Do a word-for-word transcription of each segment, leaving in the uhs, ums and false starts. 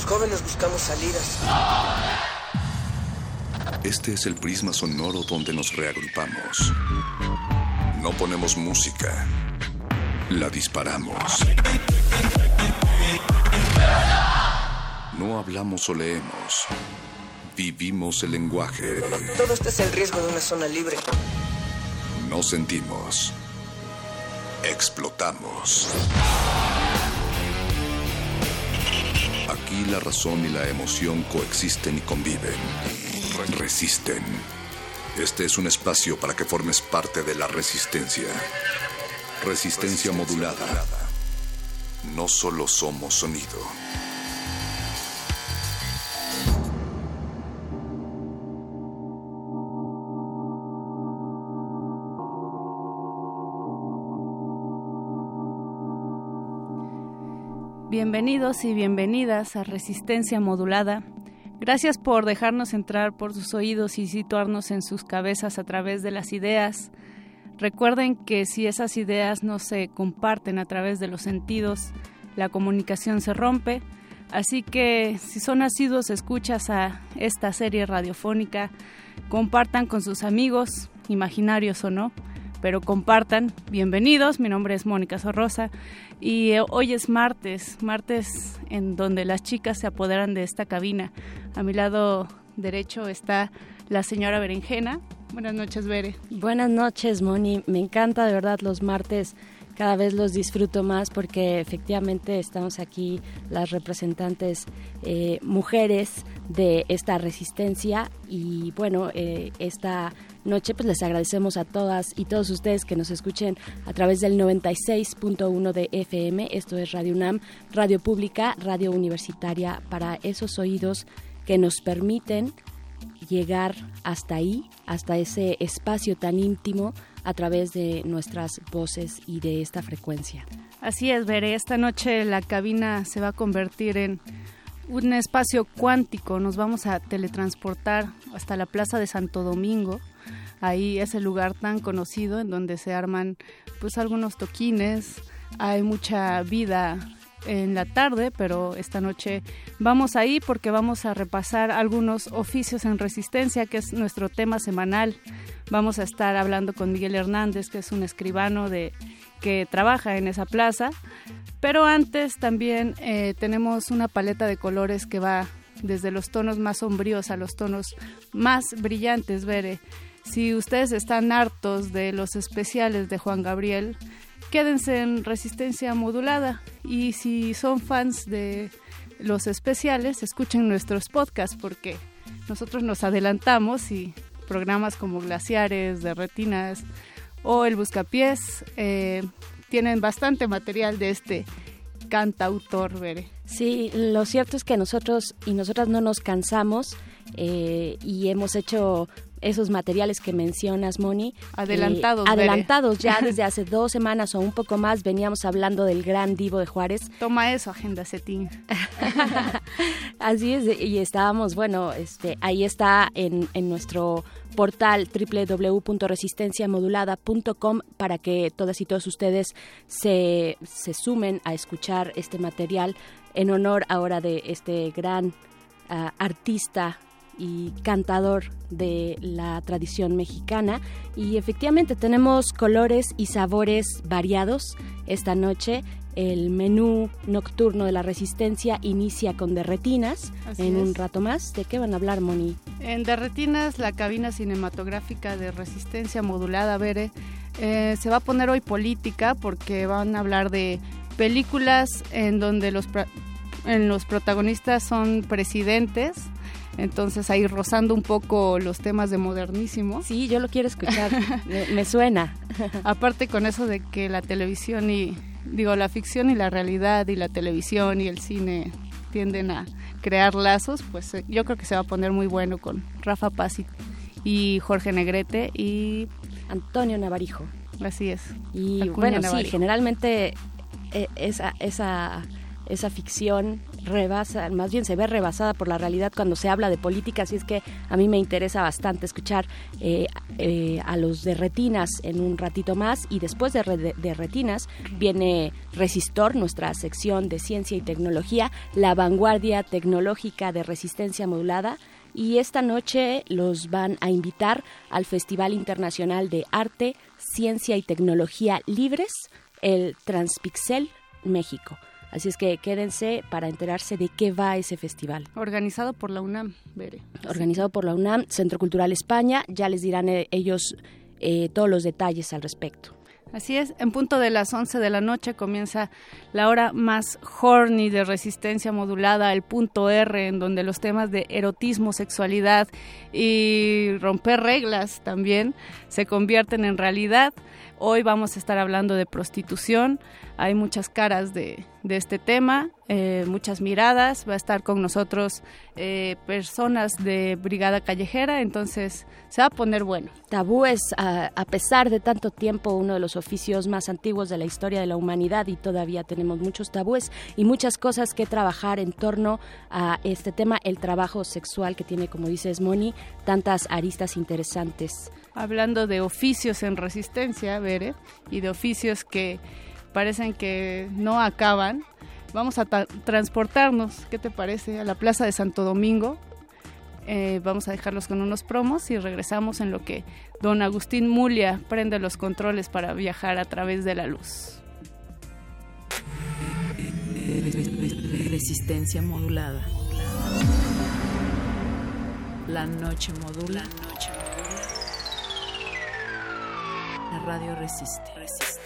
Los jóvenes buscamos salidas. Este es el prisma sonoro donde nos reagrupamos. No ponemos música, la disparamos. No hablamos o leemos, vivimos el lenguaje. Todo esto es el riesgo de una zona libre. No sentimos, explotamos. Aquí la razón y la emoción coexisten y conviven. Resisten. Este es un espacio para que formes parte de la resistencia. Resistencia modulada. No solo somos sonido. Bienvenidos y bienvenidas a Resistencia Modulada. Gracias por dejarnos entrar por sus oídos y situarnos en sus cabezas a través de las ideas. Recuerden que si esas ideas no se comparten a través de los sentidos, la comunicación se rompe. Así que si son asiduos escuchas a esta serie radiofónica, compartan con sus amigos, imaginarios o no, pero compartan. Bienvenidos, mi nombre es Mónica Sorrosa y hoy es martes, martes en donde las chicas se apoderan de esta cabina. A mi lado derecho está la señora Berenjena. Buenas noches, Bere. Buenas noches, Moni. Me encanta de verdad los martes. Cada vez los disfruto más porque efectivamente estamos aquí las representantes eh, mujeres de esta resistencia y bueno, eh, esta noche pues les agradecemos a todas y todos ustedes que nos escuchen a través del noventa y seis punto uno de F M. Esto es Radio UNAM, radio pública, radio universitaria para esos oídos que nos permiten llegar hasta ahí, hasta ese espacio tan íntimo a través de nuestras voces y de esta frecuencia. Así es, Bere, esta noche la cabina se va a convertir en un espacio cuántico. Nos vamos a teletransportar hasta la Plaza de Santo Domingo. Ahí es el lugar tan conocido en donde se arman pues algunos toquines, hay mucha vida en la tarde, pero esta noche vamos ahí porque vamos a repasar algunos oficios en resistencia, que es nuestro tema semanal. Vamos a estar hablando con Miguel Hernández, que es un escribano de que trabaja en esa plaza, pero antes también eh, tenemos una paleta de colores que va desde los tonos más sombríos a los tonos más brillantes, Bere. Si ustedes están hartos de los especiales de Juan Gabriel, quédense en Resistencia Modulada, y si son fans de los especiales, escuchen nuestros podcasts porque nosotros nos adelantamos y programas como Glaciares, de Retinas o El Buscapiés eh, tienen bastante material de este cantautor, Bere. Sí, lo cierto es que nosotros y nosotras no nos cansamos eh, y hemos hecho esos materiales que mencionas, Moni. Adelantados. Eh, adelantados ya desde hace dos semanas o un poco más veníamos hablando del gran Divo de Juárez. Toma eso, Agenda Cetín. Así es, y estábamos, bueno, este, ahí está en, en nuestro portal doble u doble u doble u punto resistencia modulada punto com para que todas y todos ustedes se, se sumen a escuchar este material en honor ahora de este gran uh, artista y cantador de la tradición mexicana. Y efectivamente tenemos colores y sabores variados esta noche. El menú nocturno de la Resistencia inicia con De Retinas. Así en es. Un rato más. ¿De qué van a hablar, Moni? En De Retinas, la cabina cinematográfica de Resistencia Modulada, Bere, eh, se va a poner hoy política porque van a hablar de películas en donde los, en los protagonistas son presidentes. Entonces ahí rozando un poco los temas de modernísimo. Sí, yo lo quiero escuchar, me, me suena. Aparte con eso de que la televisión y, digo, la ficción y la realidad y la televisión y el cine tienden a crear lazos, pues eh, yo creo que se va a poner muy bueno con Rafa Paz y, y Jorge Negrete y Antonio Navarijo. Así es. Y Acuña bueno, Navarijo. Sí, generalmente eh, esa... esa esa ficción rebasa, más bien se ve rebasada por la realidad cuando se habla de política, así es que a mí me interesa bastante escuchar eh, eh, a los de Retinas en un ratito más, y después de, de, de Retinas viene Resistor, nuestra sección de ciencia y tecnología, la vanguardia tecnológica de resistencia modulada, y esta noche los van a invitar al Festival Internacional de Arte, Ciencia y Tecnología Libres, el Transpixel México. Así es que quédense para enterarse de qué va ese festival. Organizado por la UNAM, Bere. Organizado por la UNAM, Centro Cultural España, ya les dirán eh, ellos eh, todos los detalles al respecto. Así es, en punto de las once de la noche comienza la hora más horny de resistencia modulada, el punto R, en donde los temas de erotismo, sexualidad y romper reglas también se convierten en realidad. Hoy vamos a estar hablando de prostitución, hay muchas caras de, de este tema, eh, muchas miradas, va a estar con nosotros eh, personas de Brigada Callejera, entonces se va a poner bueno. Tabú es, a, a pesar de tanto tiempo, uno de los oficios más antiguos de la historia de la humanidad, y todavía tenemos muchos tabúes y muchas cosas que trabajar en torno a este tema, el trabajo sexual, que tiene, como dices, Moni, tantas aristas interesantes. Hablando de oficios en resistencia, Bere, y de oficios que parecen que no acaban, vamos a ta- transportarnos, ¿qué te parece?, a la Plaza de Santo Domingo. Eh, vamos a dejarlos con unos promos y regresamos en lo que don Agustín Mulia prende los controles para viajar a través de la luz. Resistencia modulada. La noche modula. La noche modula. La radio resiste. resiste.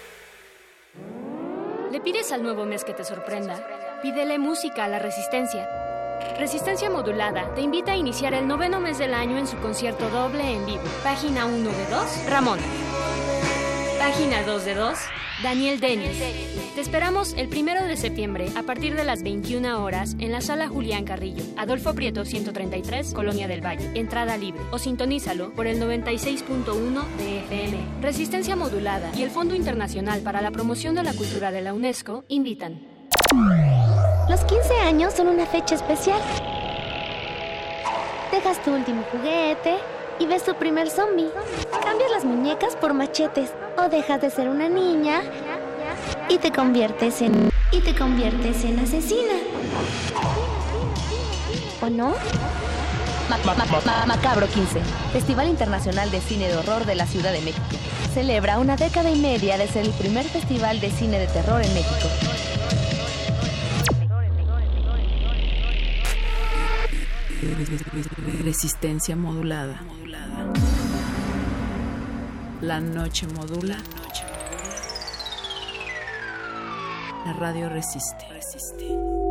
¿Le pides al nuevo mes que te sorprenda? Pídele música a la Resistencia. Resistencia Modulada te invita a iniciar el noveno mes del año en su concierto doble en vivo. Página uno de dos, Ramón. Página dos de dos, Daniel Denis. Te esperamos el primero de septiembre a partir de las veintiuna horas en la Sala Julián Carrillo, Adolfo Prieto ciento treinta y tres, Colonia del Valle. Entrada libre. O sintonízalo por el noventa y seis punto uno de F M. Resistencia Modulada y el Fondo Internacional para la Promoción de la Cultura de la UNESCO invitan. Los quince años son una fecha especial. Dejas tu último juguete y ves tu primer zombie. Cambias las muñecas por machetes. O dejas de ser una niña y te conviertes en y te conviertes en asesina. ¿O no? Ma- ma- ma- ma- Macabro quince, Festival Internacional de Cine de Horror de la Ciudad de México. Celebra una década y media de ser el primer festival de cine de terror en México. Resistencia modulada. modulada. La noche modula. La radio resiste. resiste.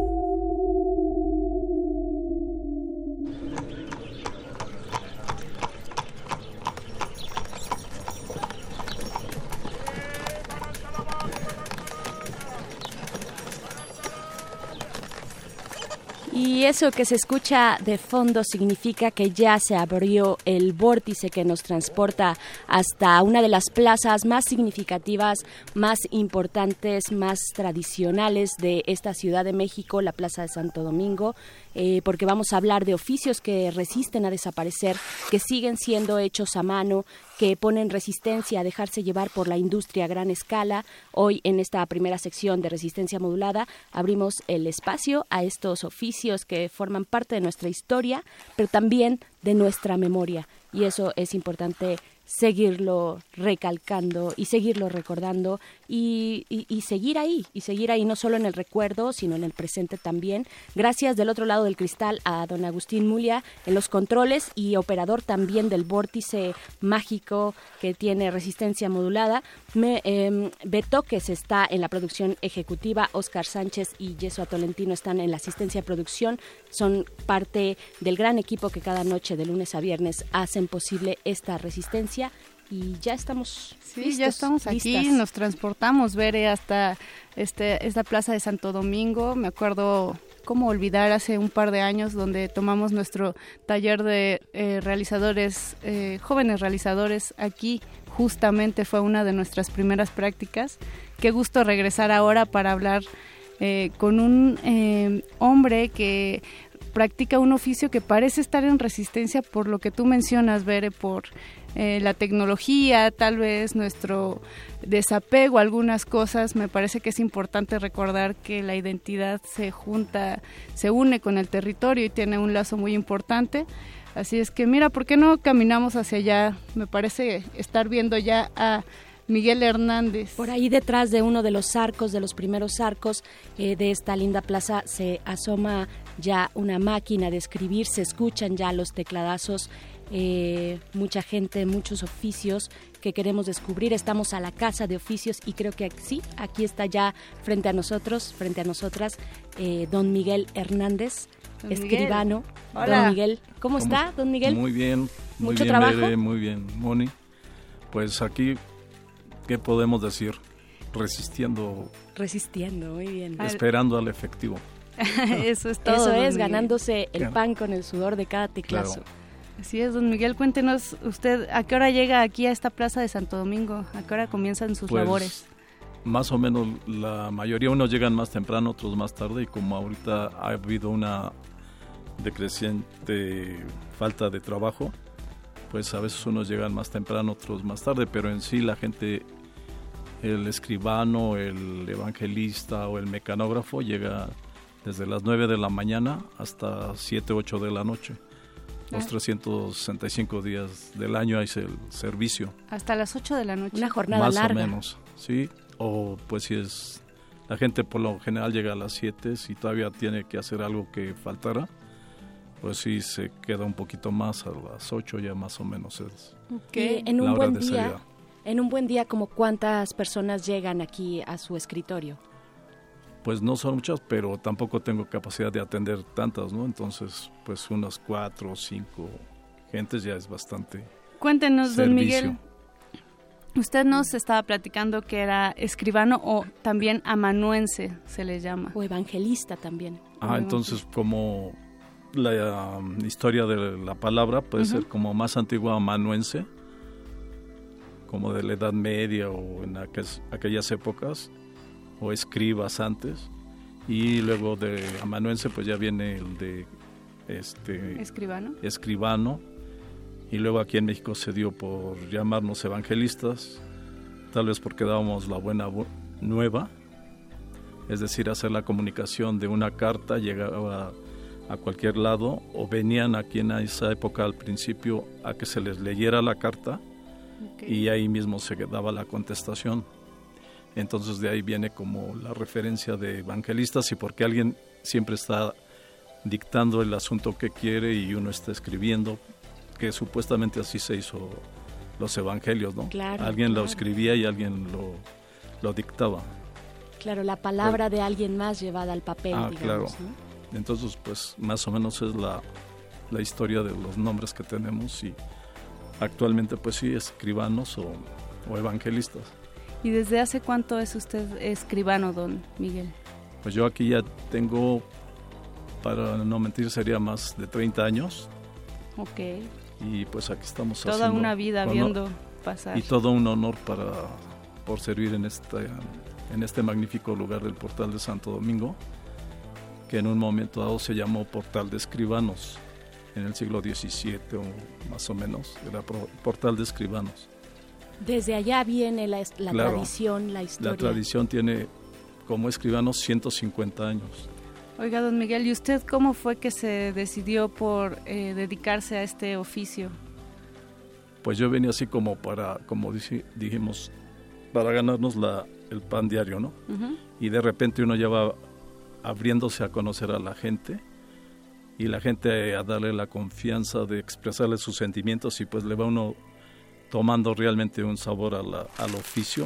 Y eso que se escucha de fondo significa que ya se abrió el vórtice que nos transporta hasta una de las plazas más significativas, más importantes, más tradicionales de esta Ciudad de México, la Plaza de Santo Domingo, eh, porque vamos a hablar de oficios que resisten a desaparecer, que siguen siendo hechos a mano, que ponen resistencia a dejarse llevar por la industria a gran escala. Hoy, en esta primera sección de Resistencia Modulada, abrimos el espacio a estos oficios que forman parte de nuestra historia, pero también de nuestra memoria. Y eso es importante seguirlo recalcando y seguirlo recordando y, y, y seguir ahí, y seguir ahí no solo en el recuerdo, sino en el presente también. Gracias del otro lado del cristal a don Agustín Mulia en los controles y operador también del vórtice mágico que tiene Resistencia Modulada. Me, eh, Beto, que se está en la producción ejecutiva, Oscar Sánchez y Yeso Tolentino están en la asistencia de producción, son parte del gran equipo que cada noche de lunes a viernes hacen posible esta resistencia. Y ya estamos Sí, listos, ya estamos aquí, listas. nos transportamos, Bere, hasta este, esta Plaza de Santo Domingo. Me acuerdo, cómo olvidar, hace un par de años, donde tomamos nuestro taller de eh, realizadores, eh, jóvenes realizadores aquí. Justamente fue una de nuestras primeras prácticas. Qué gusto regresar ahora para hablar eh, con un eh, hombre que practica un oficio que parece estar en resistencia por lo que tú mencionas, Bere, por eh, la tecnología, tal vez nuestro desapego a algunas cosas. Me parece que es importante recordar que la identidad se junta, se une con el territorio y tiene un lazo muy importante. Así es que mira, ¿por qué no caminamos hacia allá? Me parece estar viendo ya a Miguel Hernández. Por ahí detrás de uno de los arcos, de los primeros arcos eh, de esta linda plaza, se asoma ya una máquina de escribir, se escuchan ya los tecladazos, eh, mucha gente, muchos oficios que queremos descubrir. Estamos a la Casa de Oficios y creo que sí, aquí está ya frente a nosotros, frente a nosotras, eh, don Miguel Hernández, don escribano. Miguel. Hola. Don Miguel, ¿cómo, ¿Cómo está, don Miguel? Muy bien, muy ¿Mucho bien, trabajo? Bere, muy bien, Moni. Pues aquí, ¿qué podemos decir? Resistiendo. Resistiendo, muy bien. Esperando al efectivo. Eso es todo. Eso es, Miguel. Ganándose el Claro. pan con el sudor de cada teclazo. Claro. Así es, don Miguel, cuéntenos usted, ¿a qué hora llega aquí a esta plaza de Santo Domingo? ¿A qué hora comienzan sus Pues, labores? Más o menos la mayoría, unos llegan más temprano, otros más tarde, y como ahorita ha habido una decreciente falta de trabajo, pues a veces unos llegan más temprano, otros más tarde, pero en sí la gente, el escribano, el evangelista o el mecanógrafo llega desde las nueve de la mañana hasta siete, ocho de la noche. Los trescientos sesenta y cinco días del año hay el servicio. Hasta las ocho de la noche. Una jornada Más larga. o menos, sí. O pues si es... La gente por lo general llega a las siete, si todavía tiene que hacer algo que faltara, pues sí se queda un poquito más, a las ocho ya más o menos es Okay. En un la hora buen de día, salida. en un buen día, ¿como cuántas personas llegan aquí a su escritorio? Pues no son muchas, pero tampoco tengo capacidad de atender tantas, ¿no? Entonces, pues unas cuatro o cinco gentes ya es bastante. Cuéntenos, don servicio. Miguel, usted nos estaba platicando que era escribano o también amanuense se le llama. O evangelista también. Ah, entonces como la um, historia de la palabra puede Ujú. ser como más antigua amanuense, como de la Edad Media o en aquel- aquellas épocas, o escribas antes, y luego de amanuense pues ya viene el de este ¿Escribano? escribano, y luego aquí en México se dio por llamarnos evangelistas, tal vez porque dábamos la buena bu- nueva, es decir, hacer la comunicación de una carta, llegaba a cualquier lado, o venían aquí en esa época al principio a que se les leyera la carta, Okay. y ahí mismo se daba la contestación. Entonces de ahí viene como la referencia de evangelistas, y porque alguien siempre está dictando el asunto que quiere y uno está escribiendo, que supuestamente así se hizo los evangelios, ¿no? Claro, alguien claro. lo escribía y alguien lo, lo dictaba. Claro, la palabra de alguien más llevada al papel, Ah, digamos, claro. ¿no? Entonces, pues más o menos es la, la historia de los nombres que tenemos, y actualmente pues sí, escribanos o, o evangelistas. ¿Y desde hace cuánto es usted escribano, don Miguel? Pues yo aquí ya tengo, para no mentir, sería más de treinta años, Ok. y pues aquí estamos Toda haciendo una vida honor- viendo pasar. y todo un honor para por servir en esta en este magnífico lugar del Portal de Santo Domingo, que en un momento dado se llamó Portal de Escribanos, en el siglo diecisiete o más o menos, era pro- Portal de Escribanos. Desde allá viene la, la Claro. tradición, la historia. La tradición tiene como escribanos ciento cincuenta años. Oiga, don Miguel, ¿y usted cómo fue que se decidió por eh, dedicarse a este oficio? Pues yo venía así como para, como dici- dijimos, para ganarnos la, el pan diario, ¿no? Ujú. Y de repente uno ya va abriéndose a conocer a la gente, y la gente a darle la confianza de expresarle sus sentimientos, y pues le va uno tomando realmente un sabor a la, al oficio,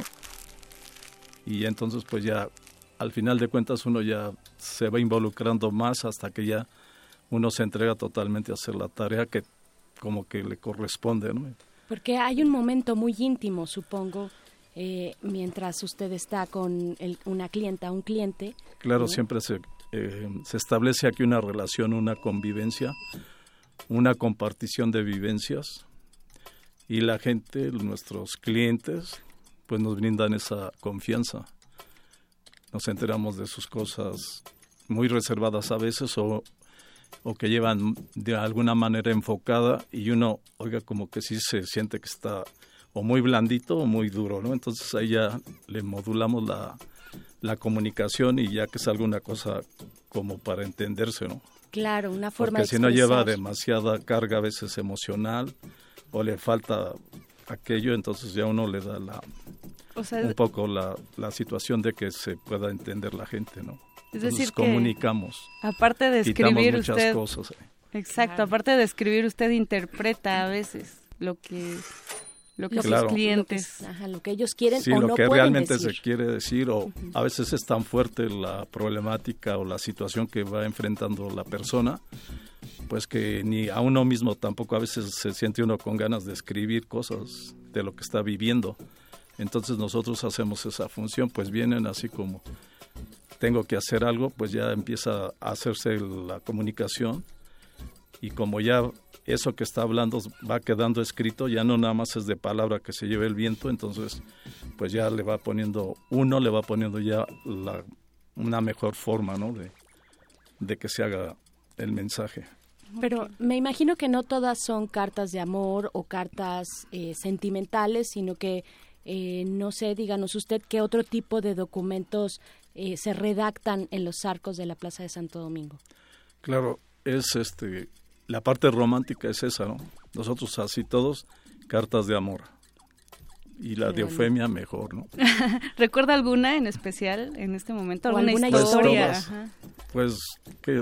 y entonces pues ya al final de cuentas uno ya se va involucrando más hasta que ya uno se entrega totalmente a hacer la tarea que como que le corresponde, ¿no? Porque hay un momento muy íntimo, supongo, eh, mientras usted está con el- una clienta, un cliente. Claro, ¿no? siempre se, eh, se establece aquí una relación, una convivencia, una compartición de vivencias, y la gente, nuestros clientes, pues nos brindan esa confianza. nos enteramos de sus cosas muy reservadas a veces o, o que llevan de alguna manera enfocada y uno, oiga, como que sí se siente que está o muy blandito o muy duro, ¿no? Entonces ahí ya le modulamos la, la comunicación y ya que salga una cosa como para entenderse, ¿no? Claro, una forma Porque de si no lleva expresar. demasiada carga a veces emocional o le falta aquello, entonces ya uno le da la O sea, un poco la, la situación de que se pueda entender la gente, ¿no? Es Entonces decir que comunicamos. aparte de quitamos escribir muchas usted, cosas. exacto, Claro. aparte de escribir usted interpreta a veces lo que lo que Lo que- Claro. sus clientes. Lo que, ajá, lo que ellos quieren Sí, o lo no que pueden realmente decir. se quiere decir o a veces es tan fuerte la problemática o la situación que va enfrentando la persona, pues que ni a uno mismo tampoco a veces se siente uno con ganas de escribir cosas de lo que está viviendo. Entonces nosotros hacemos esa función, pues vienen así como tengo que hacer algo, pues ya empieza a hacerse la comunicación y como ya eso que está hablando va quedando escrito, ya no nada más es de palabra que se lleve el viento, entonces pues ya le va poniendo, uno le va poniendo ya la, una mejor forma, ¿no? De, de que se haga el mensaje. Pero me imagino que no todas son cartas de amor o cartas eh, sentimentales, sino que, eh, no sé, díganos usted qué otro tipo de documentos eh, se redactan en los arcos de la Plaza de Santo Domingo. Claro, es este, la parte romántica es esa, ¿no? Nosotros así todos, cartas de amor. Y la Qué de bonito. Eufemia mejor, ¿no? ¿Recuerda alguna en especial en este momento? O ¿Alguna alguna historia? historia. Ajá. Pues que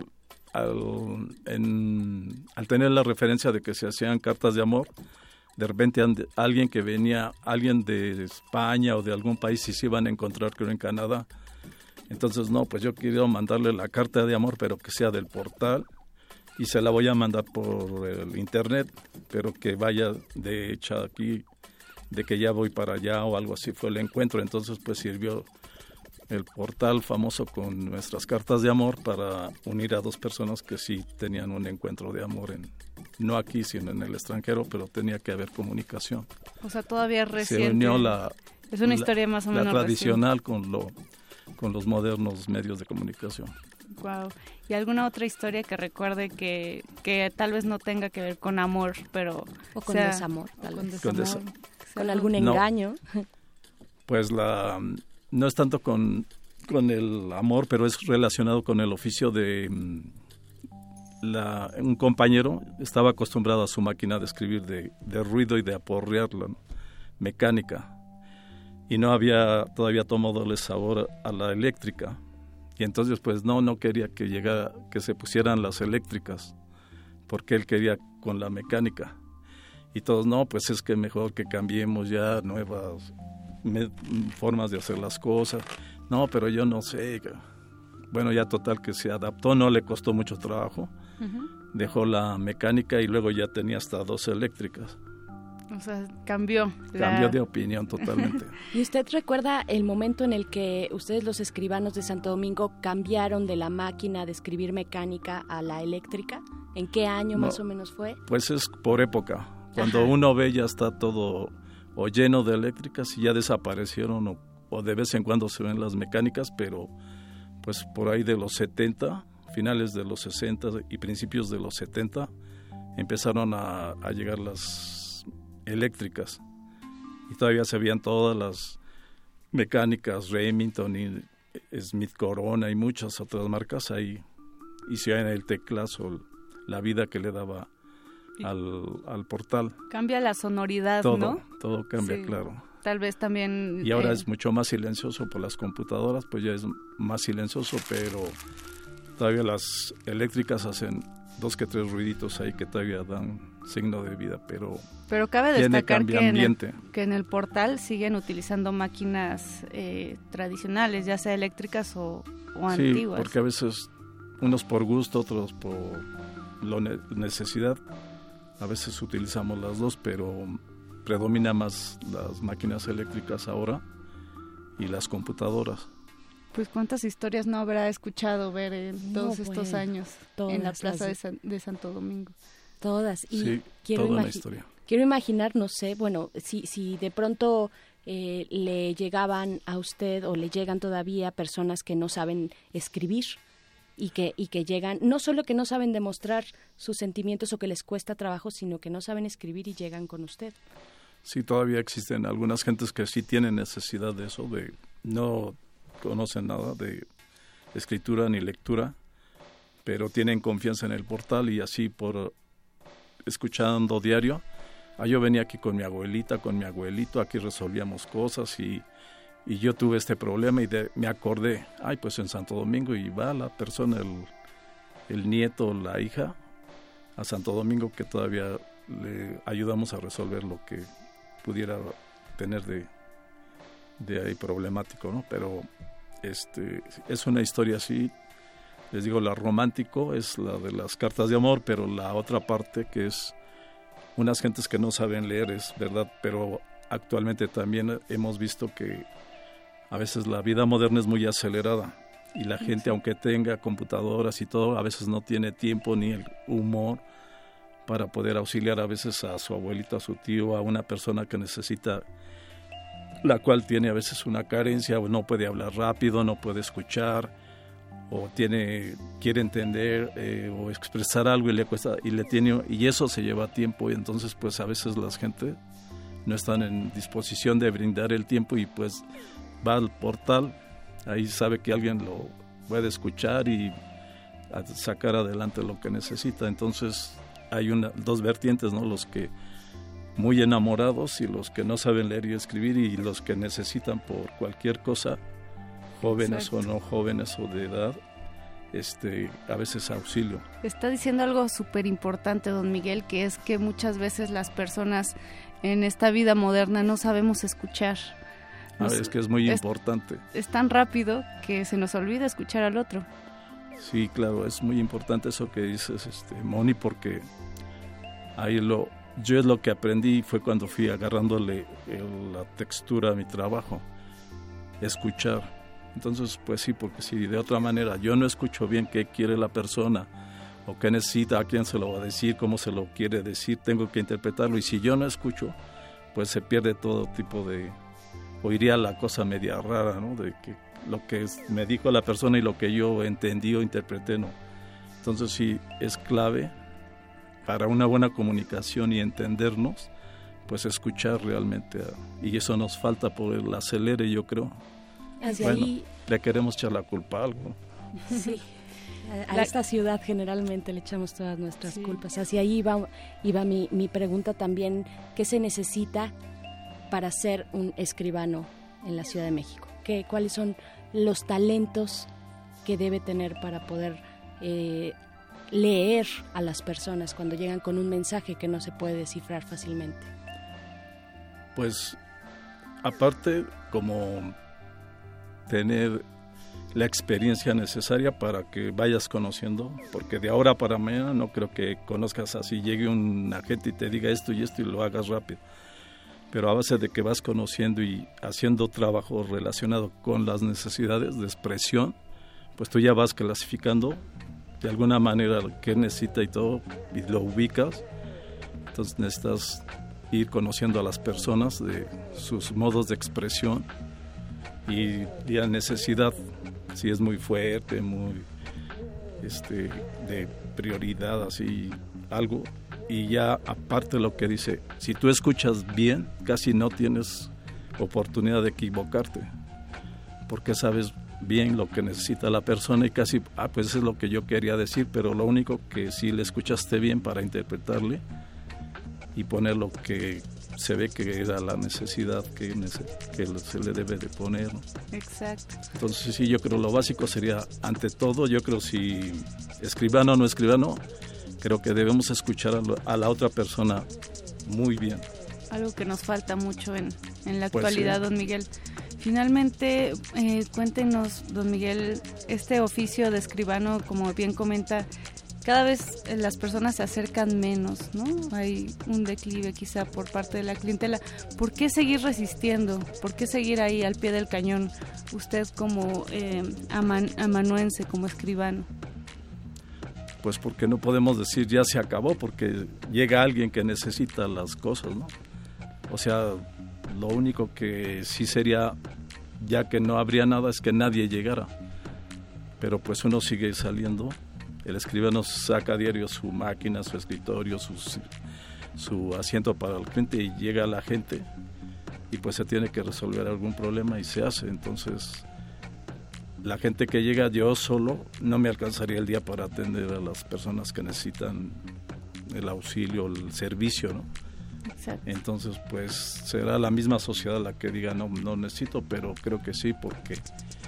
al, en, al tener la referencia de que se hacían cartas de amor, de repente and, alguien que venía, alguien de España o de algún país y se iban a encontrar, creo, en Canadá. Entonces, no, pues yo quiero mandarle la carta de amor, pero que sea del portal y se la voy a mandar por el internet, pero que vaya de hecha aquí, de que ya voy para allá o algo así fue el encuentro. Entonces, pues sirvió el portal famoso con nuestras cartas de amor para unir a dos personas que sí tenían un encuentro de amor, en, no aquí, sino en el extranjero, pero tenía que haber comunicación. O sea, todavía reciente. Se unió la, es una la- historia más o la menos tradicional con, lo, con los modernos medios de comunicación. Wow. ¿Y alguna otra historia que recuerde que, que tal vez no tenga que ver con amor, pero O con sea- desamor, tal o con vez. Con desamor, desa- que sea Con algún No. engaño. Pues la no es tanto con, con el amor, pero es relacionado con el oficio de mm, la, un compañero estaba acostumbrado a su máquina de escribir de, de ruido y de aporrearla, ¿no? Mecánica, y no había todavía tomado el sabor a la eléctrica, y entonces pues no, no quería que llegara, que se pusieran las eléctricas, porque él quería con la mecánica, y todos, no, pues es que mejor que cambiemos ya nuevas me- formas de hacer las cosas. No, pero yo no sé. Bueno, ya total que se adaptó, no le costó mucho trabajo. Ujú. Dejó la mecánica y luego ya tenía hasta dos eléctricas. O sea, cambió. la- Cambió de opinión totalmente. ¿Y usted recuerda el momento en el que ustedes, los escribanos de Santo Domingo, cambiaron de la máquina de escribir mecánica a la eléctrica? ¿En qué año No. más o menos fue? Pues es por época. Cuando Ajá. uno ve ya está todo o lleno de eléctricas y ya desaparecieron o, o de vez en cuando se ven las mecánicas, pero pues por ahí de los setenta, finales de los sesenta y principios de los setenta, empezaron a, a llegar las eléctricas y todavía se veían todas las mecánicas, Remington y Smith Corona y muchas otras marcas ahí, y se veía el teclazo, la vida que le daba al, al portal. Cambia la sonoridad, Todo, ¿no? todo cambia, Sí. claro. Tal vez también... Y ahora eh, es mucho más silencioso por las computadoras, pues ya es más silencioso, pero todavía las eléctricas hacen dos que tres ruiditos ahí que todavía dan signo de vida, pero Pero cabe tiene destacar cambio que en, el, ambiente. que en el portal siguen utilizando máquinas eh, tradicionales, ya sea eléctricas o, o Sí, antiguas. porque a veces unos por gusto, otros por lo ne- necesidad. A veces utilizamos las dos, pero predomina más las máquinas eléctricas ahora y las computadoras. Pues cuántas historias no habrá escuchado ver en No, todos estos bueno, años todas en la las plaza de- de, San- de Santo Domingo. Todas. Y Sí, quiero, toda una imagi- historia. quiero imaginar, no sé, bueno, si, si de pronto eh, le llegaban a usted o le llegan todavía personas que no saben escribir y que, y que llegan, no solo que no saben demostrar sus sentimientos o que les cuesta trabajo, sino que no saben escribir y llegan con usted. Sí, todavía existen algunas gentes que sí tienen necesidad de eso, de no conocen nada de escritura ni lectura, pero tienen confianza en el portal y así por escuchando diario. Ah, yo venía aquí con mi abuelita, con mi abuelito, aquí resolvíamos cosas y, y yo tuve este problema y de, me acordé, ay, pues en Santo Domingo, y va la persona, el, el nieto, la hija, a Santo Domingo, que todavía le ayudamos a resolver lo que pudiera tener de, de ahí problemático, ¿no? Pero este es una historia así, les digo, la romántico es la de las cartas de amor, pero la otra parte que es unas gentes que no saben leer, es verdad, pero actualmente también hemos visto que a veces la vida moderna es muy acelerada y la gente, aunque tenga computadoras y todo, a veces no tiene tiempo ni el humor para poder auxiliar a veces a su abuelito, a su tío, a una persona que necesita, la cual tiene a veces una carencia, o no puede hablar rápido, no puede escuchar, o tiene quiere entender eh, o expresar algo y le cuesta y le tiene y eso se lleva tiempo, y entonces pues a veces la gente no están en disposición de brindar el tiempo y pues va al portal, ahí sabe que alguien lo puede escuchar y sacar adelante lo que necesita. Entonces hay una dos vertientes, ¿no? Los que muy enamorados y los que no saben leer y escribir, y los que necesitan por cualquier cosa, jóvenes Exacto. o no jóvenes o de edad, este, a veces auxilio. Está diciendo algo súper importante, don Miguel, que es que muchas veces las personas en esta vida moderna no sabemos escuchar. Nos, ah, es que es muy es, importante. Es tan rápido que se nos olvida escuchar al otro. Sí, claro, es muy importante eso que dices, este, Moni, porque ahí lo, yo es lo que aprendí fue cuando fui agarrándole el, la textura a mi trabajo, escuchar. Entonces, pues sí, porque si de otra manera yo no escucho bien qué quiere la persona o qué necesita, a quién se lo va a decir, cómo se lo quiere decir, tengo que interpretarlo, y si yo no escucho, pues se pierde todo tipo de, oiría la cosa media rara, ¿no? De que lo que es, me dijo la persona y lo que yo entendí o interpreté, no. Entonces sí, es clave para una buena comunicación y entendernos, pues escuchar realmente, y eso nos falta por el acelere, yo creo. Hacia bueno, ahí, le queremos echar la culpa a algo. Sí, a, a esta ciudad generalmente le echamos todas nuestras sí. culpas. Hacia ahí iba, iba mi, mi pregunta también, ¿qué se necesita para ser un escribano en la Ciudad de México? ¿Qué, ¿Cuáles son los talentos que debe tener para poder eh, leer a las personas cuando llegan con un mensaje que no se puede descifrar fácilmente? Pues, aparte, como tener la experiencia necesaria para que vayas conociendo, porque de ahora para mañana no creo que conozcas así, llegue un agente y te diga esto y esto y lo hagas rápido, pero a base de que vas conociendo y haciendo trabajo relacionado con las necesidades de expresión, pues tú ya vas clasificando de alguna manera qué necesita y todo, y lo ubicas. Entonces necesitas ir conociendo a las personas de sus modos de expresión y, y la necesidad, si es muy fuerte, muy este de prioridad, así algo. Y ya aparte lo que dice, si tú escuchas bien, casi no tienes oportunidad de equivocarte, porque sabes bien lo que necesita la persona y casi, ah, pues eso es lo que yo quería decir, pero lo único que si le escuchaste bien para interpretarle y poner lo que se ve que era la necesidad que, que se le debe de poner, ¿no? Exacto. Entonces sí, yo creo lo básico sería, ante todo, yo creo si escribano o no escribano, creo que debemos escuchar a, lo, a la otra persona muy bien. Algo que nos falta mucho en, en la Pues actualidad, sí. don Miguel. Finalmente, eh, cuéntenos, don Miguel, este oficio de escribano, como bien comenta, cada vez las personas se acercan menos, ¿no? Hay un declive quizá por parte de la clientela. ¿Por qué seguir resistiendo? ¿Por qué seguir ahí al pie del cañón? Usted como eh, aman, amanuense, como escribano. Pues porque no podemos decir ya se acabó, porque llega alguien que necesita las cosas, ¿no? O sea, Lo único que sí sería, ya que no habría nada, es que nadie llegara. Pero pues uno sigue saliendo. El escribano saca a diario su máquina, su escritorio, su, su asiento para el cliente y llega la gente y pues se tiene que resolver algún problema y se hace. Entonces, la gente que llega, yo solo no me alcanzaría el día para atender a las personas que necesitan el auxilio, el servicio, ¿no? Exacto. Entonces, pues será la misma sociedad la que diga no, no necesito, pero creo que sí, porque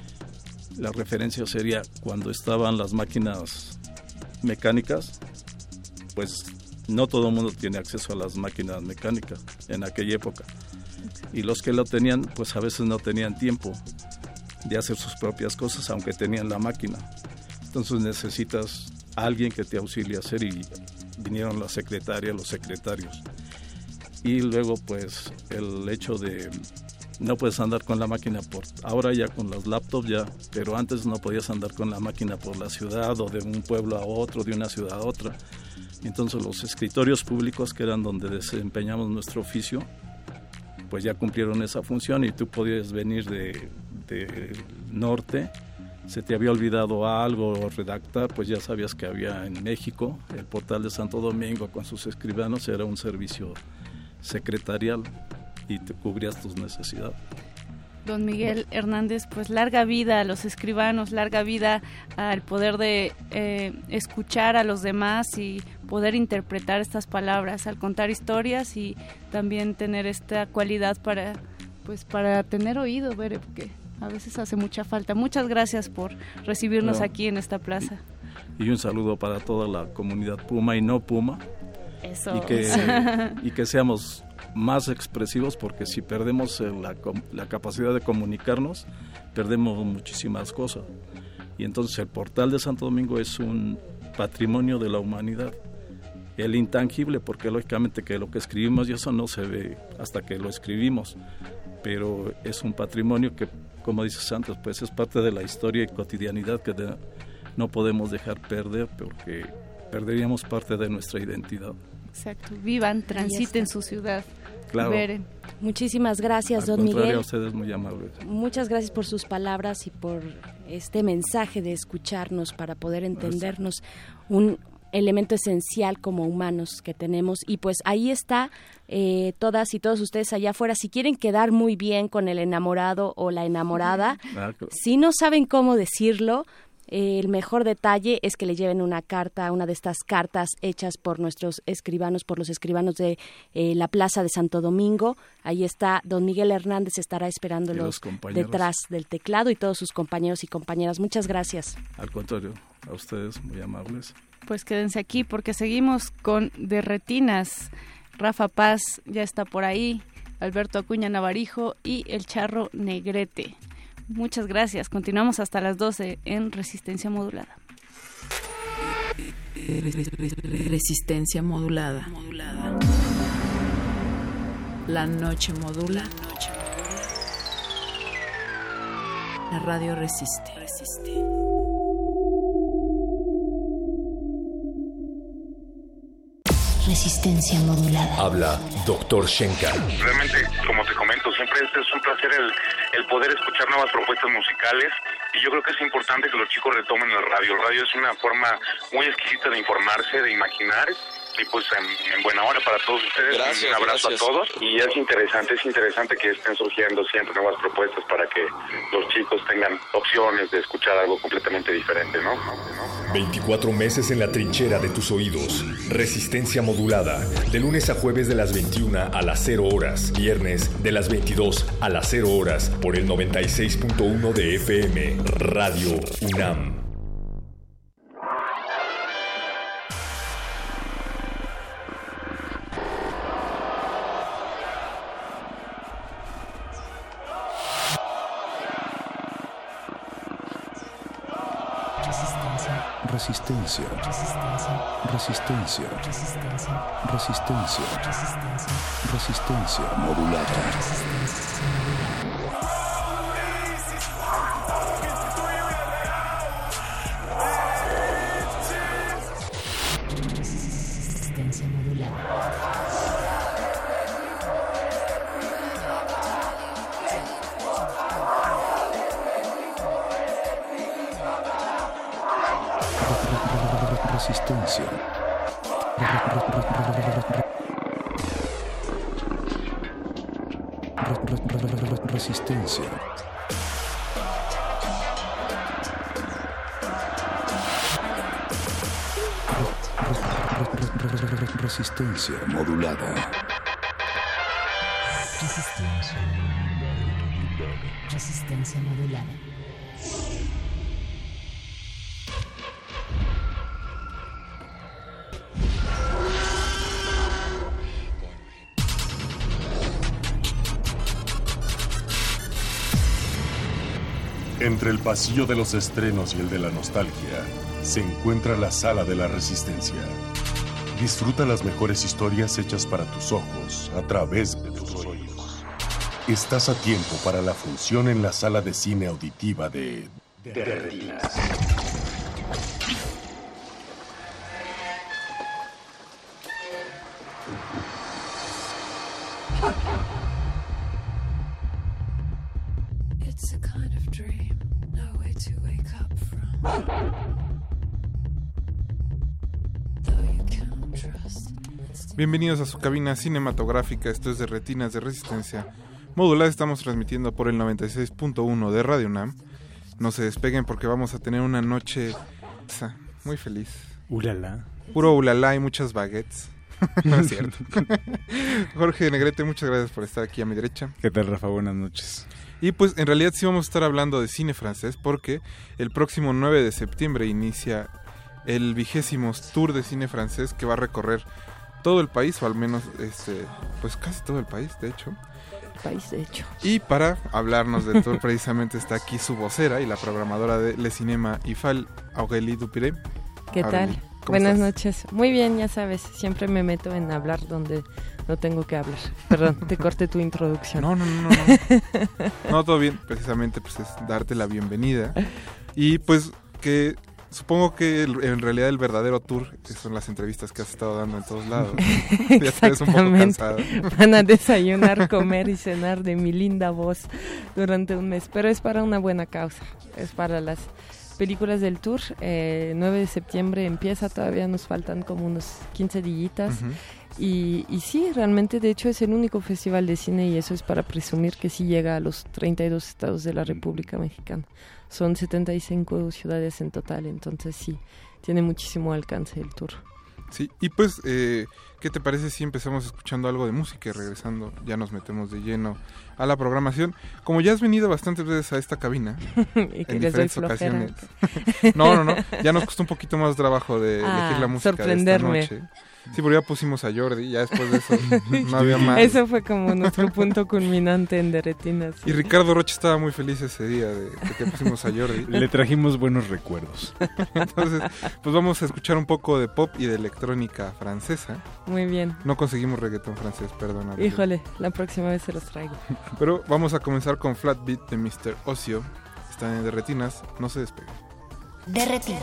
la referencia sería cuando estaban las máquinas mecánicas, pues no todo el mundo tiene acceso a las máquinas mecánicas en aquella época, y los que lo tenían pues a veces no tenían tiempo de hacer sus propias cosas aunque tenían la máquina. Entonces necesitas a alguien que te auxilie a hacer, y vinieron las secretarias, los secretarios, y luego pues el hecho de no puedes andar con la máquina por ahora ya con las laptops ya, pero antes no podías andar con la máquina por la ciudad o de un pueblo a otro, de una ciudad a otra. Entonces los escritorios públicos, que eran donde desempeñamos nuestro oficio, pues ya cumplieron esa función, y tú podías venir de, de norte, se te había olvidado algo o redactar, pues ya sabías que había en México el Portal de Santo Domingo con sus escribanos, era un servicio secretarial y te cubrías tus necesidades. Don Miguel Hernández, pues larga vida a los escribanos, larga vida al poder de eh, escuchar a los demás y poder interpretar estas palabras, al contar historias, y también tener esta cualidad para, pues para tener oído, ver, porque a veces hace mucha falta. Muchas gracias por recibirnos no. aquí en esta plaza. Y, y un saludo para toda la comunidad Puma y no Puma. Eso. Y que, y que seamos más expresivos, porque si perdemos la, la capacidad de comunicarnos, perdemos muchísimas cosas. Y entonces el Portal de Santo Domingo es un patrimonio de la humanidad, el intangible, porque lógicamente que lo que escribimos y eso no se ve hasta que lo escribimos, pero es un patrimonio que, como dice Santos, pues es parte de la historia y cotidianidad que de, no podemos dejar perder, porque perderíamos parte de nuestra identidad. Exacto, vivan, transiten su ciudad. Claro. Beren. Muchísimas gracias, Al don Miguel. A ustedes muy amables. Muchas gracias por sus palabras y por este mensaje de escucharnos para poder entendernos, un elemento esencial como humanos que tenemos. Y pues ahí está, eh, todas y todos ustedes allá afuera, si quieren quedar muy bien con el enamorado o la enamorada, ah, claro. si no saben cómo decirlo, el mejor detalle es que le lleven una carta, una de estas cartas hechas por nuestros escribanos, por los escribanos de eh, la Plaza de Santo Domingo. Ahí está, don Miguel Hernández estará esperándolos detrás del teclado, y todos sus compañeros y compañeras. Muchas gracias. Al contrario, a ustedes muy amables. Pues quédense aquí porque seguimos con De Retinas. Rafa Paz ya está por ahí, Alberto Acuña Navarijo y el Charro Negrete. Muchas gracias. Continuamos hasta las doce en Resistencia Modulada. Resistencia modulada. La noche modula. La radio resiste. Resistencia modulada. Habla doctor Schenker. Realmente, como te comento, siempre es, es un placer el, el poder escuchar nuevas propuestas musicales, y yo creo que es importante que los chicos retomen el radio. El radio es una forma muy exquisita de informarse, de imaginar, y pues en, en buena hora para todos ustedes. Gracias, un abrazo gracias. a todos, y es interesante, es interesante que estén surgiendo siempre nuevas propuestas para que los chicos tengan opciones de escuchar algo completamente diferente, ¿no? veinticuatro meses en la trinchera de tus oídos. Resistencia modulada. De lunes a jueves de las veintiuna a las cero horas. Viernes de las veintidós a las cero horas. Por el noventa y seis punto uno de F M. Radio UNAM. Resistencia. Resistencia. Resistencia. Resistencia modulada. Resistencia modulada. Resistencia. Resistencia. Resistencia modulada. Resistencia. Resistencia modulada. Entre el pasillo de los estrenos y el de la nostalgia, se encuentra la sala de la resistencia. Disfruta las mejores historias hechas para tus ojos a través de tus oídos. Estás a tiempo para la función en la sala de cine auditiva de... de Retinas. It's a kind of dream, no way to wake up from. Bienvenidos a su cabina cinematográfica, esto es de Retinas de Resistencia Modulada, estamos transmitiendo por el noventa y seis punto uno de Radio UNAM. No se despeguen porque vamos a tener una noche muy feliz. Ulala. Puro ulala y muchas baguettes. No es cierto. Jorge Negrete, muchas gracias por estar aquí a mi derecha. ¿Qué tal, Rafa? Buenas noches. Y pues en realidad sí vamos a estar hablando de cine francés porque el próximo nueve de septiembre inicia el vigésimo tour de cine francés que va a recorrer todo el país, o al menos este, pues casi todo el país, de hecho. País, de hecho. Y para hablarnos del tour precisamente está aquí su vocera y la programadora de Le Cinema I F A L, Aurélie Dupiré. ¿Qué Aurélie, tal? ¿cómo Buenas estás? noches. Muy bien, ya sabes, siempre me meto en hablar donde no tengo que hablar. Perdón, te corté tu introducción. No, no, no, no. No, no todo bien, precisamente pues es darte la bienvenida. Y pues que... Supongo que el, en realidad el verdadero tour son las entrevistas que has estado dando en todos lados. Ya te ves un poco cansada. Van a desayunar, comer y cenar de mi linda voz durante un mes. Pero es para una buena causa. Es para las películas del tour. Eh, nueve de septiembre empieza, todavía nos faltan como unos quince días. Uh-huh. Y, y sí, realmente de hecho es el único festival de cine y eso es para presumir que sí llega a los treinta y dos estados de la República Mexicana. Son setenta y cinco ciudades en total, entonces sí, tiene muchísimo alcance el tour. Sí, y pues, eh, ¿qué te parece si empezamos escuchando algo de música y regresando ya nos metemos de lleno a la programación? Como ya has venido bastantes veces a esta cabina, y que en les diferentes doy ocasiones. No, no, no, ya nos costó un poquito más trabajo de ah, elegir la música sorprenderme. de esta noche. Sí, porque ya pusimos a Jordi, ya después de eso no había más. Eso fue como nuestro punto culminante en Derretinas. ¿Sí? Y Ricardo Rocha estaba muy feliz ese día de, de que pusimos a Jordi. Le trajimos buenos recuerdos. Entonces, pues vamos a escuchar un poco de pop y de electrónica francesa. Muy bien. No conseguimos reggaetón francés, perdón. Híjole, la próxima vez se los traigo. Pero vamos a comenzar con Flat Beat de mister Ocio. Están en Derretinas, no se despeguen. Derretinas.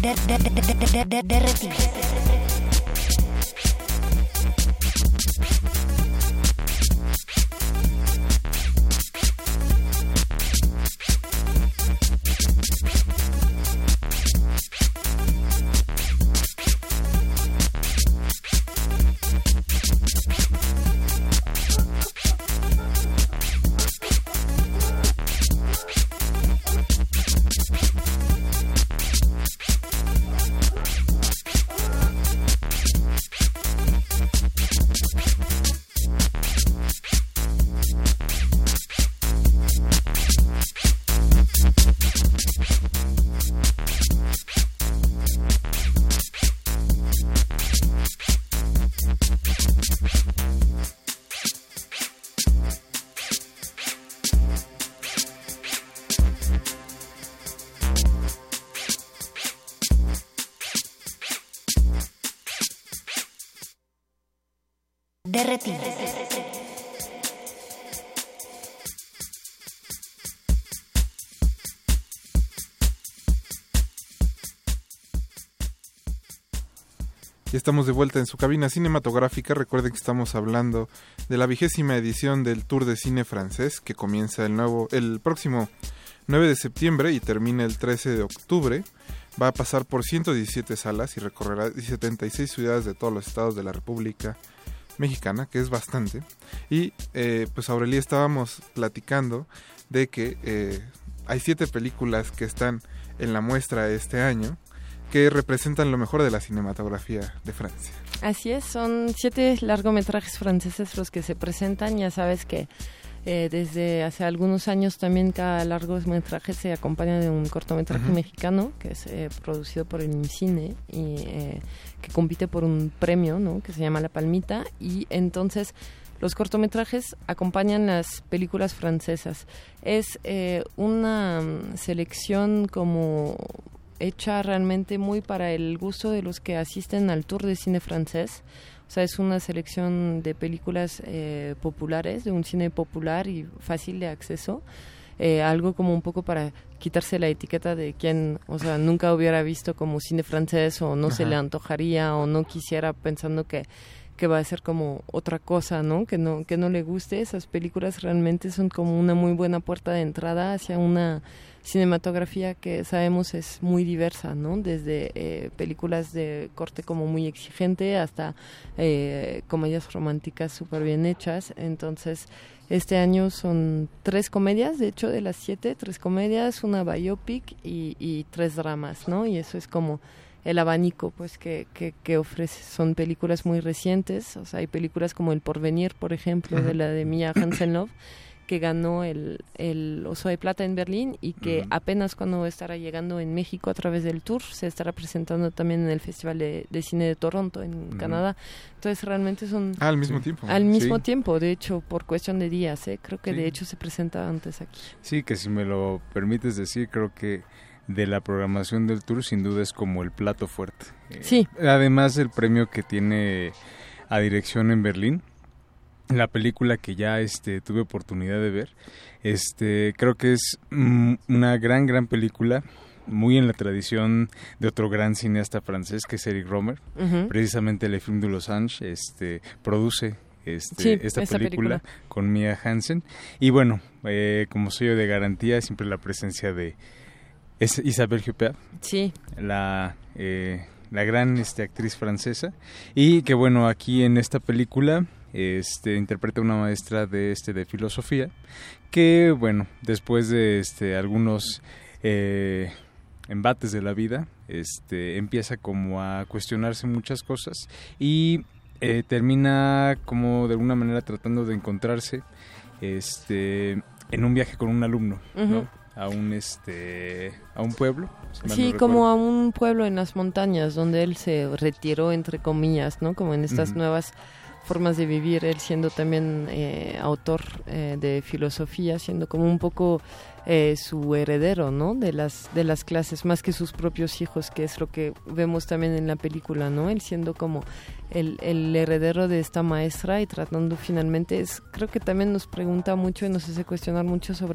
Derretir. Derretir. Ya estamos de vuelta en su cabina cinematográfica. Recuerden que estamos hablando de la vigésima edición del Tour de Cine Francés, que comienza el nuevo el próximo nueve de septiembre y termina el trece de octubre. Va a pasar por ciento diecisiete salas y recorrerá setenta y seis ciudades de todos los estados de la República Mexicana, que es bastante. Y eh, pues Aurelia, estábamos platicando de que eh, hay siete películas que están en la muestra este año que representan lo mejor de la cinematografía de Francia. Así es, son siete largometrajes franceses los que se presentan. Ya sabes que eh, desde hace algunos años también cada largometraje se acompaña de un cortometraje uh-huh. mexicano que es eh, producido por el IMCINE y eh, que compite por un premio, ¿no?, que se llama La Palmita, y entonces los cortometrajes acompañan las películas francesas. Es eh, una selección como hecha realmente muy para el gusto de los que asisten al Tour de Cine Francés. O sea, es una selección de películas eh, populares, de un cine popular y fácil de acceso. Eh, algo como un poco para quitarse la etiqueta de quien, o sea, nunca hubiera visto como cine francés o no Ajá. se le antojaría o no quisiera, pensando que que va a ser como otra cosa, ¿no? Que no que no le guste. Esas películas realmente son como una muy buena puerta de entrada hacia una cinematografía que sabemos es muy diversa, ¿no? Desde eh, películas de corte como muy exigente hasta eh, comedias románticas súper bien hechas. Entonces, este año son tres comedias, de hecho, de las siete, tres comedias, una biopic y, y tres dramas, ¿no? Y eso es como el abanico pues que, que, que ofrece. Son películas muy recientes, o sea, hay películas como El Porvenir, por ejemplo, uh-huh. de la de Mia Hansen-Løve, que ganó el, el Oso de Plata en Berlín y que uh-huh. apenas cuando estará llegando en México a través del tour, se estará presentando también en el Festival de, de Cine de Toronto en uh-huh. Canadá. Entonces realmente son... Ah, al mismo tiempo. Al mismo sí. tiempo, de hecho, por cuestión de días, ¿eh? Creo que sí. de hecho se presenta antes aquí. Sí, que si me lo permites decir, creo que de la programación del tour sin duda es como el plato fuerte. Sí. Eh, además el premio que tiene a dirección en Berlín, la película que ya este tuve oportunidad de ver, este creo que es mm, una gran gran película, muy en la tradición de otro gran cineasta francés que es Eric Rohmer. Uh-huh. Precisamente Le Film de Los Anges este produce Este, sí, esta película, película, con Mia Hansen, y bueno, eh, como sello de garantía siempre la presencia de es Isabelle Huppert, sí, la eh, la gran este actriz francesa, y que bueno, aquí en esta película este interpreta una maestra de este de filosofía que bueno, después de este algunos eh, embates de la vida, este empieza como a cuestionarse muchas cosas y eh, termina como de alguna manera tratando de encontrarse este en un viaje con un alumno, uh-huh. ¿no? a un este a un pueblo, si sí, no como a un pueblo en las montañas donde él se retiró entre comillas, ¿no? Como en estas uh-huh. nuevas formas de vivir, él siendo también eh, autor eh, de filosofía, siendo como un poco eh, su heredero, ¿no? De las de las clases, más que sus propios hijos, que es lo que vemos también en la película, ¿no? Él siendo como el, el heredero de esta maestra y tratando finalmente, es creo que también nos pregunta mucho y nos hace cuestionar mucho sobre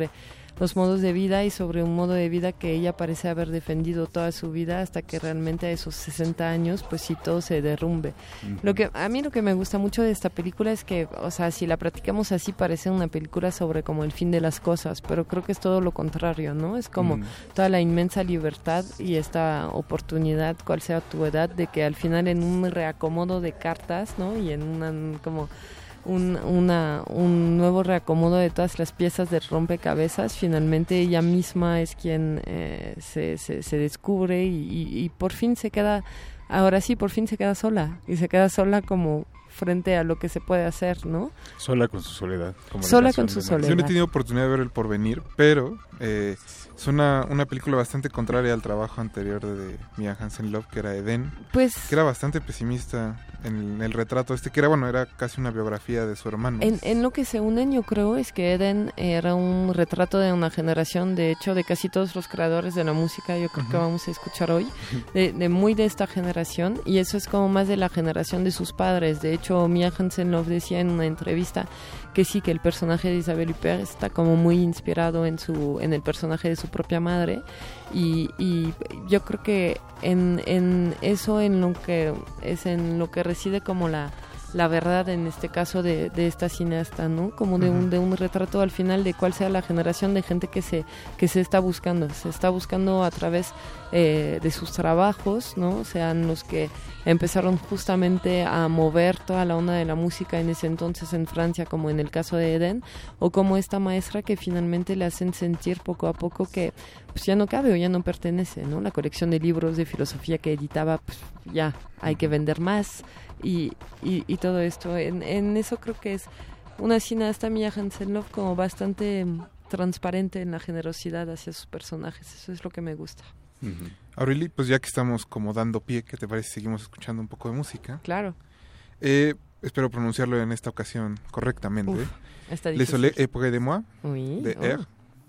los modos de vida y sobre un modo de vida que ella parece haber defendido toda su vida hasta que realmente a esos sesenta años pues sí todo se derrumbe. Uh-huh. Lo que a mí lo que me gusta mucho de esta película es que, o sea, si la practicamos así parece una película sobre como el fin de las cosas, pero creo que es todo lo contrario, ¿no? Es como uh-huh. toda la inmensa libertad y esta oportunidad, cual sea tu edad, de que al final en un reacomodo de cartas, ¿no? Y en una como Un, una, un nuevo reacomodo de todas las piezas del rompecabezas, finalmente ella misma es quien eh, se, se, se descubre y, y, y por fin se queda, ahora sí, por fin se queda sola, y se queda sola como frente a lo que se puede hacer, ¿no? Sola con su soledad. Como sola con su soledad. Yo no he tenido oportunidad de ver El Porvenir, pero eh, es una, una película bastante contraria al trabajo anterior de, de Mia Hansen-Løve, que era Eden, pues, que era bastante pesimista en el retrato este, que era, bueno, era casi una biografía de su hermano. En, en lo que se unen, yo creo, es que Eden era un retrato de una generación, de hecho, de casi todos los creadores de la música, yo creo uh-huh. que vamos a escuchar hoy, de, de muy de esta generación, y eso es como más de la generación de sus padres. De hecho, Mia Hansen-Løve decía en una entrevista que sí, que el personaje de Isabelle Huppert está como muy inspirado en su en el personaje de su propia madre, y, y yo creo que en, en eso en lo que es en lo que reside como la la verdad en este caso de, de esta cineasta, ¿no? Como de un de un retrato al final de cuál sea la generación de gente que se que se está buscando, se está buscando a través eh, de sus trabajos, ¿no? Sean los que empezaron justamente a mover toda la onda de la música en ese entonces en Francia, como en el caso de Eden, o como esta maestra que finalmente le hacen sentir poco a poco que pues ya no cabe o ya no pertenece, ¿no? La colección de libros de filosofía que editaba, pues ya hay que vender más. Y, y, y todo esto, en, en eso creo que es una cineasta, Mia Hansen-Løve, como bastante transparente en la generosidad hacia sus personajes. Eso es lo que me gusta. Uh-huh. Aureli, pues ya que estamos como dando pie, ¿qué te parece si seguimos escuchando un poco de música? Claro. Eh, espero pronunciarlo en esta ocasión correctamente. Uf, está Le Soleil Épris de Moi, oui, de oh. Air.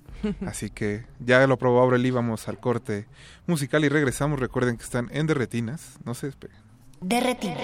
Así que ya lo probó Aureli, vamos al corte musical y regresamos. Recuerden que están en Derretinas, no se despeguen. Derretinas.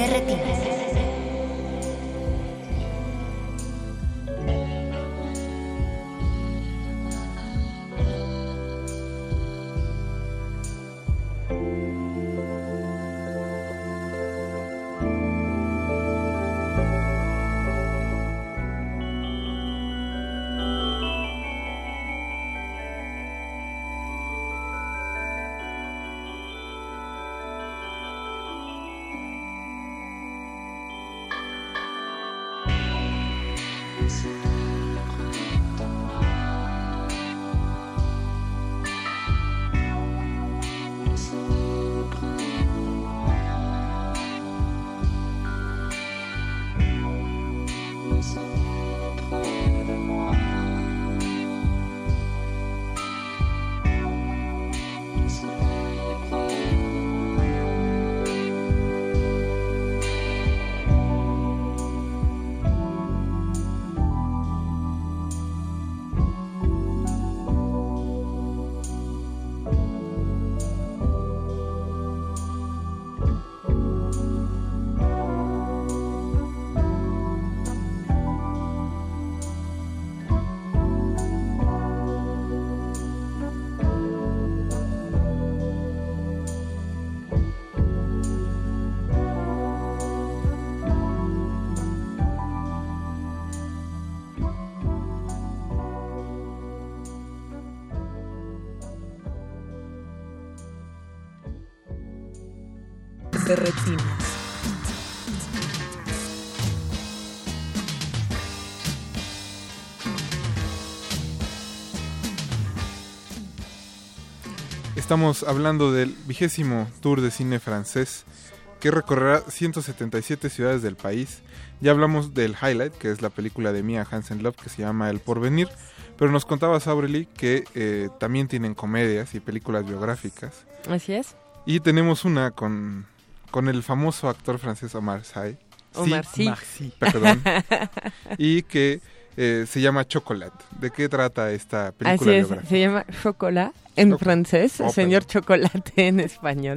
de retinas. De retinas. Estamos hablando del vigésimo Tour de Cine Francés que recorrerá ciento setenta y siete ciudades del país. Ya hablamos del highlight, que es la película de Mia Hansen-Løve que se llama El Porvenir, pero nos contaba Sabreli que eh, también tienen comedias y películas biográficas. Así es. Y tenemos una con... con el famoso actor francés Omar Sy. Omar Sy. Sí, perdón. Y que eh, se llama Chocolat. ¿De qué trata esta película Así es, biográfica? se llama Chocolat en Choc- francés, oh, señor Chocolate en español.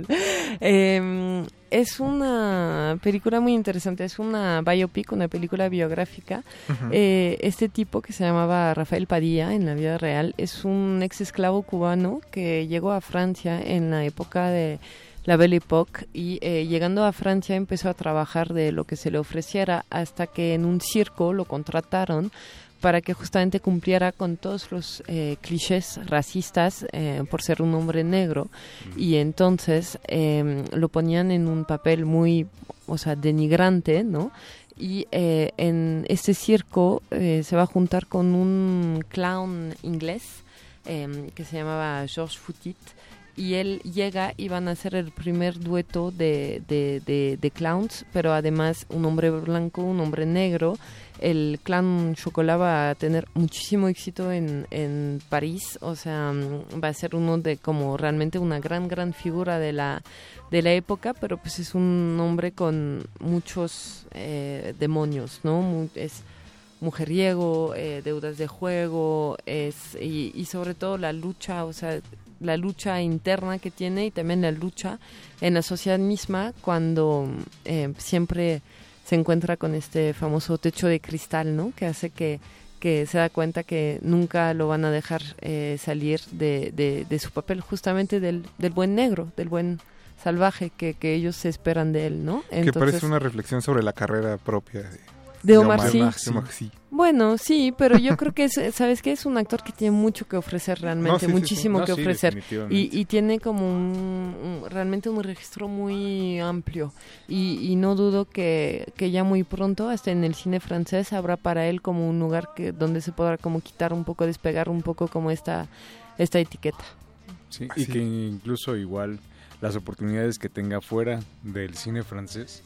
Eh, es una película muy interesante, es una biopic, una película biográfica. Uh-huh. Eh, este tipo que se llamaba Rafael Padilla en la vida real es un ex esclavo cubano que llegó a Francia en la época de la Belle Époque y eh, llegando a Francia empezó a trabajar de lo que se le ofreciera hasta que en un circo lo contrataron para que justamente cumpliera con todos los eh, clichés racistas eh, por ser un hombre negro. Mm. Y entonces eh, lo ponían en un papel muy, o sea, denigrante, ¿no? Y eh, en este circo eh, se va a juntar con un clown inglés eh, que se llamaba Georges Foutit, y él llega y van a hacer el primer dueto de, de, de, de clowns, pero además un hombre blanco, un hombre negro. El clown Chocolat va a tener muchísimo éxito en, en París, o sea, va a ser uno de como realmente una gran, gran figura de la, de la época, pero pues es un hombre con muchos eh, demonios, ¿no? Muy, es mujeriego, eh, deudas de juego, es y, y sobre todo la lucha, o sea, la lucha interna que tiene y también la lucha en la sociedad misma cuando eh, siempre se encuentra con este famoso techo de cristal, ¿no? Que hace que, que se da cuenta que nunca lo van a dejar eh, salir de, de, de su papel, justamente del, del buen negro, del buen salvaje que, que ellos se esperan de él, ¿no? Entonces, que parece una reflexión sobre la carrera propia de, de Omar, Omar Sy. De Omar Sy. Bueno, sí, pero yo creo que es, ¿sabes qué? Es un actor que tiene mucho que ofrecer realmente, no, sí, muchísimo sí, sí. No, que sí, ofrecer. Y, y tiene como un, un, realmente un registro muy amplio. Y, y no dudo que, que ya muy pronto, hasta en el cine francés, habrá para él como un lugar que donde se podrá como quitar un poco, despegar un poco como esta, esta etiqueta. Sí, y sí. Que incluso igual las oportunidades que tenga fuera del cine francés,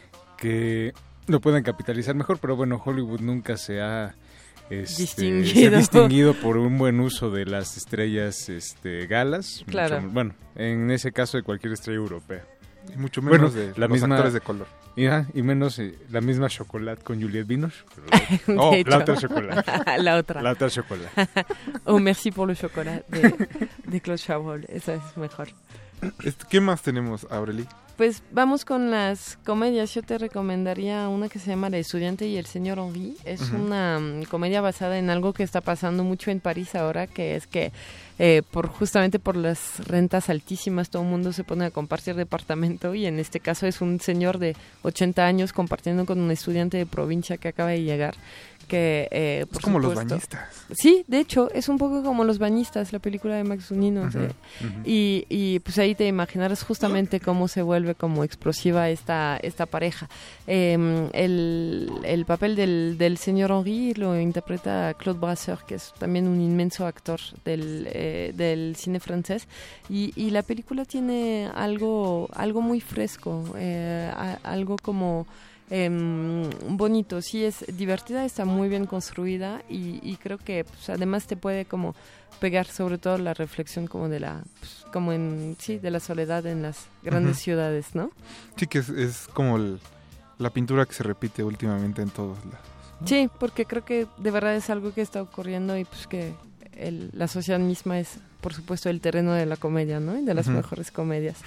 que lo pueden capitalizar mejor, pero bueno, Hollywood nunca se ha, este, distinguido. Se ha distinguido por un buen uso de las estrellas este, galas. Claro. Mucho, bueno, en ese caso de cualquier estrella europea. Y mucho menos bueno, de la los misma, actores de color. Y, ah, y menos eh, la misma Chocolat con Juliette Binoche. Pero, oh, la otra Chocolat. la otra. La otra Chocolat. Oh, merci pour le chocolat de, de Claude Chabrol. Esa es mejor. Este, ¿Qué más tenemos, Aureli? Pues vamos con las comedias. Yo te recomendaría una que se llama La estudiante y el señor Henri. Es uh-huh. una um, comedia basada en algo que está pasando mucho en París ahora, que es que eh, por justamente por las rentas altísimas todo el mundo se pone a compartir departamento, y en este caso es un señor de ochenta años compartiendo con un estudiante de provincia que acaba de llegar. Que, eh, por es como supuesto, los bañistas. Sí, de hecho, es un poco como Los bañistas, la película de Max Zunino. Uh-huh, eh. uh-huh. y, y pues ahí te imaginarás justamente cómo se vuelve como explosiva esta, esta pareja. Eh, el, el papel del, del señor Henri lo interpreta Claude Brasseur, que es también un inmenso actor del, eh, del cine francés. Y, y la película tiene algo, algo muy fresco, eh, a, algo como... Eh, bonito, sí, es divertida, está muy bien construida, y, y creo que pues, además te puede como pegar sobre todo la reflexión como de la pues, como en sí de la soledad en las grandes uh-huh. ciudades, ¿no? Sí, que es, es como el, la pintura que se repite últimamente en todos lados, ¿no? Sí, porque creo que de verdad es algo que está ocurriendo, y pues que el, la sociedad misma es por supuesto el terreno de la comedia, ¿no? Y de las uh-huh. mejores comedias.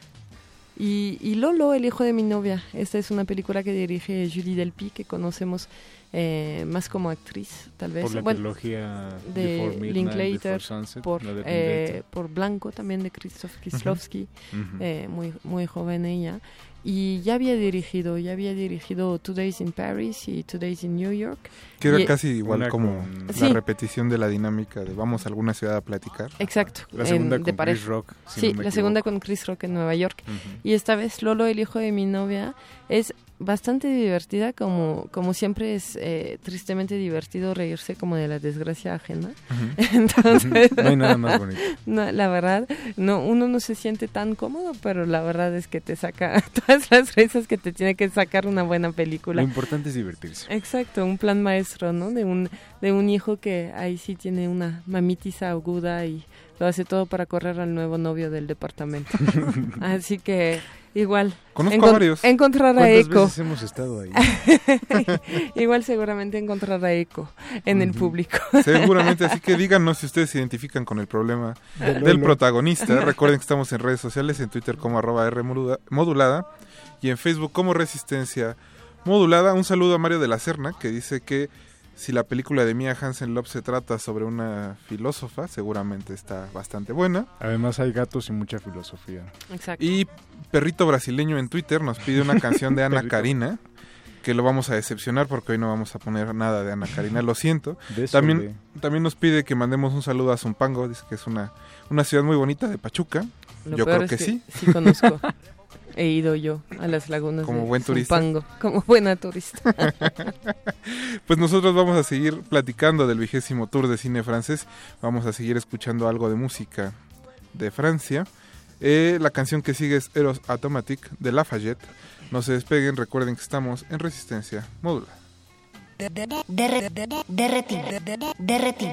Y, y Lolo, el hijo de mi novia. Esta es una película que dirige Julie Delpy, que conocemos eh, más como actriz, tal vez. Por la bueno, trilogía de Before Midnight, Linklater, Before Sunset, por, de eh, por Blanco, también de Krzysztof Kieslowski, uh-huh. eh, muy, muy joven ella. Y ya había dirigido, ya había dirigido Two Days in Paris y Two Days in New York. Que era y, casi igual como con... la sí. repetición de la dinámica de vamos a alguna ciudad a platicar. Exacto. La segunda en, con de Chris Rock. Si sí, no me la equivoco. segunda con Chris Rock en Nueva York. Uh-huh. Y esta vez Lolo, el hijo de mi novia, es bastante divertida, como, como siempre es eh, tristemente divertido reírse como de la desgracia ajena. Uh-huh. Entonces, no hay nada más bonito. No, la verdad, no, uno no se siente tan cómodo, pero la verdad es que te saca todas las risas que te tiene que sacar una buena película. Lo importante es divertirse. Exacto, un plan maestro, ¿no? De un, de un hijo que ahí sí tiene una mamitis aguda y lo hace todo para correr al nuevo novio del departamento. Así que igual conozco encont- a varios. Encontrará eco. ¿Cuántas veces hemos estado ahí? Igual seguramente encontrará eco en uh-huh. el público. Seguramente, así que díganos si ustedes se identifican con el problema del, del protagonista. Recuerden que estamos en redes sociales, en Twitter como arroba R modulada y en Facebook como Resistencia Modulada. Un saludo a Mario de la Serna, que dice que si la película de Mia Hansen-Løve se trata sobre una filósofa, seguramente está bastante buena. Además hay gatos y mucha filosofía. Exacto. Y Perrito Brasileño en Twitter nos pide una canción de Ana Karina, que lo vamos a decepcionar porque hoy no vamos a poner nada de Ana Karina, lo siento. También, también nos pide que mandemos un saludo a Zumpango, dice que es una, una ciudad muy bonita de Pachuca. Lo Yo peor creo que, es que sí. Sí conozco. He ido yo a las lagunas como de buen turista. Zumpango, como buena turista. Pues nosotros vamos a seguir platicando del vigésimo tour de cine francés. Vamos a seguir escuchando algo de música de Francia. Eh, la canción que sigue es Eros Automatic de Lafayette. No se despeguen, recuerden que estamos en Resistencia Modulada. Derretido. Derretido.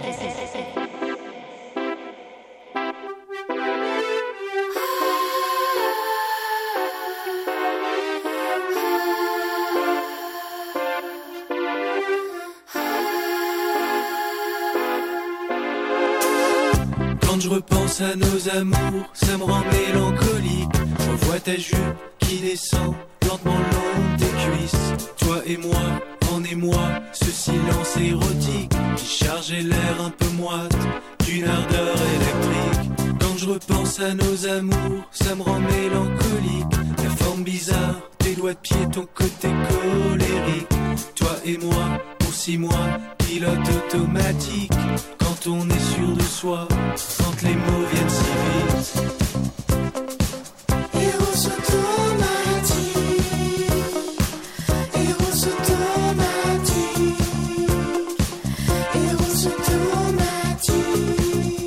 Quand je repense à nos amours, ça me rend mélancolique. Je revois ta jupe qui descend lentement le long des cuisses. Toi et moi, en émoi, ce silence érotique qui chargeait l'air un peu moite d'une ardeur électrique. Quand je repense à nos amours, ça me rend mélancolique. La forme bizarre, tes doigts de pied, ton côté colérique. Toi et moi, pour six mois, pilote automatique. Quand on est sûr de soi, quand les mots viennent si vite. Eros automatique, Eros automatique, Eros automatique.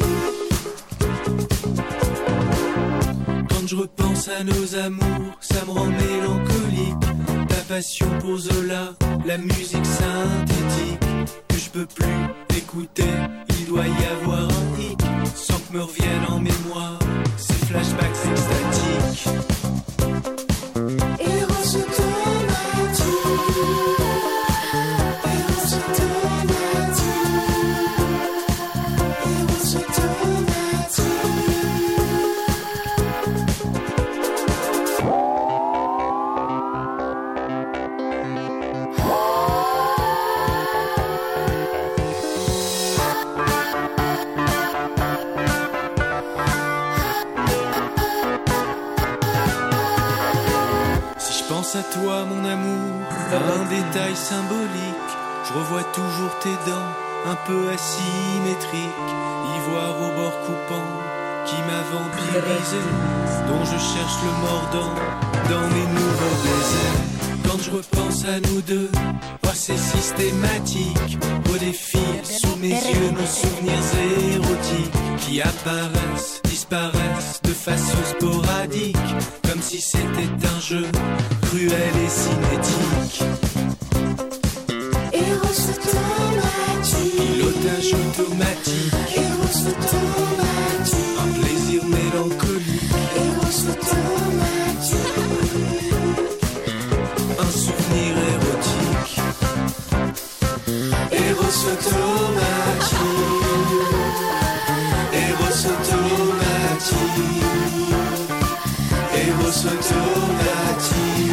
Quand je repense à nos amours, ça me rend mélancolique. Ta passion pour Zola, la musique synthétique que je peux plus écouter. Il doit y avoir un hic, sans que me reviennent en mémoire ces flashbacks extatiques. Eros automatique, Eros automatique, Eros automatique. pense à toi, mon amour, à un détail symbolique. Je revois toujours tes dents, un peu asymétriques, ivoire au bord coupant, qui m'a vampirisé, dont je cherche le mordant dans mes nouveaux déserts. Quand je repense à nous deux, oh c'est systématique. Au défi, sous mes yeux, nos souvenirs érotiques qui apparaissent, disparaissent de façon sporadique, comme si c'était un jeu cruel et cinétique. Eros automatique, Pilotage automatique, Eros automatique, un plaisir mélancolique, Eros automatique, un souvenir érotique. Eros automatique, Eros automatique, Eros automatique,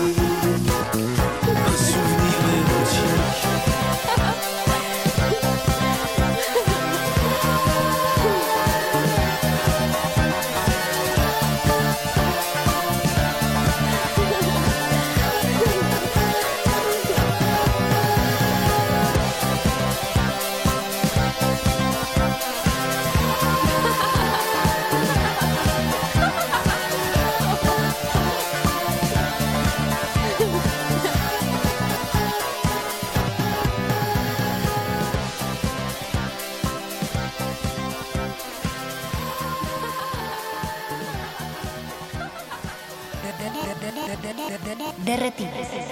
un souvenir érotique. Derretir.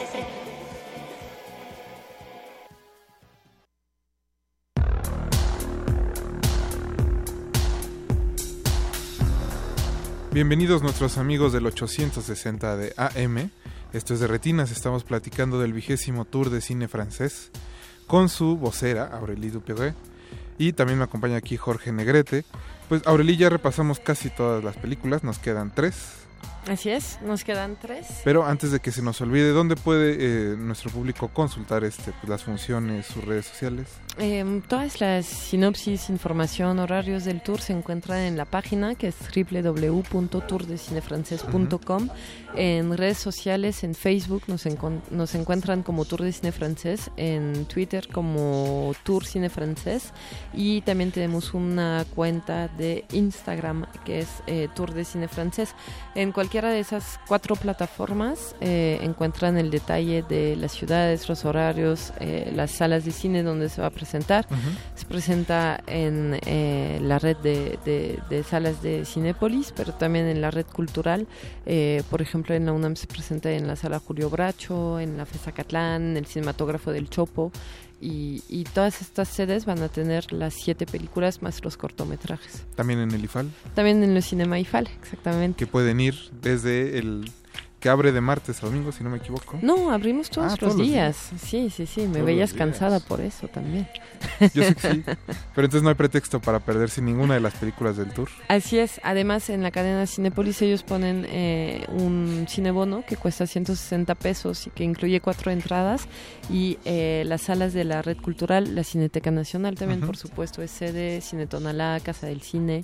Bienvenidos nuestros amigos del ochocientos sesenta de A M. Esto es de Retinas, estamos platicando del vigésimo tour de cine francés con su vocera, Aurélie Dupéret, y también me acompaña aquí Jorge Negrete. Pues Aurélie, ya repasamos casi todas las películas, nos quedan tres. Así es, nos quedan tres. Pero antes de que se nos olvide, ¿dónde puede eh, nuestro público consultar este, pues, las funciones, sus redes sociales? Eh, todas las sinopsis, información, horarios del tour se encuentran en la página que es doble u doble u doble u punto tour de cine francés punto com. Uh-huh. En redes sociales, en Facebook nos, encon- nos encuentran como Tour de Cine Francés, en Twitter como Tour Cine Francés, y también tenemos una cuenta de Instagram que es eh, Tour de Cine Francés. En cualquiera de esas cuatro plataformas eh, encuentran el detalle de las ciudades, los horarios, eh, las salas de cine donde se va a presentar. Uh-huh. Se presenta en eh, la red de, de, de salas de Cinépolis, pero también en la red cultural. Eh, por ejemplo, en la UNAM se presenta en la sala Julio Bracho, en la FES Acatlán, en el cinematógrafo del Chopo, y, y todas estas sedes van a tener las siete películas más los cortometrajes. ¿También en el I F A L? También en el Cinema I F A L, exactamente. Que pueden ir desde el... que abre de martes a domingo, si no me equivoco. No, abrimos todos, ah, los, todos días. los días. Sí, sí, sí, me todos veías cansada por eso también. Yo sé que sí, pero entonces no hay pretexto para perderse ninguna de las películas del tour. Así es, además en la cadena Cinépolis ellos ponen eh, un cinebono que cuesta ciento sesenta pesos y que incluye cuatro entradas, y eh, las salas de la Red Cultural, la Cineteca Nacional también, uh-huh. por supuesto, es sede, Cine Tonalá, Casa del Cine.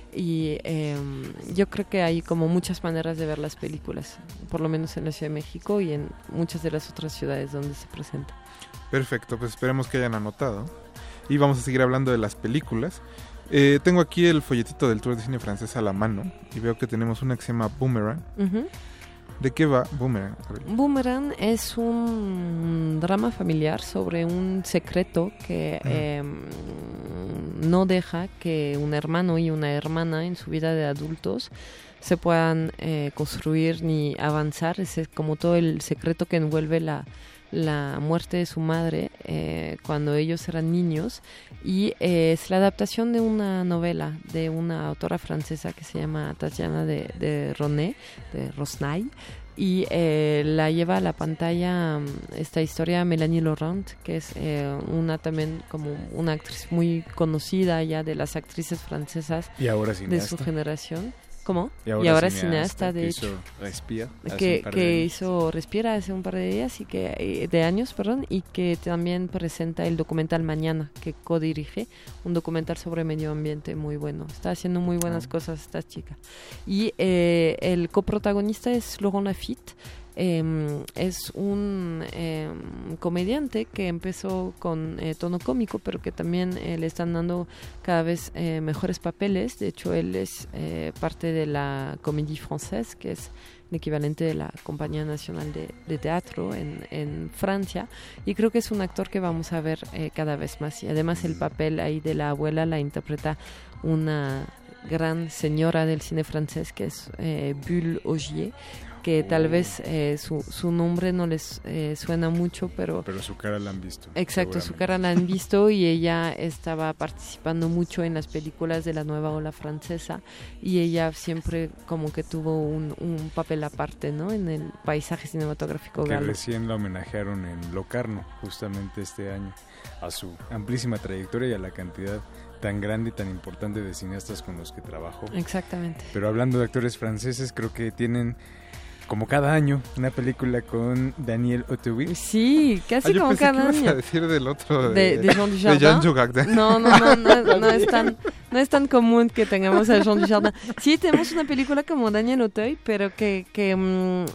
Y eh, yo creo que hay como muchas maneras de ver las películas, por lo menos en la Ciudad de México y en muchas de las otras ciudades donde se presenta. Perfecto, pues esperemos que hayan anotado. Y vamos a seguir hablando de las películas. Eh, tengo aquí el folletito del Tour de Cine Francés a la mano y veo que tenemos una que se llama Boomerang. Uh-huh. ¿De qué va Boomerang? Boomerang es un drama familiar sobre un secreto que uh-huh. eh, no deja que un hermano y una hermana en su vida de adultos se puedan eh, construir ni avanzar. Es como todo el secreto que envuelve la, la muerte de su madre eh, cuando ellos eran niños, y eh, es la adaptación de una novela de una autora francesa que se llama Tatiana de, de Ronet, de Rosnay, y eh, la lleva a la pantalla esta historia Mélanie Laurent, que es eh, una también como una actriz muy conocida ya de las actrices francesas y ahora de su generación. ¿Cómo? Y ahora, y ahora cineasta, cineasta, de hecho, hecho, Respira, que, que hizo Respira hace un par de días y que de años, perdón, y que también presenta el documental Mañana, que codirige, un documental sobre medio ambiente muy bueno. Está haciendo muy buenas oh. cosas esta chica. Y eh, el coprotagonista es Laurent Lafitte, Eh, es un eh, comediante que empezó con eh, tono cómico, pero que también eh, le están dando cada vez eh, mejores papeles. De hecho, él es eh, parte de la Comédie Française, que es el equivalente de la Compañía Nacional de, de Teatro en, en Francia, y creo que es un actor que vamos a ver eh, cada vez más. Y además el papel ahí de la abuela la interpreta una gran señora del cine francés, que es eh, Bulle Ogier, que tal vez eh, su, su nombre no les eh, suena mucho, pero... Pero su cara la han visto. Exacto, su cara la han visto, y ella estaba participando mucho en las películas de la nueva ola francesa, y ella siempre como que tuvo un, un papel aparte, ¿no?, en el paisaje cinematográfico que galo. recién la homenajearon en Locarno, justamente este año, a su amplísima trayectoria y a la cantidad tan grande y tan importante de cineastas con los que trabajó. Exactamente. Pero hablando de actores franceses, creo que tienen... como cada año, una película con Daniel Auteuil. Sí, casi ah, como cada que año. A decir del otro de, de, de Jean Dujardin. De Jean Dujardin. No, no, no, no, no es tan, no es tan común que tengamos a Jean Dujardin. Sí, tenemos una película como Daniel Auteuil, pero que, que mmm,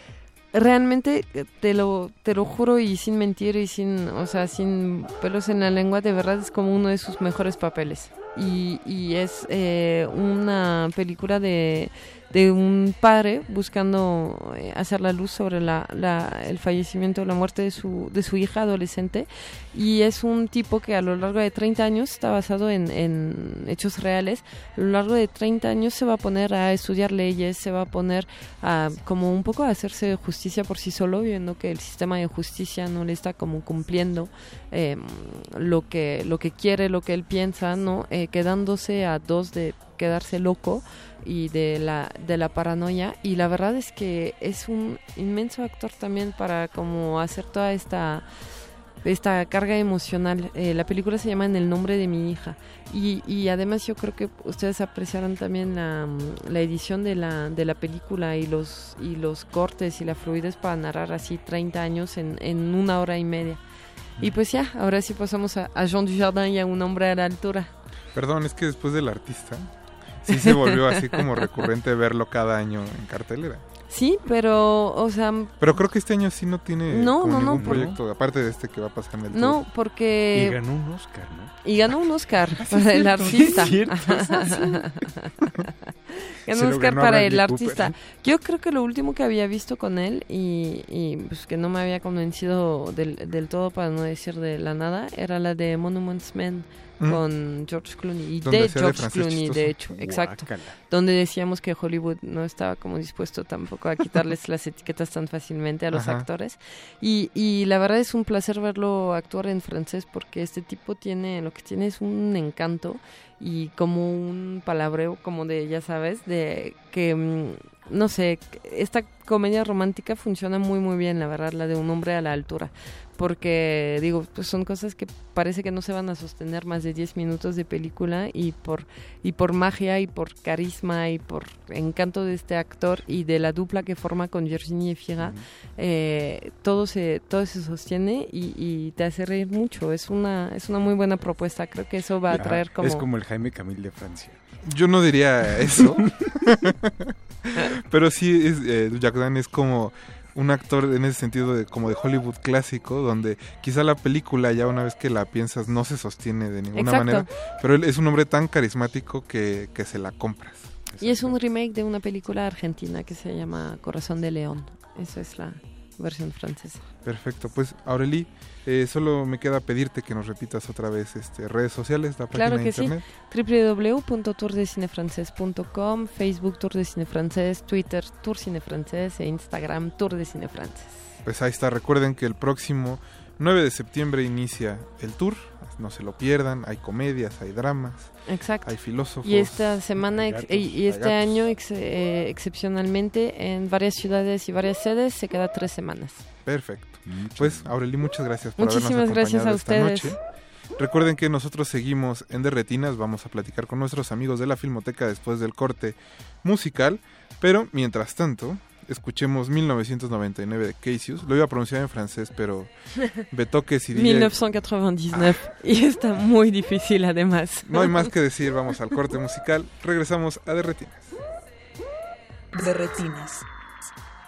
realmente te lo, te lo juro y sin mentir y sin, o sea, sin pelos en la lengua, de verdad es como uno de sus mejores papeles. Y, y es eh, una película de, de un padre buscando eh, hacer la luz sobre la, la, el fallecimiento o la muerte de su, de su hija adolescente, y es un tipo que a lo largo de treinta años, está basado en, en hechos reales, a lo largo de treinta años se va a poner a estudiar leyes, se va a poner a como un poco a hacerse justicia por sí solo, viendo que el sistema de justicia no le está como cumpliendo eh, lo que lo que quiere, lo que él piensa, ¿no? Eh, quedándose a dos de quedarse loco y de la de la paranoia, y la verdad es que es un inmenso actor también para como hacer toda esta esta carga emocional. Eh, la película se llama En el nombre de mi hija, y, y además yo creo que ustedes apreciaron también la, la edición de la de la película y los y los cortes y la fluidez para narrar así treinta años en, en una hora y media. Y pues ya, ahora sí pasamos a, a Jean Dujardin y a Un hombre a la altura. Perdón, es que después del artista sí se volvió así como recurrente verlo cada año en cartelera. Sí, pero, o sea... Pero creo que este año sí no tiene no, no, ningún no, proyecto, por... aparte de este que va a pasar en el tour. No, porque... Y ganó un Oscar, ¿no? Y ganó un Oscar para el artista. Ganó un Oscar para el artista. Yo creo que lo último que había visto con él, y, y pues que no me había convencido del, del todo, para no decir de la nada, era la de Monuments Men, mm. con George Clooney, y de George de Clooney, chistoso. De hecho, exacto, Guácala. Donde decíamos que Hollywood no estaba como dispuesto tampoco a quitarles las etiquetas tan fácilmente a los Ajá. actores, y, y la verdad es un placer verlo actuar en francés, porque este tipo tiene, lo que tiene es un encanto y como un palabreo, como de, ya sabes, de que, no sé, esta comedia romántica funciona muy muy bien, la verdad, la de Un hombre a la altura, porque digo, pues son cosas que parece que no se van a sostener más de diez minutos de película, y por y por magia y por carisma y por encanto de este actor y de la dupla que forma con Virginie Efira, uh-huh. eh, todo se todo se sostiene y, y te hace reír mucho. Es una es una muy buena propuesta, creo que eso va a traer como... Es como el Jaime Camil de Francia. Yo no diría eso, pero sí, es, eh, Dujardin es como un actor en ese sentido de como de Hollywood clásico, donde quizá la película ya una vez que la piensas no se sostiene de ninguna Exacto. manera, pero él es un hombre tan carismático que, que se la compras. Y es un remake de una película argentina que se llama Corazón de León. Esa es la versión francesa. Perfecto, pues Aurelie, eh, solo me queda pedirte que nos repitas otra vez este, redes sociales, la página claro de que internet. Sí, doble u doble u doble u punto tour de cine francés punto com, Facebook Tour de Cine Francés, Twitter Tour Cine Francés e Instagram Tour de Cine Francés. Pues ahí está, recuerden que el próximo nueve de septiembre inicia el tour, no se lo pierdan, hay comedias, hay dramas, exacto. hay filósofos. Y esta semana gatos, ex- y, y este gatos. año ex- eh, excepcionalmente en varias ciudades y varias sedes se queda tres semanas. Perfecto. Mucho pues Aurelie, muchas gracias por Muchísimas habernos acompañado gracias a esta ustedes. noche. Recuerden que nosotros seguimos en De Retinas, vamos a platicar con nuestros amigos de la Filmoteca después del corte musical, pero mientras tanto, escuchemos mil novecientos noventa y nueve de Cassius. Lo iba a pronunciar en francés, pero Betoques y mil novecientos noventa y nueve, ah. y está muy difícil además. No hay más que decir, vamos al corte musical, regresamos a De Retinas. De Retinas.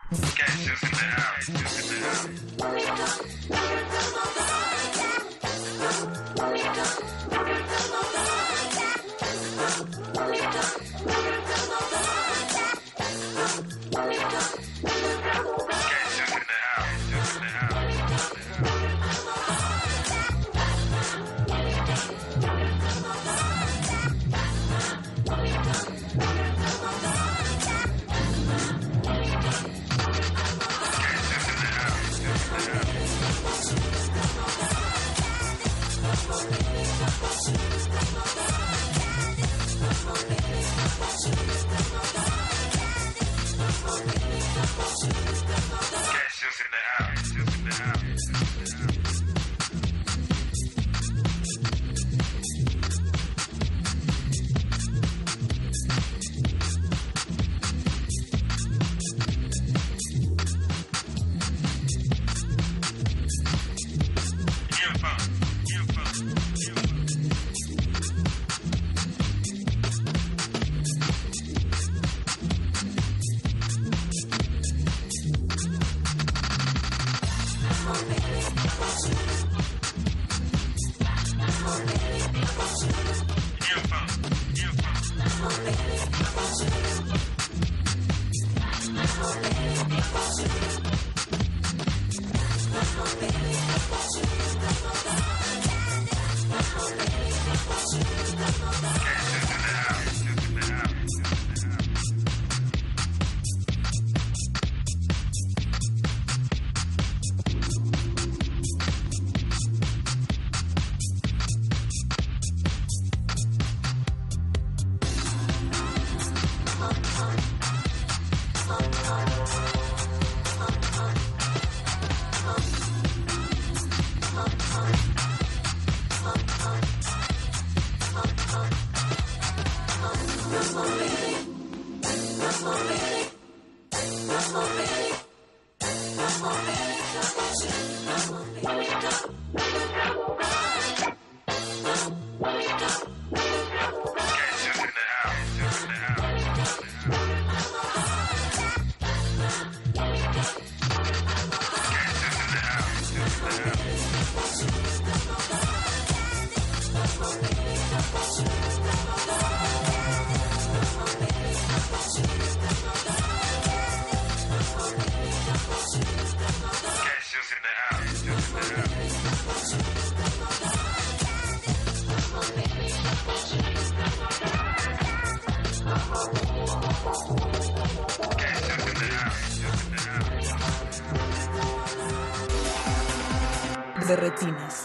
De retinas.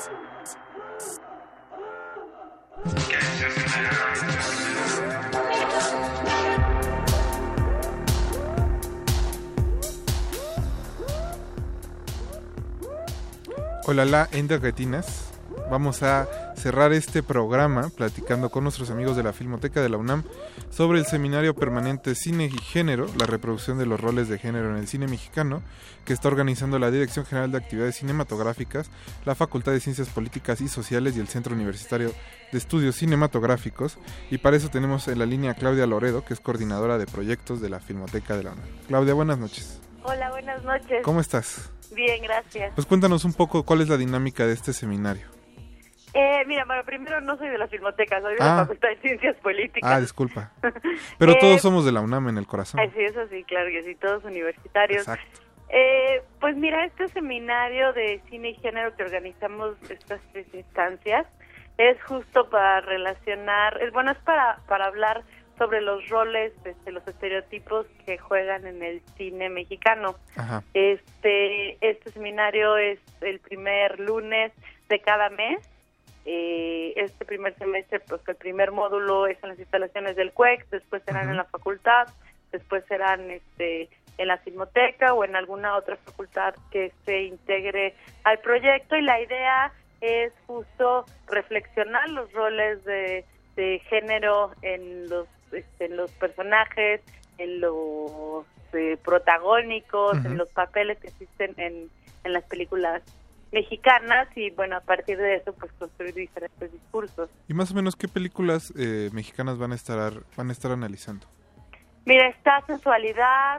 Hola, la en De Retinas. Vamos a cerrar este programa platicando con nuestros amigos de la Filmoteca de la UNAM sobre el seminario permanente Cine y Género, la reproducción de los roles de género en el cine mexicano, que está organizando la Dirección General de Actividades Cinematográficas, la Facultad de Ciencias Políticas y Sociales y el Centro Universitario de Estudios Cinematográficos. Y para eso tenemos en la línea a Claudia Loredo, que es coordinadora de proyectos de la Filmoteca de la UNAM. Claudia, buenas noches. Hola, buenas noches. ¿Cómo estás? Bien, gracias. Pues cuéntanos un poco cuál es la dinámica de este seminario. Eh, mira, bueno, primero no soy de la Filmoteca, soy de Ah. la Facultad de Ciencias Políticas. Ah, disculpa. Pero Eh, todos somos de la UNAM en el corazón. Ay, sí, eso sí, claro que sí, todos universitarios. Exacto. Eh, pues mira, este seminario de cine y género que organizamos estas tres instancias es justo para relacionar, es bueno, es para, para hablar sobre los roles, este, los estereotipos que juegan en el cine mexicano. Ajá. Este, este seminario es el primer lunes de cada mes. Eh, este primer semestre, pues el primer módulo es en las instalaciones del C U E C, después serán Ujú. en la facultad, después serán este en la Filmoteca o en alguna otra facultad que se integre al proyecto, y la idea es justo reflexionar los roles de, de género en los este, en los personajes, en los eh, protagónicos, Ujú. en los papeles que existen en, en las películas mexicanas, y bueno, a partir de eso pues construir diferentes discursos. ¿Y más o menos qué películas eh, mexicanas van a estar van a estar analizando? Mira, está Sensualidad,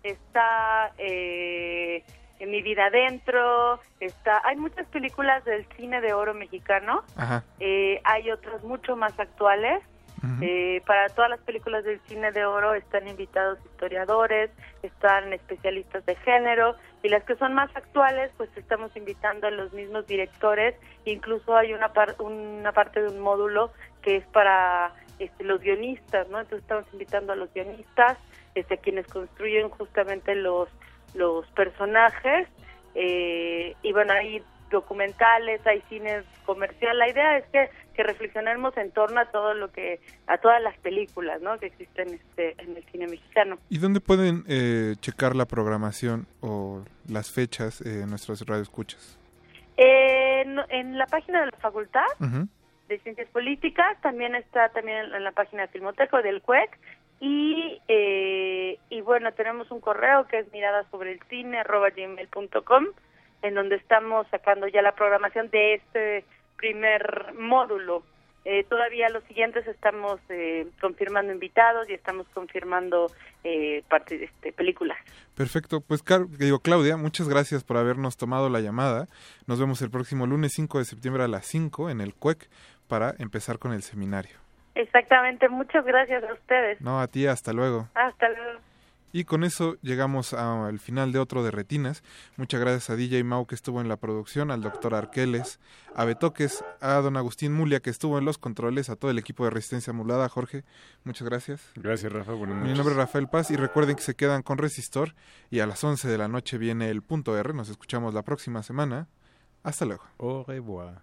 está eh, En Mi Vida Adentro, está, hay muchas películas del cine de oro mexicano, eh, hay otras mucho más actuales. Uh-huh. Eh, para todas las películas del cine de oro están invitados historiadores, están especialistas de género, y las que son más actuales pues estamos invitando a los mismos directores. Incluso hay una, par- una parte de un módulo que es para este, los guionistas, ¿no? Entonces estamos invitando a los guionistas, este, quienes construyen justamente los, los personajes, eh, y bueno, hay documentales, hay cine comercial. La idea es que, que reflexionemos en torno a todo lo que, a todas las películas, ¿no?, que existen este, en el cine mexicano. ¿Y dónde pueden eh, checar la programación o las fechas en eh, nuestros radioescuchas? Eh, en, en la página de la Facultad uh-huh. de Ciencias Políticas, también está también en la página de Filmoteca del C U E C, y eh, y bueno, tenemos un correo que es mirada sobre el cine arroba gmail punto com, en donde estamos sacando ya la programación de este primer módulo. Eh, todavía los siguientes estamos eh, confirmando invitados y estamos confirmando eh, parte de este, películas. Perfecto, pues Car- digo Claudia, muchas gracias por habernos tomado la llamada. Nos vemos el próximo lunes cinco de septiembre a las cinco en el C U E C para empezar con el seminario. Exactamente, muchas gracias a ustedes. No, a ti, hasta luego. Hasta luego. Y con eso llegamos a- al final de otro de Retinas. Muchas gracias a D J Mau, que estuvo en la producción, al doctor Arqueles, a Betoques, a don Agustín Mulia, que estuvo en los controles, a todo el equipo de Resistencia Modulada. Jorge, muchas gracias. Gracias, Rafa. Buenas noches. Mi nombre es Rafael Paz y recuerden que se quedan con Resistor y a las once de la noche viene el Punto R. Nos escuchamos la próxima semana. Hasta luego. Au revoir.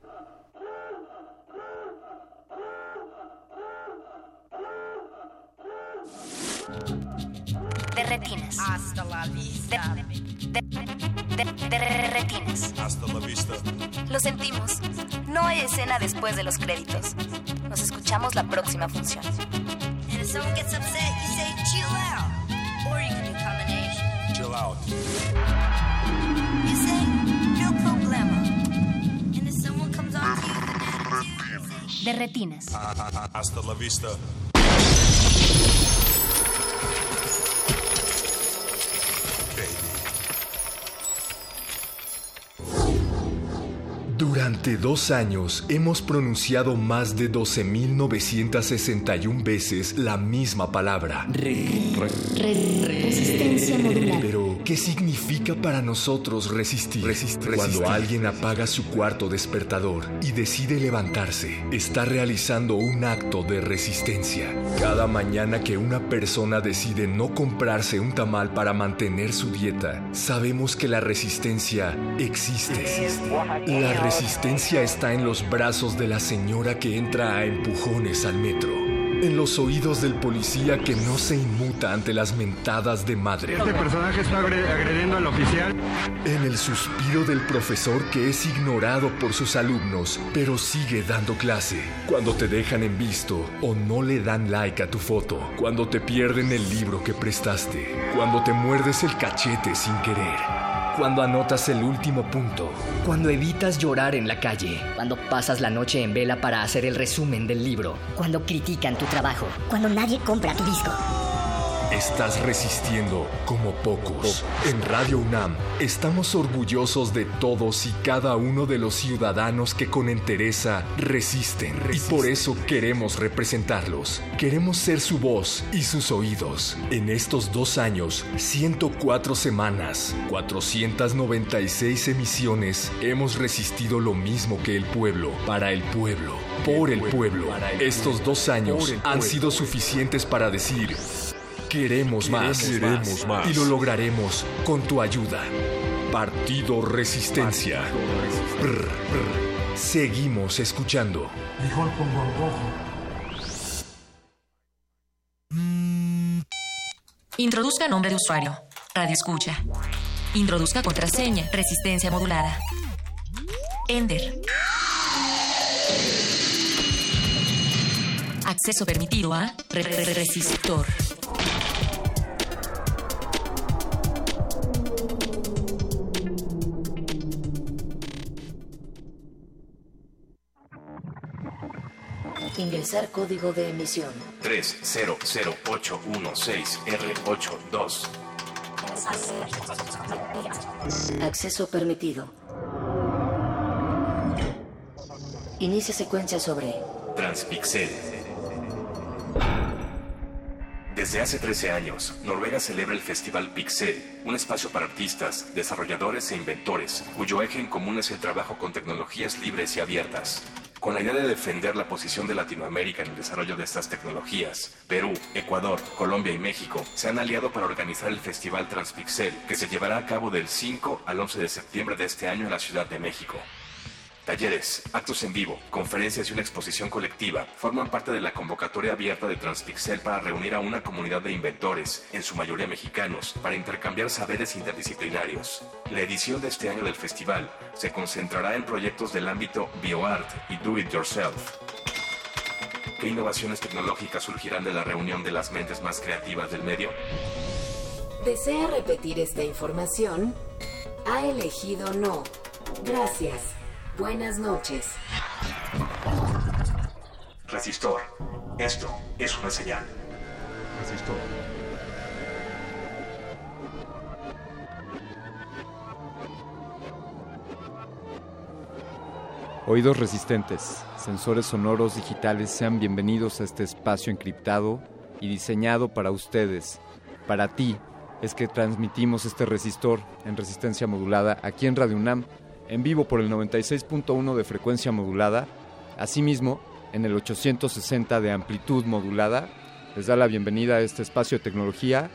De Retinas. Hasta la vista. De, de, de, de Retinas. Hasta la vista. Lo sentimos. No hay escena después de los créditos. Nos escuchamos la próxima función. And if someone gets upset, you say chill out. Or you can do combination. Chill out. You say no problema. And if someone comes on to you with an attitude, you say, de Retinas. Hasta la vista. Durante dos años hemos pronunciado más de doce mil novecientas sesenta y una veces la misma palabra. Re, re, resistencia modulada. Pero, ¿qué significa para nosotros resistir? Resist, Cuando resistir. Alguien apaga su cuarto despertador y decide levantarse, está realizando un acto de resistencia. Cada mañana que una persona decide no comprarse un tamal para mantener su dieta, sabemos que la resistencia existe. La resistencia está en los brazos de la señora que entra a empujones al metro, en los oídos del policía que no se inmuta ante las mentadas de madre. Este personaje está agrediendo al oficial. En el suspiro del profesor que es ignorado por sus alumnos, pero sigue dando clase. Cuando te dejan en visto o no le dan like a tu foto. Cuando te pierden el libro que prestaste. Cuando te muerdes el cachete sin querer. Cuando anotas el último punto. Cuando evitas llorar en la calle. Cuando pasas la noche en vela para hacer el resumen del libro. Cuando critican tu trabajo. Cuando nadie compra tu disco. Estás resistiendo como pocos. En Radio UNAM estamos orgullosos de todos y cada uno de los ciudadanos que con entereza resisten. Y por eso queremos representarlos. Queremos ser su voz y sus oídos. En estos dos años, ciento cuatro semanas, cuatrocientas noventa y seis emisiones, hemos resistido lo mismo que el pueblo, para el pueblo, por el pueblo. Estos dos años han sido suficientes para decir... Queremos más, queremos más, y lo lograremos con tu ayuda. Partido Resistencia. Brr, brr. Seguimos escuchando. Mejor pongo rojo. Introduzca nombre de usuario. Radio escucha. Introduzca contraseña. Resistencia modulada. Ender. Acceso permitido a re- re- resistor. Ingresar código de emisión. tres cero cero ocho uno seis R ochenta y dos. Acceso permitido. Inicia secuencia sobre Transpixel. Desde hace trece años, Noruega celebra el Festival Pixel, un espacio para artistas, desarrolladores e inventores, cuyo eje en común es el trabajo con tecnologías libres y abiertas. Con la idea de defender la posición de Latinoamérica en el desarrollo de estas tecnologías, Perú, Ecuador, Colombia y México se han aliado para organizar el Festival Transpixel, que se llevará a cabo del cinco al once de septiembre de este año en la Ciudad de México. Talleres, actos en vivo, conferencias y una exposición colectiva forman parte de la convocatoria abierta de Transpixel para reunir a una comunidad de inventores, en su mayoría mexicanos, para intercambiar saberes interdisciplinarios. La edición de este año del festival se concentrará en proyectos del ámbito BioArt y Do It Yourself. ¿Qué innovaciones tecnológicas surgirán de la reunión de las mentes más creativas del medio? ¿Desea repetir esta información? Ha elegido no. Gracias. Buenas noches. Resistor. Esto es una señal. Resistor. Oídos resistentes, sensores sonoros digitales, sean bienvenidos a este espacio encriptado y diseñado para ustedes, para ti. Es que transmitimos este resistor en resistencia modulada aquí en Radio UNAM, en vivo por el noventa y seis punto uno de frecuencia modulada, asimismo en el ochocientos sesenta de amplitud modulada. Les da la bienvenida a este espacio de tecnología.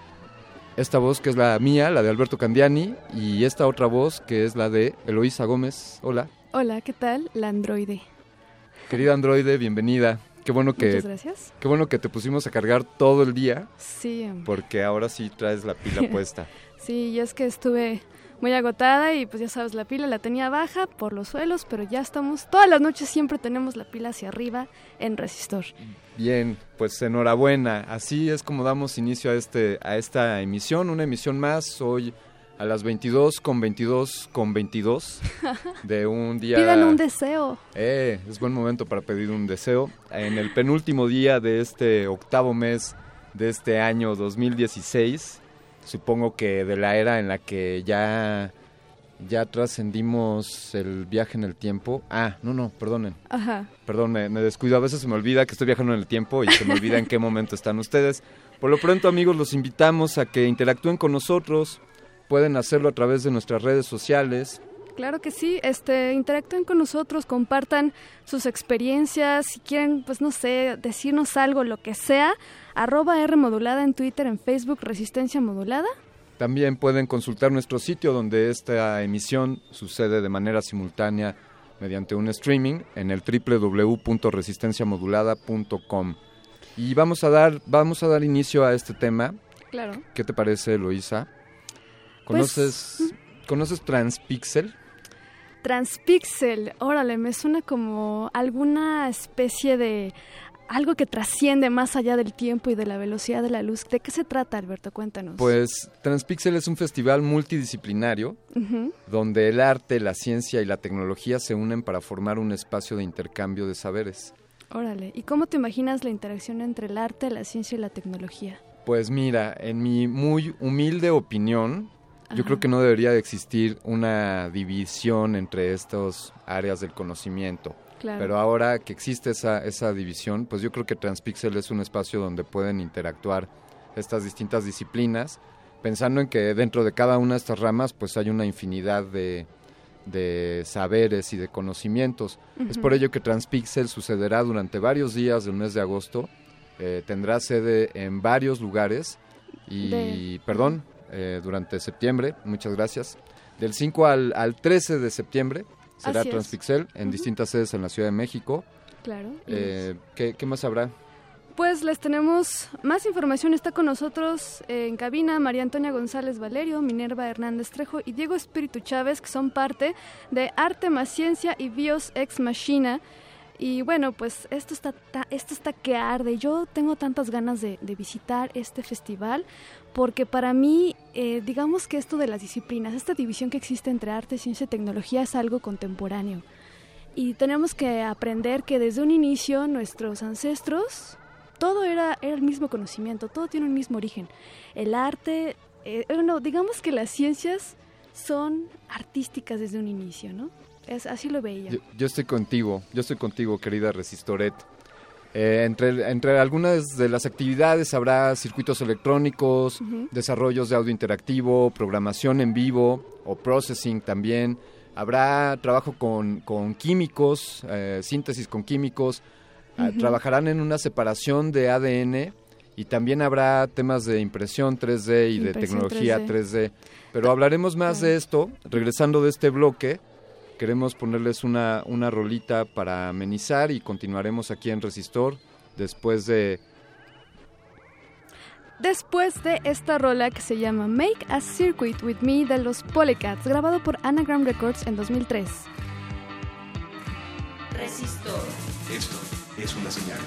Esta voz que es la mía, la de Alberto Candiani, y esta otra voz que es la de Eloísa Gómez. Hola. Hola, ¿qué tal? La androide. Querida androide, bienvenida. Qué bueno que, Muchas gracias. Qué bueno que te pusimos a cargar todo el día. Sí. Porque ahora sí traes la pila puesta. Sí, y es que estuve muy agotada y pues ya sabes, la pila la tenía baja por los suelos, pero ya estamos, todas las noches siempre tenemos la pila hacia arriba en resistor. Bien, pues enhorabuena. Así es como damos inicio a este a esta emisión, una emisión más hoy a las veintidós con veintidós con veintidós de un día. Pidan un deseo. Eh, es buen momento para pedir un deseo. En el penúltimo día de este octavo mes de este año dos mil dieciséis, supongo que de la era en la que ya ya trascendimos el viaje en el tiempo. Ah, no, no, perdonen. Ajá. Perdón, me, me descuido. A veces se me olvida que estoy viajando en el tiempo y se me olvida en qué momento están ustedes. Por lo pronto, amigos, los invitamos a que interactúen con nosotros. Pueden hacerlo a través de nuestras redes sociales. Claro que sí, este, interactúen con nosotros, compartan sus experiencias, si quieren, pues no sé, decirnos algo, lo que sea, arroba R modulada en Twitter, en Facebook, Resistencia Modulada. También pueden consultar nuestro sitio donde esta emisión sucede de manera simultánea mediante un streaming en el doble u doble u doble u punto resistencia modulada punto com. Y vamos a dar, vamos a dar inicio a este tema. Claro. ¿Qué te parece, Eloísa? ¿Conoces, pues, ¿conoces Transpixel? Transpixel, órale, me suena como alguna especie de algo que trasciende más allá del tiempo y de la velocidad de la luz. ¿De qué se trata, Alberto? Cuéntanos. Pues Transpixel es un festival multidisciplinario uh-huh. donde el arte, la ciencia y la tecnología se unen para formar un espacio de intercambio de saberes. Órale, ¿y cómo te imaginas la interacción entre el arte, la ciencia y la tecnología? Pues mira, en mi muy humilde opinión, yo creo que no debería de existir una división entre estas áreas del conocimiento. Claro. Pero ahora que existe esa, esa división, pues yo creo que Transpixel es un espacio donde pueden interactuar estas distintas disciplinas, pensando en que dentro de cada una de estas ramas pues hay una infinidad de, de saberes y de conocimientos. Uh-huh. Es por ello que Transpixel sucederá durante varios días del mes de agosto, eh, tendrá sede en varios lugares y, de... perdón... Eh, durante septiembre, muchas gracias. Del cinco al, al trece de septiembre será Así Transpixel es. en uh-huh. distintas sedes en la Ciudad de México. Claro. Eh, ¿qué, ¿Qué más habrá? Pues les tenemos más información. Está con nosotros eh, en cabina María Antonia González Valerio, Minerva Hernández Trejo y Diego Espíritu Chávez, que son parte de Arte más Ciencia y Bios Ex Machina. Y bueno, pues esto está, esto está que arde. Yo tengo tantas ganas de, de visitar este festival porque para mí, eh, digamos que esto de las disciplinas, esta división que existe entre arte, ciencia y tecnología es algo contemporáneo. Y tenemos que aprender que desde un inicio nuestros ancestros, todo era, era el mismo conocimiento, todo tiene un mismo origen. El arte eh, bueno, digamos que las ciencias son artísticas desde un inicio, ¿no? Es, así lo veía. Yo, yo estoy contigo, yo estoy contigo, querida Resistoret. Eh, entre, entre algunas de las actividades habrá circuitos electrónicos, uh-huh. desarrollos de audio interactivo, programación en vivo o processing también. Habrá trabajo con, con químicos, eh, síntesis con químicos. Uh-huh. Trabajarán en una separación de A D N y también habrá temas de impresión tres D y impresión de tecnología tres D. tres D. Pero hablaremos más uh-huh. de esto, regresando de este bloque. Queremos ponerles una, una rolita para amenizar y continuaremos aquí en Resistor después de... Después de esta rola que se llama Make a Circuit With Me de los Polecats, grabado por Anagram Records en dos mil tres. Resistor. Esto es una señal.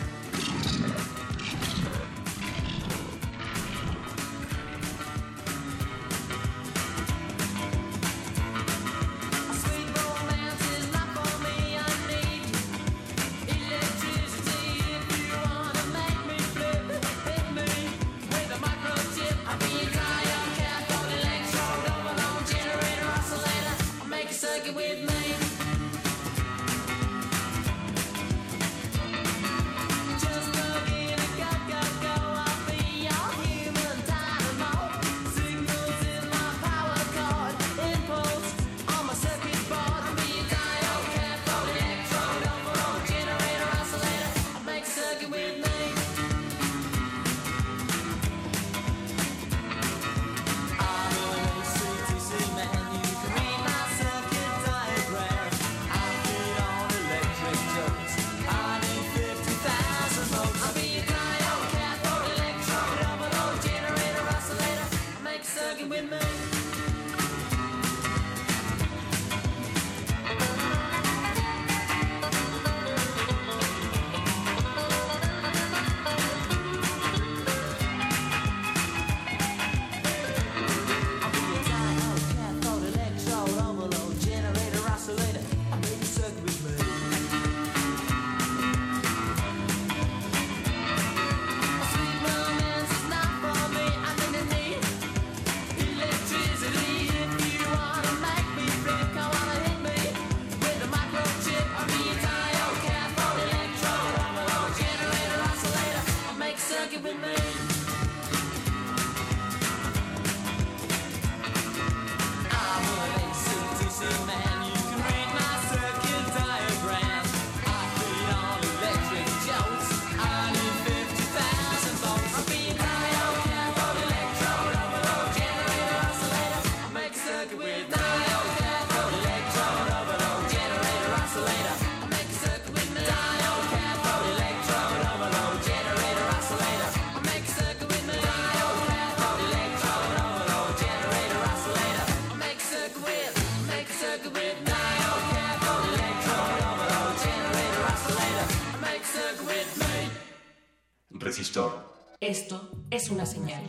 Resistor. Esto es una señal.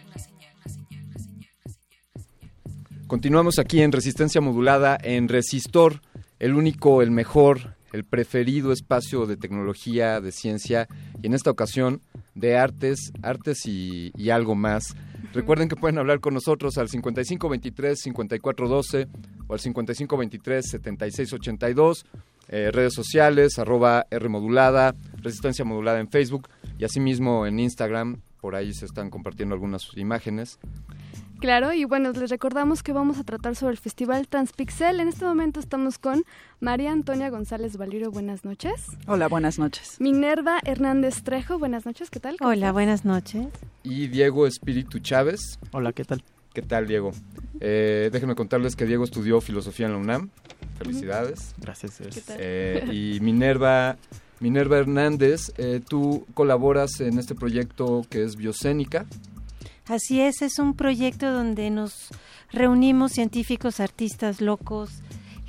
Continuamos aquí en Resistencia Modulada, en Resistor, el único, el mejor, el preferido espacio de tecnología, de ciencia y en esta ocasión de artes, artes y, y algo más. Recuerden que pueden hablar con nosotros al cincuenta y cinco veintitrés, cincuenta y cuatro doce o al cincuenta y cinco veintitrés, setenta y seis ochenta y dos, eh, redes sociales, arroba R Modulada, Resistencia Modulada en Facebook y asimismo en Instagram, por ahí se están compartiendo algunas imágenes. Claro, y bueno, les recordamos que vamos a tratar sobre el Festival Transpixel. En este momento estamos con María Antonia González Valirio, buenas noches. Hola, buenas noches. Minerva Hernández Trejo, buenas noches, ¿qué tal? Hola, estás? Buenas noches. Y Diego Espíritu Chávez. Hola, ¿qué tal? ¿Qué tal, Diego? Eh, déjenme contarles que Diego estudió filosofía en la UNAM. Felicidades. Gracias. ¿Qué tal? Eh, y Minerva... Minerva Hernández, eh, tú colaboras en este proyecto que es Biocénica. Así es, es un proyecto donde nos reunimos científicos, artistas, locos,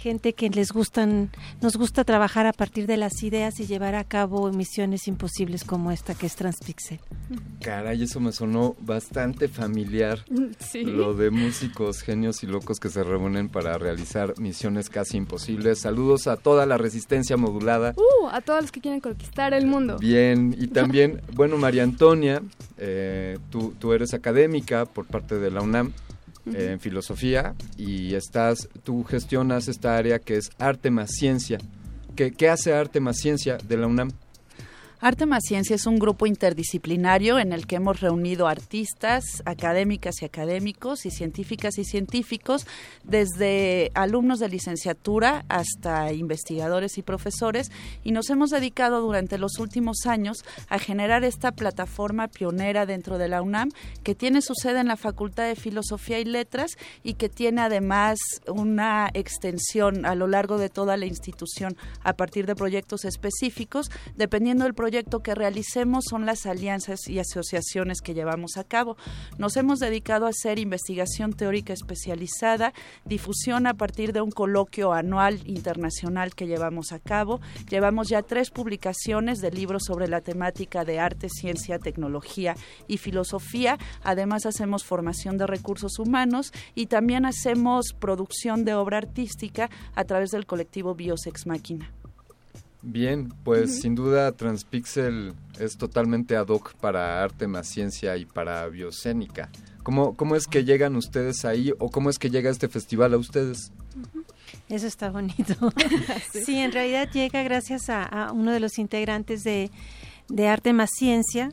gente que les gustan, nos gusta trabajar a partir de las ideas y llevar a cabo misiones imposibles como esta que es Transpixel. Caray, eso me sonó bastante familiar. Sí. Lo de músicos, genios y locos que se reúnen para realizar misiones casi imposibles. Saludos a toda la resistencia modulada. Uh, a todos los que quieren conquistar el mundo. Bien, y también, bueno, María Antonia, eh, tú, tú eres académica por parte de la UNAM. Uh-huh. eh, en filosofía, y estás, tú gestionas esta área que es arte más ciencia. ¿Qué, qué hace arte más ciencia de la UNAM? Arte más Ciencia es un grupo interdisciplinario en el que hemos reunido artistas, académicas y académicos y científicas y científicos, desde alumnos de licenciatura hasta investigadores y profesores, y nos hemos dedicado durante los últimos años a generar esta plataforma pionera dentro de la UNAM, que tiene su sede en la Facultad de Filosofía y Letras y que tiene además una extensión a lo largo de toda la institución a partir de proyectos específicos. Dependiendo del proyecto que realicemos, son las alianzas y asociaciones que llevamos a cabo. Nos hemos dedicado a hacer investigación teórica especializada, difusión a partir de un coloquio anual internacional que llevamos a cabo. Llevamos ya tres publicaciones de libros sobre la temática de arte, ciencia, tecnología y filosofía. Además, hacemos formación de recursos humanos y también hacemos producción de obra artística a través del colectivo Biosex Máquina. Bien, pues Uh-huh. sin duda Transpixel es totalmente ad hoc para arte más ciencia y para biocénica. ¿Cómo, cómo es que llegan ustedes ahí o cómo es que llega este festival a ustedes? Eso está bonito. sí. sí, en realidad llega gracias a, a uno de los integrantes de, de Arte más Ciencia,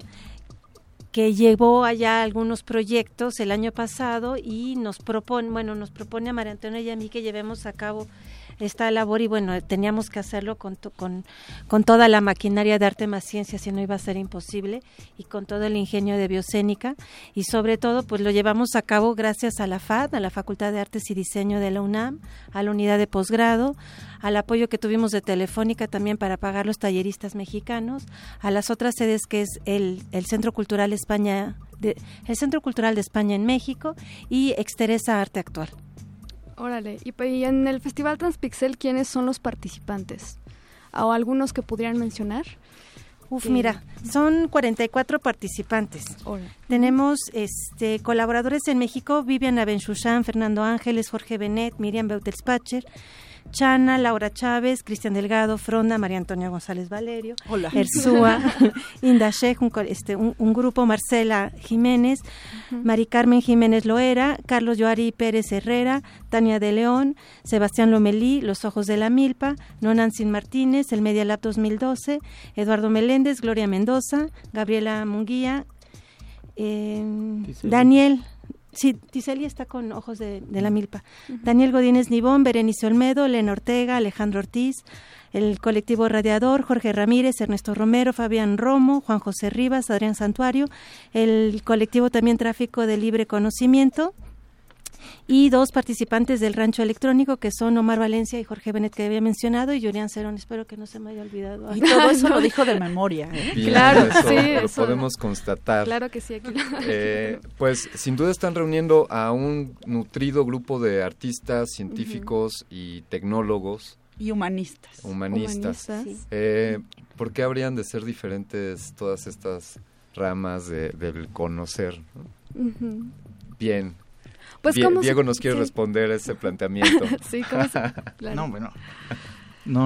que llevó allá algunos proyectos el año pasado y nos propone, bueno, nos propone a María Antonia y a mí que llevemos a cabo esta labor, y bueno, teníamos que hacerlo con, to, con, con toda la maquinaria de Arte más Ciencia, si no iba a ser imposible, y con todo el ingenio de Biocénica, y sobre todo pues lo llevamos a cabo gracias a la F A D, a la Facultad de Artes y Diseño de la UNAM, a la unidad de posgrado, al apoyo que tuvimos de Telefónica también para pagar los talleristas mexicanos, a las otras sedes que es el, el Centro Cultural España, de, el Centro Cultural de España en México y Exteresa Arte Actual. Órale, y, y en el Festival Transpixel, ¿quiénes son los participantes? ¿O algunos que pudieran mencionar? Uf, que... mira, son cuarenta y cuatro participantes. Hola. Tenemos este, colaboradores en México: Vivian Abenchouchan, Fernando Ángeles, Jorge Benet, Miriam Beutelspacher, Chana, Laura Chávez, Cristian Delgado, Fronda, María Antonia González Valerio, Hola. Erzúa, Inda Sheikh, un, este, un, un grupo, Marcela Jiménez, uh-huh. Mari Carmen Jiménez Loera, Carlos Yoari Pérez Herrera, Tania de León, Sebastián Lomelí, Los Ojos de la Milpa, Nonantzin Martínez, el Media Lab dos mil doce, Eduardo Meléndez, Gloria Mendoza, Gabriela Munguía, eh, Daniel... Sí, Tiseli está con Ojos de, de la Milpa. Uh-huh. Daniel Godínez Nibón, Berenice Olmedo, Elena Ortega, Alejandro Ortiz, el colectivo Radiador, Jorge Ramírez, Ernesto Romero, Fabián Romo, Juan José Rivas, Adrián Santuario, el colectivo también Tráfico de Libre Conocimiento, y dos participantes del Rancho Electrónico, que son Omar Valencia y Jorge Benet, que había mencionado, y Julián Cerón. Espero que no se me haya olvidado. Y todo eso no. Lo dijo de memoria, ¿eh? Bien, claro, eso sí, lo eso. podemos constatar. Claro que sí, aquí. Eh, pues sin duda están reuniendo a un nutrido grupo de artistas, científicos uh-huh. y tecnólogos. Y humanistas. Humanistas. Humanistas. Sí. Eh, ¿Por qué habrían de ser diferentes todas estas ramas de, del conocer? ¿No? Uh-huh. Bien. Pues Die- Diego se... nos quiere sí. responder a ese planteamiento. sí, ¿cómo se... claro. No, bueno, no,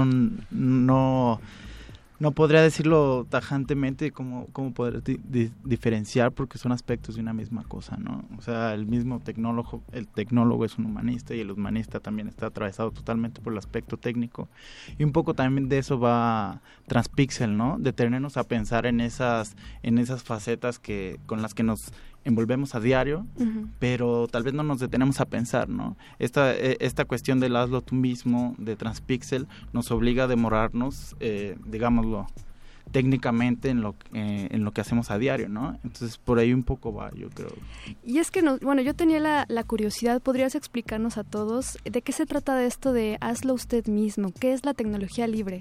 no, no podría decirlo tajantemente cómo, cómo poder di- di- diferenciar, porque son aspectos de una misma cosa, ¿no? O sea, el mismo tecnólogo, el tecnólogo es un humanista y el humanista también está atravesado totalmente por el aspecto técnico, y un poco también de eso va Transpixel, ¿no? De tenernos a pensar en esas, en esas facetas que con las que nos envolvemos a diario, uh-huh. pero tal vez no nos detenemos a pensar, ¿no? Esta, esta cuestión del hazlo tú mismo, de Transpixel, nos obliga a demorarnos, eh, digámoslo, técnicamente en lo, eh, en lo que hacemos a diario, ¿no? Entonces, por ahí un poco va, yo creo. Y es que, no, bueno, yo tenía la, la curiosidad, ¿podrías explicarnos a todos de qué se trata de esto de hazlo usted mismo? ¿Qué es la tecnología libre?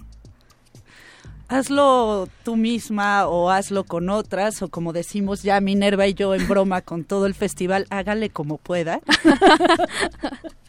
Hazlo tú misma o hazlo con otras, o como decimos ya Minerva y yo en broma con todo el festival, hágale como pueda.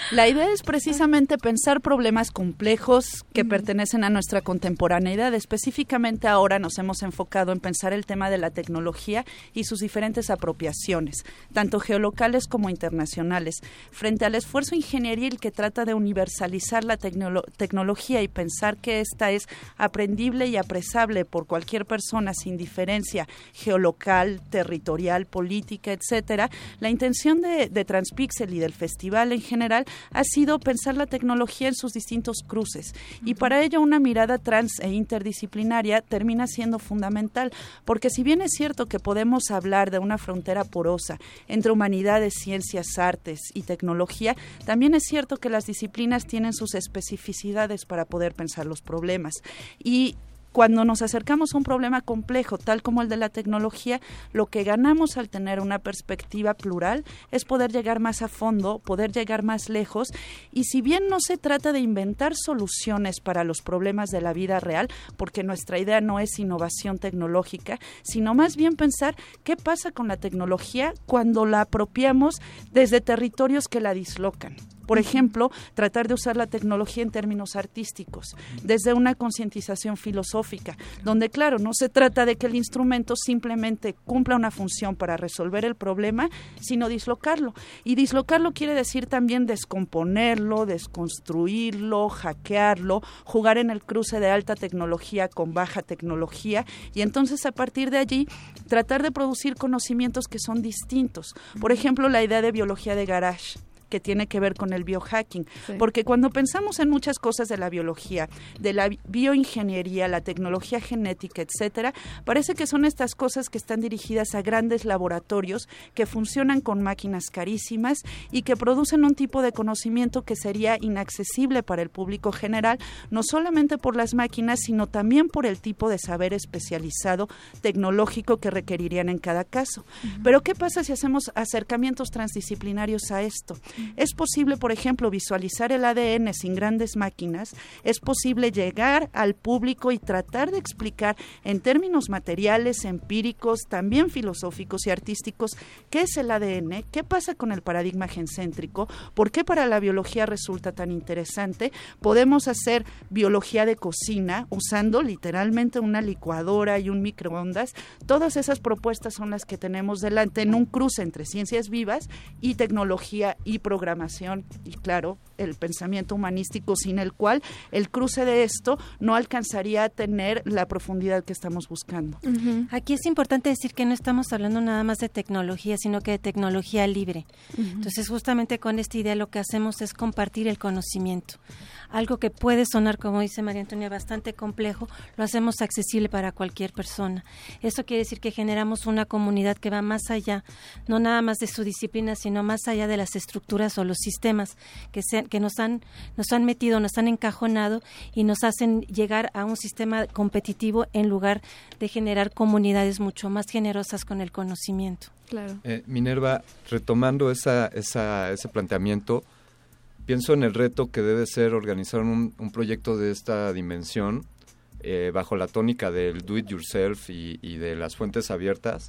La idea es precisamente pensar problemas complejos que uh-huh. pertenecen a nuestra contemporaneidad. Específicamente ahora nos hemos enfocado en pensar el tema de la tecnología y sus diferentes apropiaciones, tanto geolocales como internacionales, frente al esfuerzo ingenieril que trata de universalizar la tecnolo- tecnología y pensar que esta es aprendible y apresable por cualquier persona sin diferencia geolocal, territorial, política, etcétera. La intención de, de Transpixel y del festival en general ha sido pensar la tecnología en sus distintos cruces, uh-huh. y para ello una mirada trans e interdisciplinaria termina siendo fundamental, porque si bien es cierto que podemos hablar de una frontera porosa entre humanidades, ciencias, artes y tecnología, también es cierto que las disciplinas tienen sus especificidades para poder pensar los problemas. Y cuando nos acercamos a un problema complejo, tal como el de la tecnología, lo que ganamos al tener una perspectiva plural es poder llegar más a fondo, poder llegar más lejos, y si bien no se trata de inventar soluciones para los problemas de la vida real, porque nuestra idea no es innovación tecnológica, sino más bien pensar qué pasa con la tecnología cuando la apropiamos desde territorios que la dislocan. Por ejemplo, tratar de usar la tecnología en términos artísticos, desde una concientización filosófica, donde, claro, no se trata de que el instrumento simplemente cumpla una función para resolver el problema, sino dislocarlo. Y dislocarlo quiere decir también descomponerlo, desconstruirlo, hackearlo, jugar en el cruce de alta tecnología con baja tecnología, y entonces a partir de allí tratar de producir conocimientos que son distintos. Por ejemplo, la idea de biología de garage, que tiene que ver con el biohacking, sí. porque cuando pensamos en muchas cosas de la biología, de la bioingeniería, la tecnología genética, etcétera, parece que son estas cosas que están dirigidas a grandes laboratorios que funcionan con máquinas carísimas y que producen un tipo de conocimiento que sería inaccesible para el público general, no solamente por las máquinas, sino también por el tipo de saber especializado tecnológico que requerirían en cada caso. Uh-huh. Pero ¿qué pasa si hacemos acercamientos transdisciplinarios a esto? Es posible, por ejemplo, visualizar el A D N sin grandes máquinas, es posible llegar al público y tratar de explicar en términos materiales, empíricos, también filosóficos y artísticos qué es el A D N, qué pasa con el paradigma gencéntrico, por qué para la biología resulta tan interesante. Podemos hacer biología de cocina usando literalmente una licuadora y un microondas. Todas esas propuestas son las que tenemos delante en un cruce entre ciencias vivas y tecnología y programación y, claro, el pensamiento humanístico, sin el cual el cruce de esto no alcanzaría a tener la profundidad que estamos buscando. Uh-huh. Aquí es importante decir que no estamos hablando nada más de tecnología, sino que de tecnología libre. Uh-huh. Entonces, justamente con esta idea lo que hacemos es compartir el conocimiento. Algo que puede sonar, como dice María Antonia, bastante complejo, lo hacemos accesible para cualquier persona. Eso quiere decir que generamos una comunidad que va más allá, no nada más de su disciplina, sino más allá de las estructuras o los sistemas que, se, que nos han, nos han metido, nos han encajonado y nos hacen llegar a un sistema competitivo en lugar de generar comunidades mucho más generosas con el conocimiento. Claro. Eh, Minerva, retomando esa, esa, ese planteamiento, pienso en el reto que debe ser organizar un, un proyecto de esta dimensión eh, bajo la tónica del do it yourself y, y de las fuentes abiertas.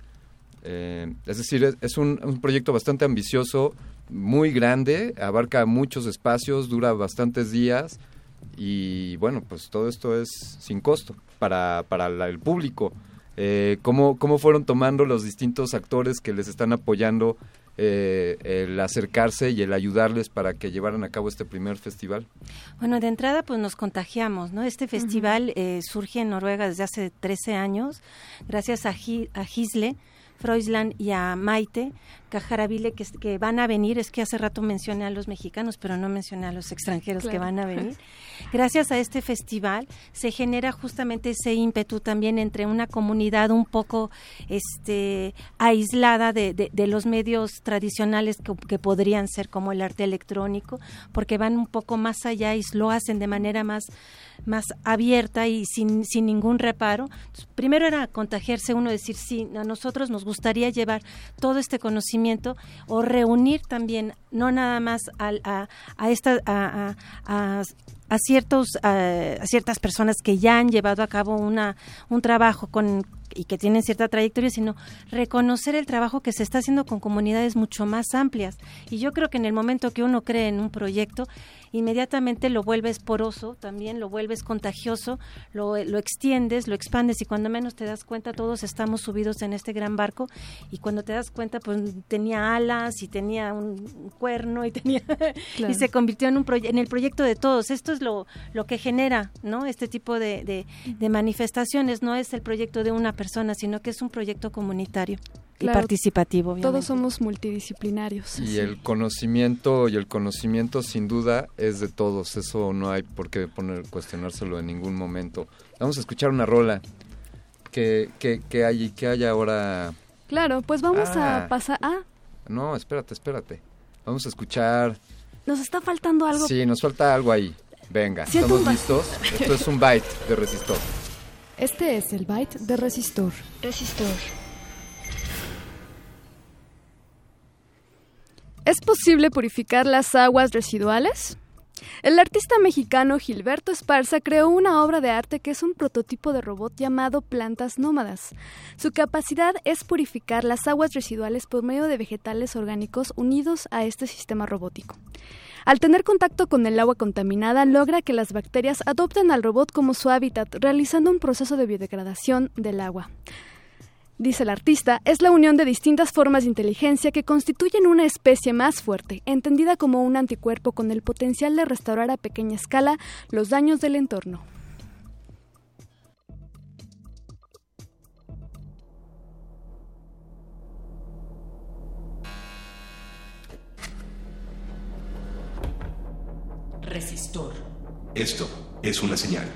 Eh, es decir, es, es un, un proyecto bastante ambicioso, muy grande, abarca muchos espacios, dura bastantes días y bueno, pues todo esto es sin costo para, para la, el público. Eh, ¿cómo, ¿Cómo fueron tomando los distintos actores que les están apoyando Eh, el acercarse y el ayudarles para que llevaran a cabo este primer festival? Bueno, de entrada pues nos contagiamos, ¿no? Este festival uh-huh. eh, surge en Noruega desde hace trece años, gracias a, G- a Gisle Freusland y a Maite Cajaravile, que, que van a venir. Es que hace rato mencioné a los mexicanos, pero no mencioné a los extranjeros, claro, que van a venir. Gracias a este festival se genera justamente ese ímpetu también entre una comunidad un poco este, aislada de, de, de los medios tradicionales que, que podrían ser como el arte electrónico, porque van un poco más allá y lo hacen de manera más, más abierta y sin, sin ningún reparo. Entonces, primero era contagiarse uno, decir, sí, a nosotros nos gustaría llevar todo este conocimiento o reunir también, no nada más a, a, a, esta, a, a, a, ciertos, a, a ciertas personas que ya han llevado a cabo una, un trabajo con y que tienen cierta trayectoria, sino reconocer el trabajo que se está haciendo con comunidades mucho más amplias. Y yo creo que en el momento que uno cree en un proyecto, inmediatamente lo vuelves poroso, también lo vuelves contagioso, lo, lo extiendes, lo expandes, y cuando menos te das cuenta todos estamos subidos en este gran barco, y cuando te das cuenta pues tenía alas y tenía un cuerno y tenía claro. y se convirtió en un proye- en el proyecto de todos. Esto es lo, lo que genera, ¿no?, este tipo de, de, de manifestaciones. No es el proyecto de una persona, sino que es un proyecto comunitario. Claro, y participativo, obviamente. Todos somos multidisciplinarios. Y sí. el conocimiento, y el conocimiento sin duda es de todos, eso no hay por qué poner, cuestionárselo en ningún momento. Vamos a escuchar una rola que, que, que hay, que hay ahora. Claro, pues vamos ah, a pasar a... No, espérate, espérate. Vamos a escuchar... Nos está faltando algo. Sí, nos falta algo ahí. Venga, Siento ¿estamos listos? Esto es un byte de Resistor. Este es el byte de Resistor. Resistor. ¿Es posible purificar las aguas residuales? El artista mexicano Gilberto Esparza creó una obra de arte que es un prototipo de robot llamado Plantas Nómadas. Su capacidad es purificar las aguas residuales por medio de vegetales orgánicos unidos a este sistema robótico. Al tener contacto con el agua contaminada, logra que las bacterias adopten al robot como su hábitat, realizando un proceso de biodegradación del agua. Dice el artista, es la unión de distintas formas de inteligencia que constituyen una especie más fuerte, entendida como un anticuerpo con el potencial de restaurar a pequeña escala los daños del entorno. Resistor. Esto es una señal.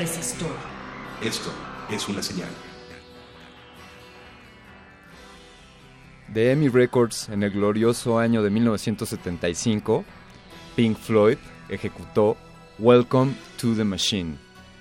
Resistor. Esto es una señal. De E M I Records, en el glorioso año de mil novecientos setenta y cinco, Pink Floyd ejecutó Welcome to the Machine.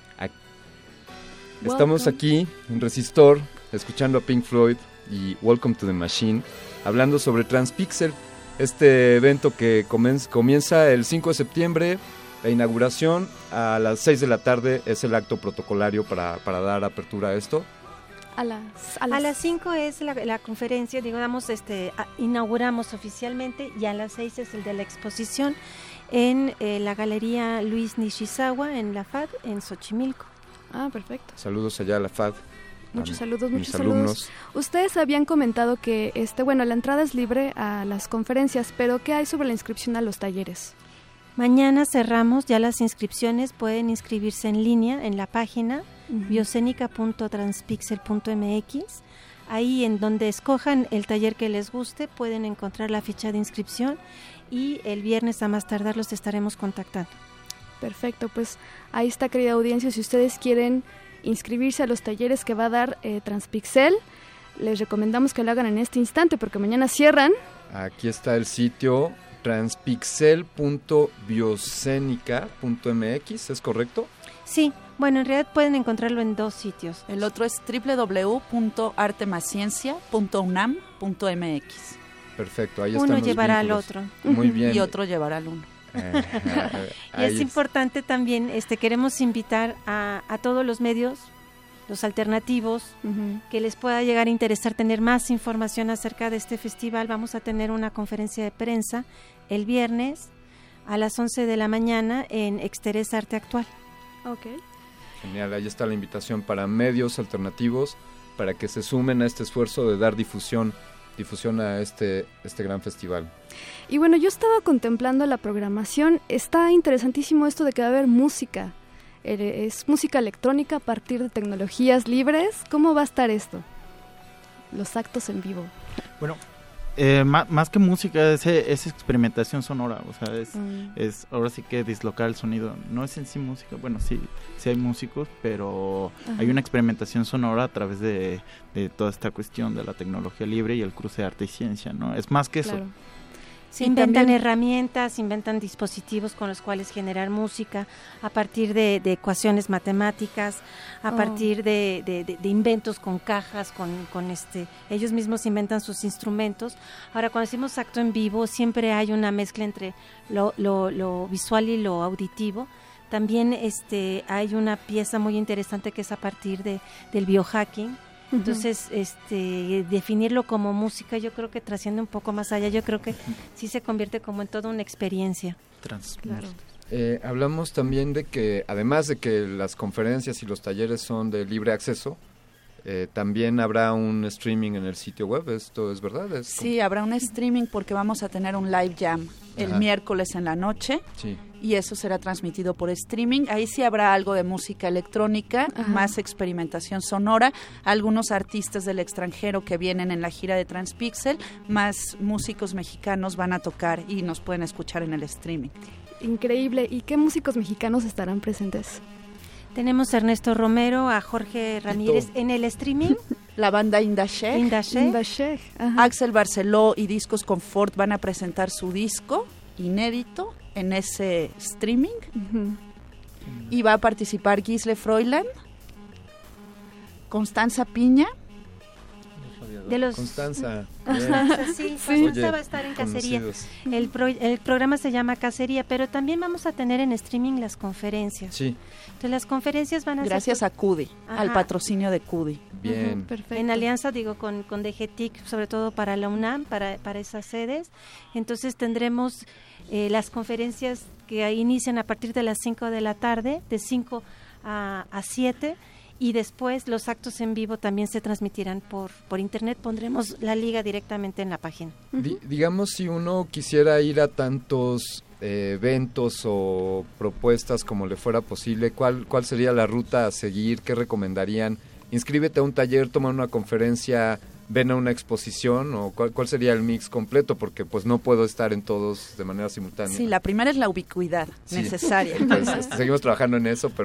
Estamos aquí en Resistor, escuchando a Pink Floyd y Welcome to the Machine, hablando sobre Transpixel, este evento que comienza el cinco de septiembre. La inauguración a las seis de la tarde es el acto protocolario para, para dar apertura a esto. A las a las, a las cinco es la, la conferencia, digamos, este, a, inauguramos oficialmente, y a las seis es el de la exposición en eh, la Galería Luis Nishizawa, en la F A D, en Xochimilco. Ah, perfecto. Saludos allá a la F A D. Muchos saludos, muchos alumnos. Saludos. Ustedes habían comentado que, este, bueno, la entrada es libre a las conferencias, pero ¿qué hay sobre la inscripción a los talleres? Mañana cerramos ya las inscripciones, pueden inscribirse en línea en la página uh-huh. bioscénica punto transpixel punto m x. Ahí en donde escojan el taller que les guste pueden encontrar la ficha de inscripción y el viernes a más tardar los estaremos contactando. Perfecto, pues ahí está, querida audiencia. Si ustedes quieren inscribirse a los talleres que va a dar eh, Transpixel, les recomendamos que lo hagan en este instante porque mañana cierran. Aquí está el sitio transpixel punto bioscénica punto m x, ¿es correcto? Sí, bueno, en realidad pueden encontrarlo en dos sitios. El otro es doble u doble u doble u punto arte más ciencia punto u n a m punto m x. Perfecto, ahí uno están los llevará vínculos. al otro. Muy bien. Y otro llevará al uno. Eh, y es, es importante también, este, queremos invitar a, a todos los medios, los alternativos, uh-huh. que les pueda llegar a interesar tener más información acerca de este festival. Vamos a tener una conferencia de prensa el viernes a las once de la mañana en Exterés Arte Actual. Okay. Genial, ahí está la invitación para medios alternativos, para que se sumen a este esfuerzo de dar difusión difusión a este, este gran festival. Y bueno, yo estaba contemplando la programación, está interesantísimo esto de que va a haber música, es música electrónica a partir de tecnologías libres. ¿Cómo va a estar esto? Los actos en vivo. Bueno, eh, más, más que música es, es experimentación sonora, o sea, es, mm. es ahora sí que dislocar el sonido, no es en sí música, bueno, sí, sí hay músicos, pero Ajá. hay una experimentación sonora a través de, de toda esta cuestión de la tecnología libre y el cruce de arte y ciencia, ¿no? Es más que claro. eso. Se inventan también herramientas, inventan dispositivos con los cuales generar música a partir de, de ecuaciones matemáticas, a oh. partir de, de, de, de inventos con cajas, con, con este, ellos mismos inventan sus instrumentos. Ahora, cuando decimos acto en vivo, siempre hay una mezcla entre lo, lo, lo visual y lo auditivo. También este, hay una pieza muy interesante que es a partir de, del biohacking. Entonces, este, definirlo como música, yo creo que trasciende un poco más allá. Yo creo que sí se convierte como en toda una experiencia. Trans- claro. Eh, hablamos también de que, además de que las conferencias y los talleres son de libre acceso, eh, también habrá un streaming en el sitio web. ¿Esto es verdad? ¿Es sí, como... habrá un streaming porque vamos a tener un live jam el Ajá. miércoles en la noche. Sí. Y eso será transmitido por streaming. Ahí sí habrá algo de música electrónica, Ajá. más experimentación sonora, algunos artistas del extranjero que vienen en la gira de Transpixel, más músicos mexicanos van a tocar y nos pueden escuchar en el streaming. Increíble. ¿Y qué músicos mexicanos estarán presentes? Tenemos a Ernesto Romero, a Jorge Ramírez en el streaming. La banda Indashek. Indashek. Indashek. Axel Barceló y Discos Confort van a presentar su disco inédito en ese streaming. Uh-huh. Y va a participar Gisle Froiland, Constanza Piña. De los Constanza. Constanza, sí, sí. Constanza va a estar en Cacería. El, pro, el programa se llama Cacería, pero también vamos a tener en streaming las conferencias. Sí. Entonces las conferencias van a Gracias ser... a CUDI, Ajá. al patrocinio de CUDI. Bien. Uh-huh, perfecto. En alianza, digo, con, con D G T I C, sobre todo para la UNAM, para, para esas sedes. Entonces tendremos eh, las conferencias que inician a partir de las cinco de la tarde, de cinco a siete. Y después los actos en vivo también se transmitirán por, por internet. Pondremos la liga directamente en la página. Di- digamos, si uno quisiera ir a tantos eh, eventos o propuestas como le fuera posible, ¿cuál, ¿cuál sería la ruta a seguir? ¿Qué recomendarían? ¿Inscríbete a un taller, toma una conferencia, ven a una exposición? ¿O cuál, cuál sería el mix completo? Porque pues no puedo estar en todos de manera simultánea. Sí, la primera es la ubicuidad sí. necesaria. Pues, este, seguimos trabajando en eso, pero...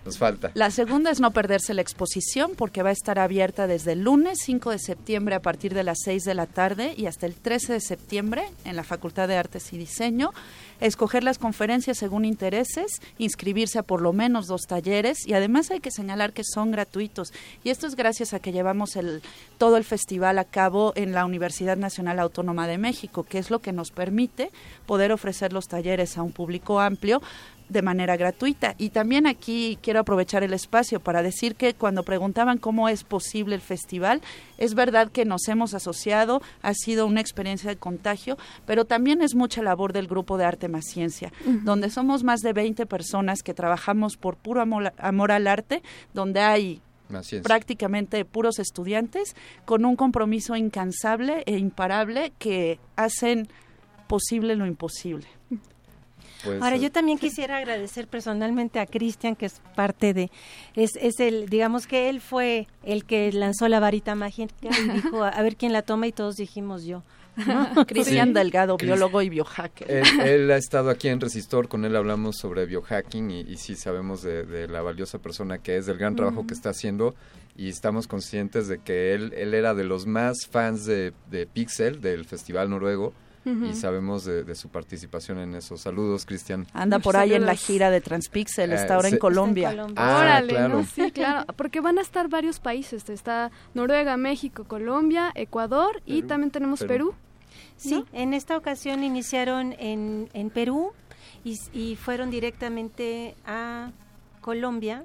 nos falta. La segunda es no perderse la exposición porque va a estar abierta desde el lunes cinco de septiembre a partir de las seis de la tarde y hasta el trece de septiembre en la Facultad de Artes y Diseño. Escoger las conferencias según intereses, inscribirse a por lo menos dos talleres y además hay que señalar que son gratuitos. Y esto es gracias a que llevamos el, todo el festival a cabo en la Universidad Nacional Autónoma de México, que es lo que nos permite poder ofrecer los talleres a un público amplio de manera gratuita. Y también aquí quiero aprovechar el espacio para decir que cuando preguntaban cómo es posible el festival, es verdad que nos hemos asociado, ha sido una experiencia de contagio, pero también es mucha labor del Grupo de Arte más Ciencia, uh-huh. donde somos más de veinte personas que trabajamos por puro amor, amor al arte, donde hay prácticamente puros estudiantes con un compromiso incansable e imparable que hacen posible lo imposible. Pues, Ahora, yo también quisiera agradecer personalmente a Cristian, que es parte de, es, es el, digamos que él fue el que lanzó la varita mágica y dijo, a ver quién la toma, y todos dijimos yo. ¿no? Cristian sí. Delgado, biólogo y biohacker. Él, él ha estado aquí en Resistor, con él hablamos sobre biohacking y, y sí sabemos de, de la valiosa persona que es, del gran trabajo uh-huh. que está haciendo, y estamos conscientes de que él, él era de los más fans de, de Pixel, del Festival Noruego, Uh-huh. y sabemos de, de su participación en eso. Saludos, Cristian. Anda por ahí en la gira de Transpixel, está ahora eh, en, Colombia. en Colombia. Ah, Órale, claro. ¿no? Sí, claro, porque van a estar varios países, está Noruega, México, Colombia, Ecuador Perú. Y también tenemos Perú. Perú. Sí, ¿no? En esta ocasión iniciaron en, en Perú y, y fueron directamente a Colombia.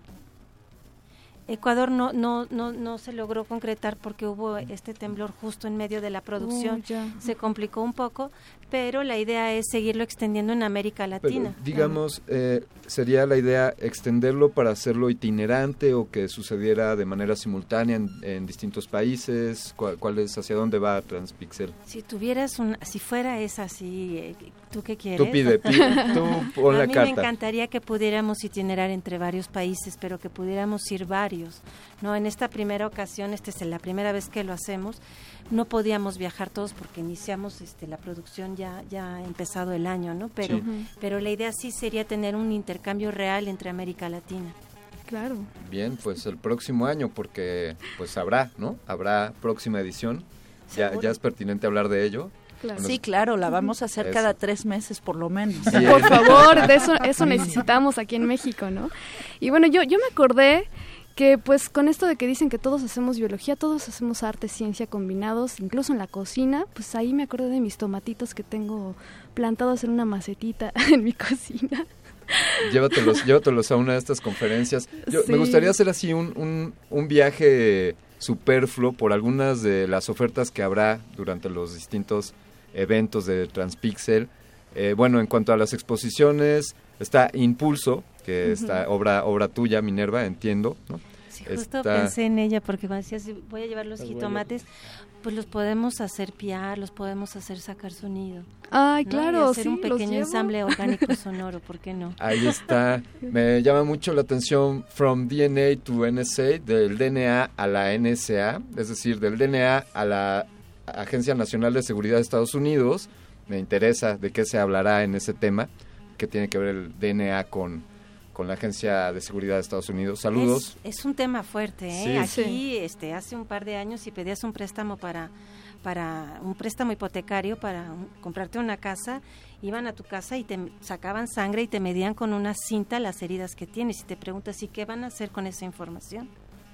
Ecuador no no no no se logró concretar porque hubo este temblor justo en medio de la producción, uh, se complicó un poco, pero la idea es seguirlo extendiendo en América Latina. Pero, digamos, eh, sería la idea extenderlo para hacerlo itinerante o que sucediera de manera simultánea en, en distintos países. ¿Cuál, cuál es, hacia dónde va Transpixel? Si tuvieras un, si fuera esa así, eh, ¿tú qué quieres? Tú pide, pide tú pon la carta. A mí me encantaría que pudiéramos itinerar entre varios países, pero que pudiéramos ir varios. No, en esta primera ocasión, esta es la primera vez que lo hacemos, no podíamos viajar todos porque iniciamos este, la producción ya ya ha empezado el año, ¿no? Pero sí. pero la idea sí sería tener un intercambio real entre América Latina. Claro. Bien, pues el próximo año, porque pues habrá, ¿no? Habrá próxima edición. Ya ya es pertinente hablar de ello. Claro. Sí, claro, la vamos a hacer eso. Cada tres meses por lo menos. Sí. Por favor, de eso eso necesitamos aquí en México, ¿no? Y bueno, yo yo me acordé que pues con esto de que dicen que todos hacemos biología, todos hacemos arte, ciencia combinados, incluso en la cocina, pues ahí me acordé de mis tomatitos que tengo plantados en una macetita en mi cocina. Llévatelos, llévatelos a una de estas conferencias. Yo, sí. Me gustaría hacer así un, un, un viaje superfluo por algunas de las ofertas que habrá durante los distintos eventos de Transpixel. Eh, bueno, en cuanto a las exposiciones, está Impulso, que uh-huh. está obra obra tuya, Minerva, entiendo, ¿no? Sí, justo está... pensé en ella, porque cuando decías, voy a llevar los jitomates, pues los podemos hacer piar, los podemos hacer sacar sonido. Ay, ¿no? claro, y hacer sí, un pequeño ensamble orgánico sonoro, ¿por qué no? Ahí está. Me llama mucho la atención From D N A to N S A, del D N A a la N S A, es decir, del D N A a la Agencia Nacional de Seguridad de Estados Unidos. Me interesa de qué se hablará en ese tema, que tiene que ver el D N A con, con la Agencia de Seguridad de Estados Unidos. Saludos. Es, es un tema fuerte, ¿eh? Sí. Aquí, sí. este, hace un par de años, si pedías un préstamo para, para un préstamo hipotecario para un, comprarte una casa, iban a tu casa y te sacaban sangre y te medían con una cinta las heridas que tienes y te preguntas, ¿y qué van a hacer con esa información?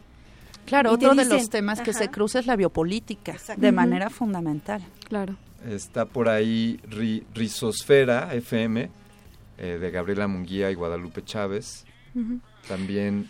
Claro, y otro dicen, de los temas ajá. que se cruza es la biopolítica, Exacto. de uh-huh. manera fundamental. Claro. Está por ahí Ri, Rizosfera F M, eh, de Gabriela Munguía y Guadalupe Chávez. Uh-huh. También...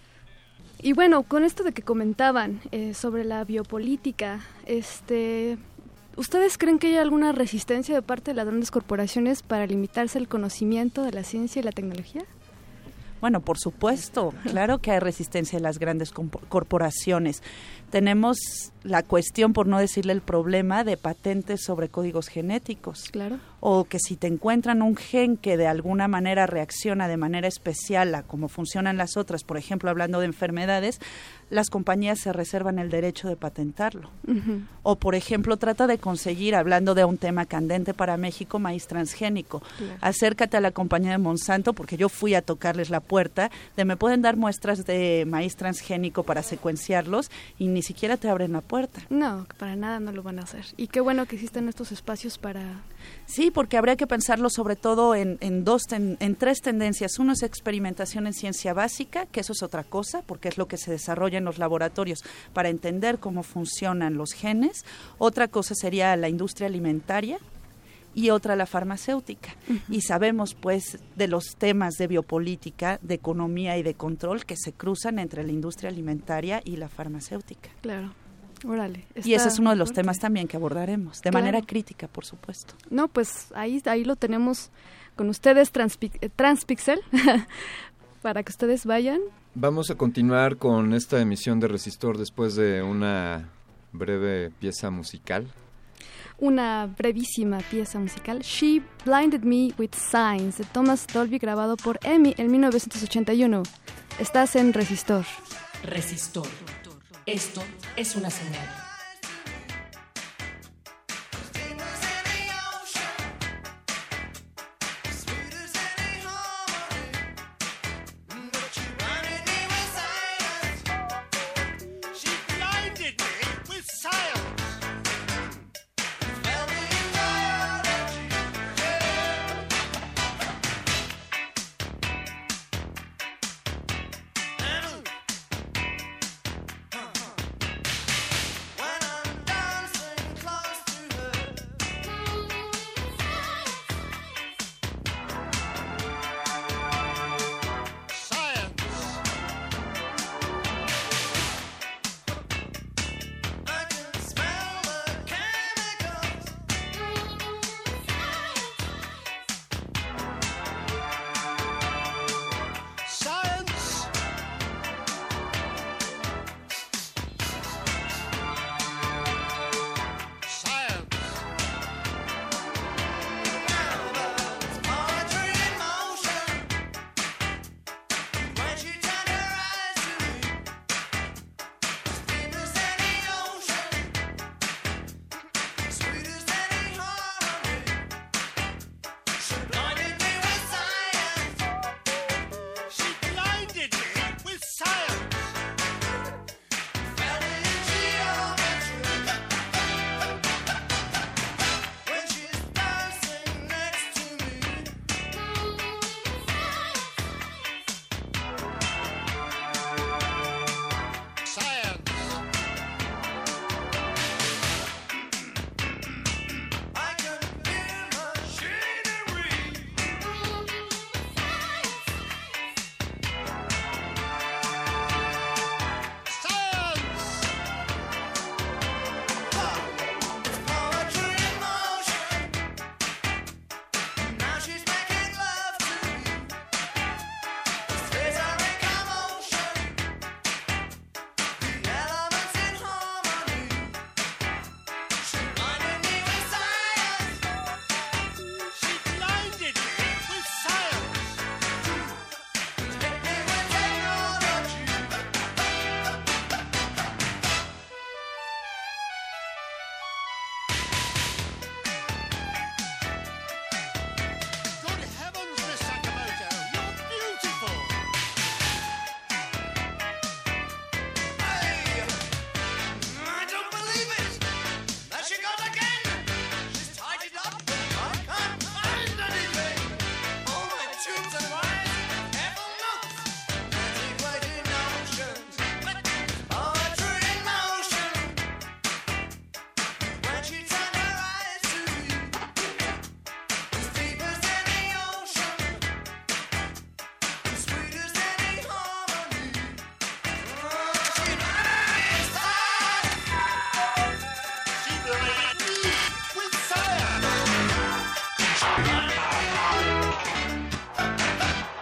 Y bueno, con esto de que comentaban eh, sobre la biopolítica, este, ¿ustedes creen que hay alguna resistencia de parte de las grandes corporaciones para limitarse el conocimiento de la ciencia y la tecnología? Bueno, por supuesto, claro que hay resistencia de las grandes corporaciones. tenemos la cuestión, por no decirle el problema, de patentes sobre códigos genéticos. Claro. O que si te encuentran un gen que de alguna manera reacciona de manera especial a cómo funcionan las otras, por ejemplo, hablando de enfermedades, las compañías se reservan el derecho de patentarlo. Uh-huh. O, por ejemplo, trata de conseguir, hablando de un tema candente para México, maíz transgénico. Claro. Acércate a la compañía de Monsanto, porque yo fui a tocarles la puerta, de me pueden dar muestras de maíz transgénico para secuenciarlos, y ni siquiera te abren la puerta. No, para nada no lo van a hacer. Y qué bueno que existen estos espacios para... Sí, porque habría que pensarlo sobre todo en, en dos, ten, en tres tendencias. Uno es experimentación en ciencia básica, que eso es otra cosa, porque es lo que se desarrolla en los laboratorios para entender cómo funcionan los genes. Otra cosa sería la industria alimentaria y otra la farmacéutica. Uh-huh. Y sabemos pues de los temas de biopolítica, de economía y de control que se cruzan entre la industria alimentaria y la farmacéutica. Claro. Órale, y ese es uno de los fuerte. temas también que abordaremos, de claro. manera crítica, por supuesto. No, pues ahí ahí lo tenemos con ustedes, Transpic- Transpixel, para que ustedes vayan. Vamos a continuar con esta emisión de Resistor después de una breve pieza musical. Una brevísima pieza musical, She Blinded Me With Signs, de Thomas Dolby, grabado por EMI en mil novecientos ochenta y uno. Estás en Resistor. Resistor. Esto es una señal.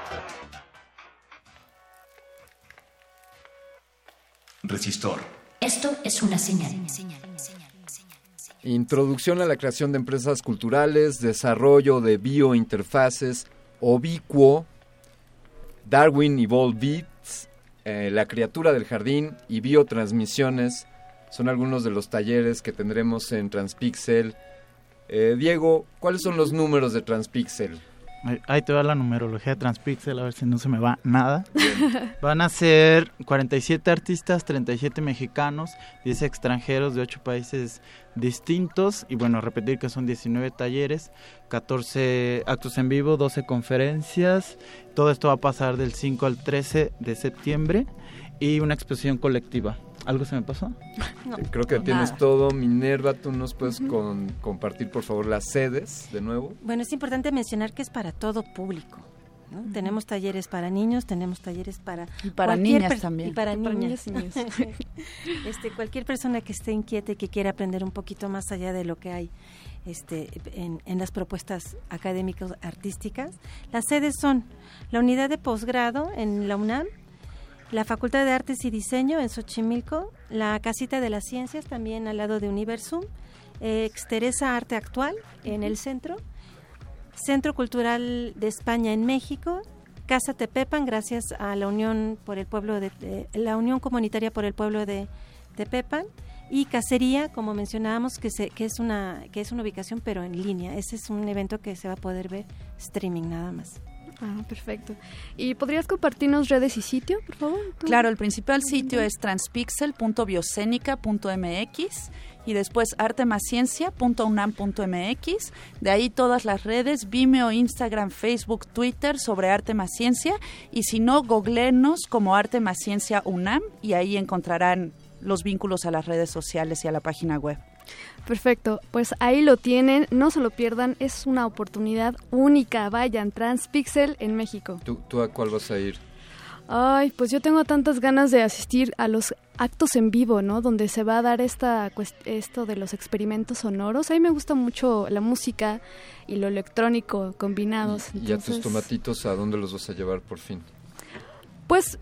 Resistor. Esto es una señal. Introducción a la creación de empresas culturales, desarrollo de biointerfaces, Obiquo, Darwin Evolved Beats, eh, La criatura del jardín y biotransmisiones son algunos de los talleres que tendremos en Transpixel. Eh, Diego, ¿cuáles son los números de Transpixel? Ahí te va la numerología de Transpixel, a ver si no se me va nada. Bien. Van a ser cuarenta y siete artistas, treinta y siete mexicanos, diez extranjeros de ocho países distintos. Y bueno, repetir que son diecinueve talleres, catorce actos en vivo, doce conferencias. Todo esto va a pasar del cinco al trece de septiembre y una exposición colectiva. ¿Algo se me pasó? No, Creo que tienes nada. todo. Minerva, ¿tú nos puedes uh-huh. con, compartir, por favor, las sedes de nuevo? Bueno, es importante mencionar que es para todo público, ¿no? Uh-huh. Tenemos talleres para niños, tenemos talleres para... Y para niñas per- también. Y para, y para niñas. niñas. este, cualquier persona que esté inquieta y que quiera aprender un poquito más allá de lo que hay este, en, en las propuestas académicas artísticas. Las sedes son la unidad de posgrado en la UNAM, la Facultad de Artes y Diseño en Xochimilco, la Casita de las Ciencias también al lado de Universum, eh, Exteresa Arte Actual en el centro, Centro Cultural de España en México, Casa Tepepan gracias a la Unión por el pueblo de, de la Unión Comunitaria por el pueblo de Tepepan, y Cacería, como mencionábamos, que se, que es una que es una ubicación pero en línea. Ese es un evento que se va a poder ver streaming nada más. Ah, perfecto. ¿Y podrías compartirnos redes y sitio, por favor? ¿Tú? Claro, el principal sitio es transpixel punto bioscénica punto m x y después artemaciencia punto unam punto m x. De ahí todas las redes, Vimeo, Instagram, Facebook, Twitter sobre Arte más Ciencia, y si no, googleenos como Arte más Ciencia UNAM y ahí encontrarán los vínculos a las redes sociales y a la página web. Perfecto, pues ahí lo tienen, no se lo pierdan, es una oportunidad única. Vayan, Transpixel en México. ¿Tú, tú a cuál vas a ir? Ay, pues yo tengo tantas ganas de asistir a los actos en vivo, ¿no? Donde se va a dar esta esto de los experimentos sonoros. A mí me gusta mucho la música y lo electrónico combinados. ¿Y, y a tus tomatitos a dónde los vas a llevar por fin? Pues...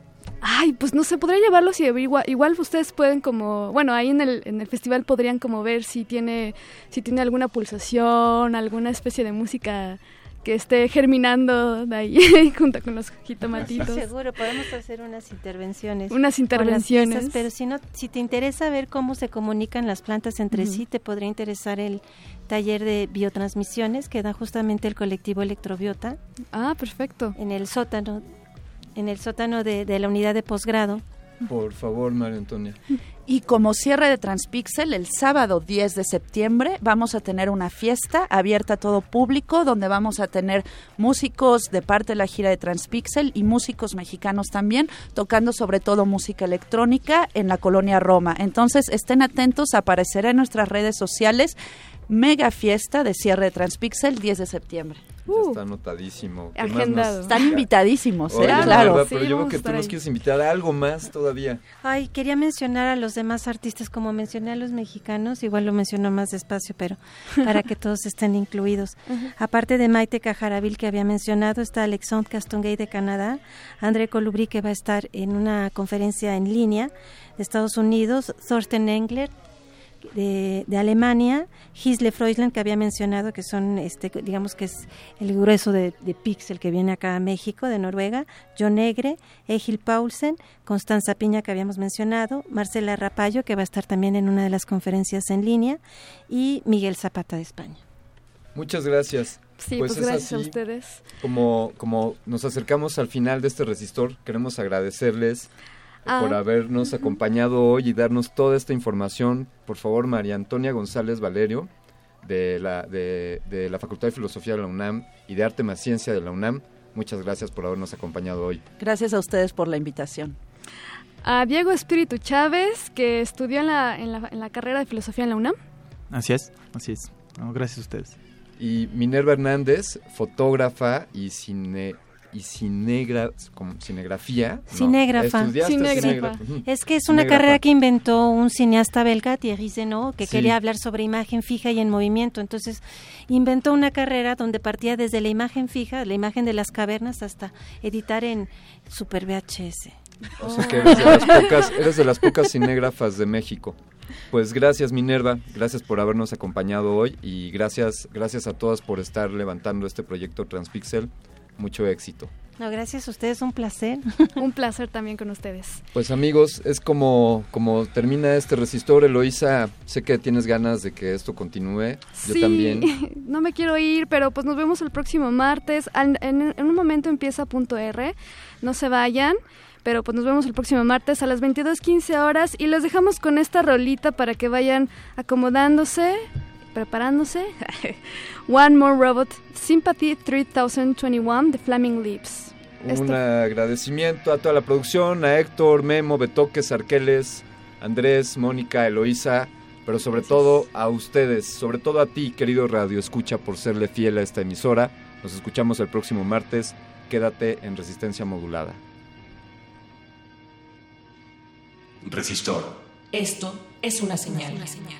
Ay, pues no sé, podría llevarlos y igual, igual ustedes pueden como, bueno, ahí en el en el festival podrían como ver si tiene si tiene alguna pulsación, alguna especie de música que esté germinando de ahí junto con los jitomatitos. Sí, seguro, podemos hacer unas intervenciones. Unas intervenciones. Piezas, pero si no, si te interesa ver cómo se comunican las plantas entre uh-huh. sí, te podría interesar el taller de biotransmisiones que da justamente el colectivo Electrobiota. Ah, perfecto. En el sótano. en el sótano de, de la unidad de posgrado. Por favor, María Antonia. Y como cierre de Transpixel, el sábado diez de septiembre vamos a tener una fiesta abierta a todo público, donde vamos a tener músicos de parte de la gira de Transpixel y músicos mexicanos también, tocando sobre todo música electrónica en la colonia Roma. Entonces, estén atentos, aparecerá en nuestras redes sociales. Mega fiesta de cierre de Transpixel, diez de septiembre. Uh, está anotadísimo. Agendado. Están invitadísimo, ¿eh? Oye, claro. Verdad, pero sí, yo creo que tú nos quieres invitar a algo más todavía. Ay, quería mencionar a los demás artistas, como mencioné a los mexicanos, igual lo menciono más despacio, pero para que todos estén incluidos. Uh-huh. Aparte de Maite Cajaravil, que había mencionado, está Alexandre Castonguay de Canadá, André Colubrí, que va a estar en una conferencia en línea de Estados Unidos, Thorsten Engler, De, de Alemania, Gisle Freusland, que había mencionado, que son, este, digamos que es el grueso de, de Pixel que viene acá a México, de Noruega, John Negre, Egil Paulsen, Constanza Piña, que habíamos mencionado, Marcela Rapallo, que va a estar también en una de las conferencias en línea, y Miguel Zapata de España. Muchas gracias. Sí, pues, pues gracias así, a ustedes. Como, como nos acercamos al final de este resistor, queremos agradecerles Ah, por habernos uh-huh. acompañado hoy y darnos toda esta información. Por favor, María Antonia González Valerio, de la, de, de la Facultad de Filosofía de la UNAM y de Arte más Ciencia de la UNAM, muchas gracias por habernos acompañado hoy. Gracias a ustedes por la invitación. A Diego Espíritu Chávez, que estudió en la, en la, en la carrera de Filosofía en la UNAM. Así es, así es. No, gracias a ustedes. Y Minerva Hernández, fotógrafa y cine... y cinegra, como cinegrafía. Cinégrafa. No, cinégrafa. Es que es una cinégrafa. Carrera que inventó un cineasta belga, Thierry Zenot, que sí. quería hablar sobre imagen fija y en movimiento. Entonces inventó una carrera donde partía desde la imagen fija, la imagen de las cavernas, hasta editar en Super V H S. O sea que eres de las pocas, eres de las pocas cinégrafas de México. Pues gracias, Minerva, gracias por habernos acompañado hoy y gracias, gracias a todas por estar levantando este proyecto Transpixel. Mucho éxito. No, gracias a ustedes, un placer. Un placer también con ustedes. Pues amigos, es como, como termina este resistor. Eloísa, sé que tienes ganas de que esto continúe. Sí, yo también. No me quiero ir, pero pues nos vemos el próximo martes. En, en, en un momento empieza Punto R, no se vayan. Pero pues nos vemos el próximo martes a las veintidós quince horas y los dejamos con esta rolita para que vayan acomodándose, preparándose. One More Robot, Sympathy tres mil veintiuno, The Flaming Lips. Un Esto. agradecimiento a toda la producción, a Héctor, Memo, Betoques, Arqueles, Andrés, Mónica, Eloísa, pero sobre Gracias. todo a ustedes, sobre todo a ti, querido Radio Escucha, por serle fiel a esta emisora. Nos escuchamos el próximo martes. Quédate en Resistencia Modulada. Resistor. Esto es una señal. Una señal.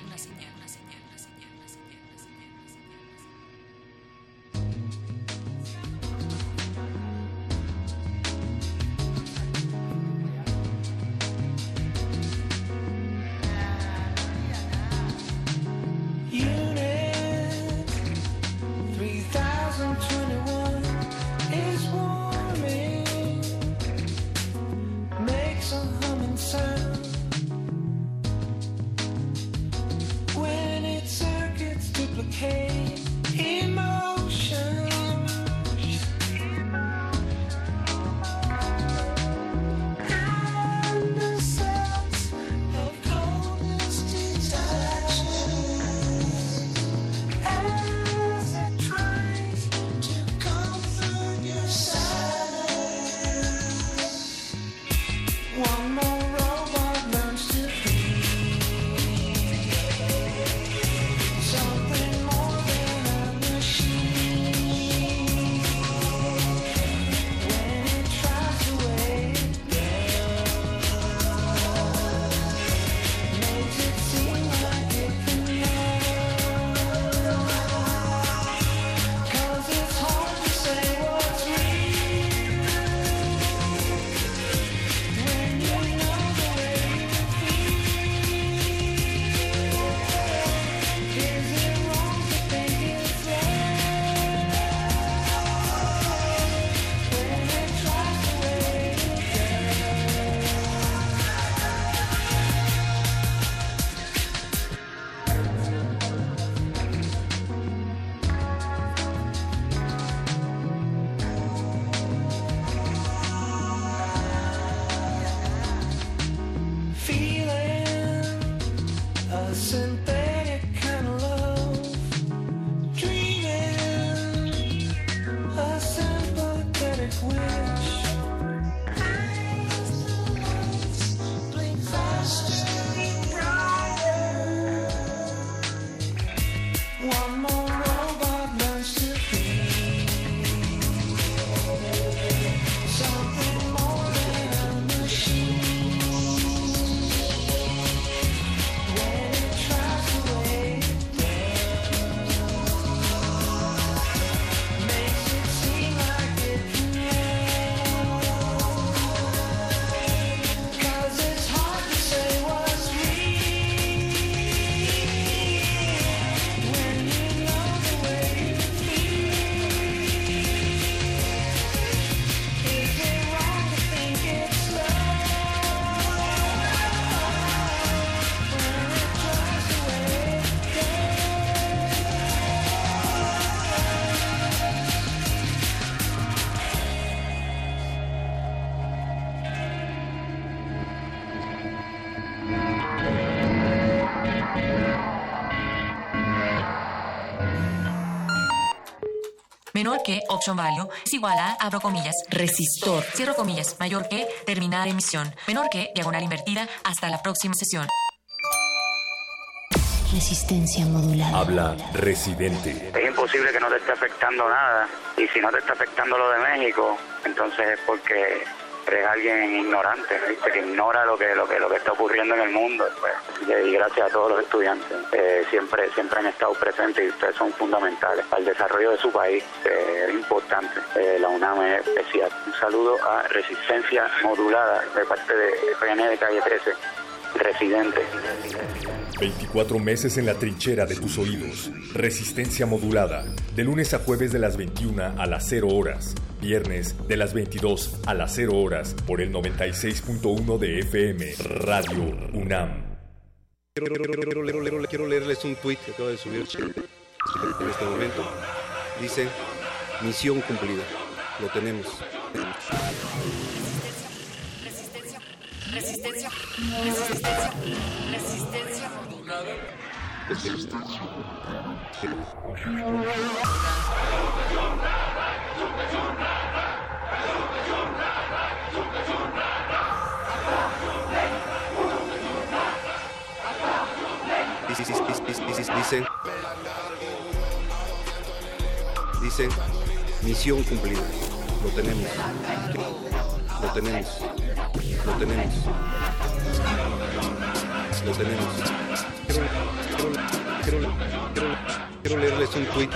Menor que, option value, es igual a, abro comillas, resistor, cierro comillas, mayor que, terminar emisión, menor que, diagonal invertida, hasta la próxima sesión. Resistencia modulada. Habla Residente. Es imposible que no te esté afectando nada, y si no te está afectando lo de México, entonces es porque siempre es alguien ignorante, ¿viste? Que ignora lo que, lo que lo que está ocurriendo en el mundo. Pues, y gracias a todos los estudiantes, eh, siempre siempre han estado presentes y ustedes son fundamentales para el desarrollo de su país. Eh, es importante, eh, la UNAM es especial. Un saludo a Resistencia Modulada de parte de F N de Calle trece, Residente. veinticuatro meses en la trinchera de tus oídos. Resistencia Modulada. De lunes a jueves de las veintiuna a las cero horas. Viernes de las veintidós a las cero horas. Por el noventa y seis punto uno de F M. Radio UNAM. Quiero, quiero, quiero, quiero, quiero leerles un tuit que acaba de subir en este momento. Dice, misión cumplida. Lo tenemos. Resistencia, resistencia, resistencia, resistencia modulada. Dice, dice, misión cumplida. Lo tenemos. Lo tenemos. Lo tenemos. Lo tenemos. Quiero, quiero, quiero, quiero leerles un tuit.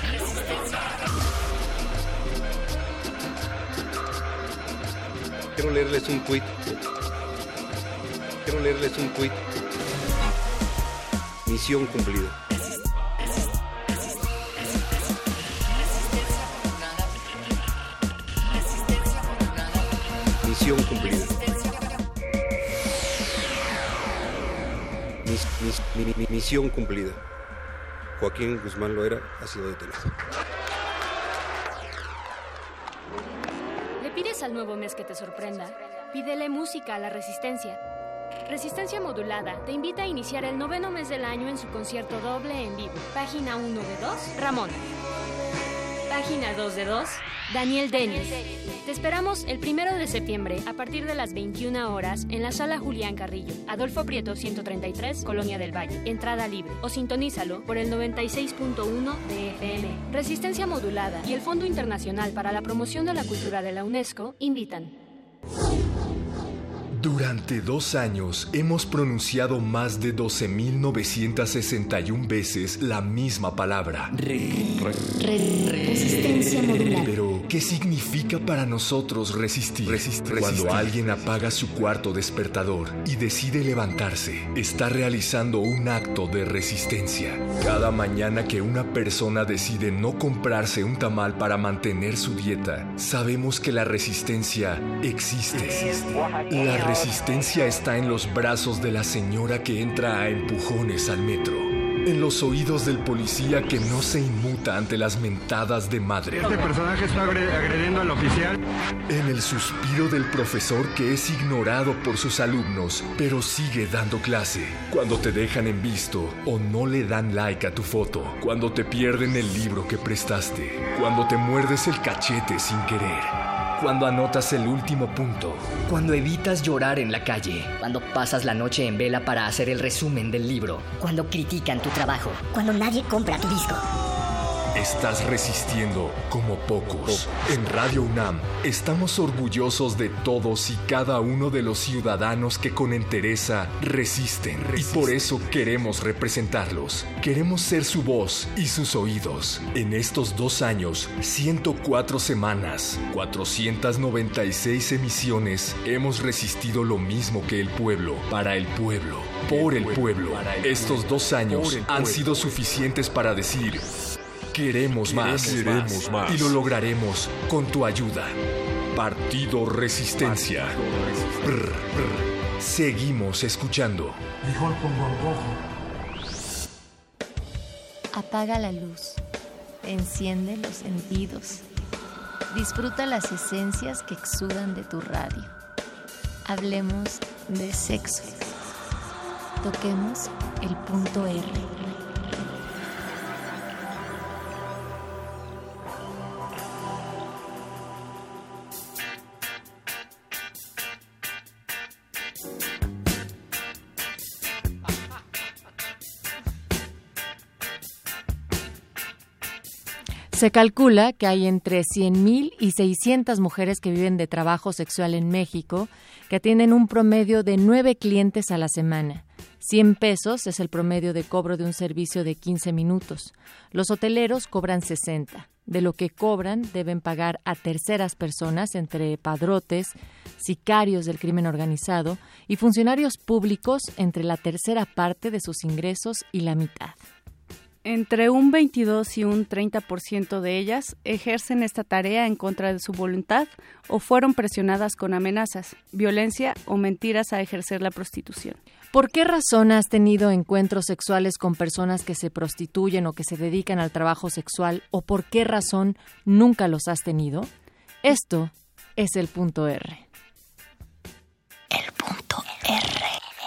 Quiero leerles un tuit. Quiero leerles un tuit. Misión cumplida. Misión cumplida. Mis, mis, mi, mi, misión cumplida. Joaquín Guzmán Loera ha sido detenido. ¿Le pides al nuevo mes que te sorprenda? Pídele música a la Resistencia. Resistencia Modulada te invita a iniciar el noveno mes del año en su concierto doble en vivo. Página uno de dos, Ramón. Página dos de dos, Daniel Denis. Te esperamos el primero de septiembre a partir de las veintiuna horas en la Sala Julián Carrillo, Adolfo Prieto ciento treinta y tres, Colonia del Valle. Entrada libre o sintonízalo por el noventa y seis punto uno de F M. Resistencia Modulada y el Fondo Internacional para la Promoción de la Cultura de la UNESCO invitan. Durante dos años hemos pronunciado más de doce mil novecientas sesenta y una veces la misma palabra. Re, re, re, resistencia modulada. Pero, ¿qué significa para nosotros resistir? resistir? Cuando resistir. Alguien apaga su cuarto despertador y decide levantarse, está realizando un acto de resistencia. Cada mañana que una persona decide no comprarse un tamal para mantener su dieta, sabemos que la resistencia existe. existe. La resistencia está en los brazos de la señora que entra a empujones al metro, en los oídos del policía que no se inmuta ante las mentadas de madre. Este personaje está agrediendo al oficial. En el suspiro del profesor que es ignorado por sus alumnos, pero sigue dando clase. Cuando te dejan en visto o no le dan like a tu foto. Cuando te pierden el libro que prestaste. Cuando te muerdes el cachete sin querer. Cuando anotas el último punto. Cuando evitas llorar en la calle. Cuando pasas la noche en vela para hacer el resumen del libro. Cuando critican tu trabajo. Cuando nadie compra tu disco. Estás resistiendo como pocos. En Radio UNAM estamos orgullosos de todos y cada uno de los ciudadanos que con entereza resisten. resisten. Y por eso queremos representarlos. Queremos ser su voz y sus oídos. En estos dos años, ciento cuatro semanas, cuatrocientas noventa y seis emisiones, hemos resistido lo mismo que el pueblo, para el pueblo, por el pueblo. Estos dos años han sido suficientes para decir... Queremos más, queremos más y lo lograremos con tu ayuda. Partido Resistencia. Brr, brr. Seguimos escuchando. Frijol con gorgojo. Apaga la luz. Enciende los sentidos. Disfruta las esencias que exudan de tu radio. Hablemos de sexo. Toquemos el punto R. Se calcula que hay entre cien mil y seiscientas mujeres que viven de trabajo sexual en México, que tienen un promedio de nueve clientes a la semana. cien pesos es el promedio de cobro de un servicio de quince minutos. Los hoteleros cobran sesenta. De lo que cobran deben pagar a terceras personas, entre padrotes, sicarios del crimen organizado y funcionarios públicos, entre la tercera parte de sus ingresos y la mitad. Entre un veintidós y un treinta por ciento de ellas ejercen esta tarea en contra de su voluntad o fueron presionadas con amenazas, violencia o mentiras a ejercer la prostitución. ¿Por qué razón has tenido encuentros sexuales con personas que se prostituyen o que se dedican al trabajo sexual, o por qué razón nunca los has tenido? Esto es el punto R. El punto R.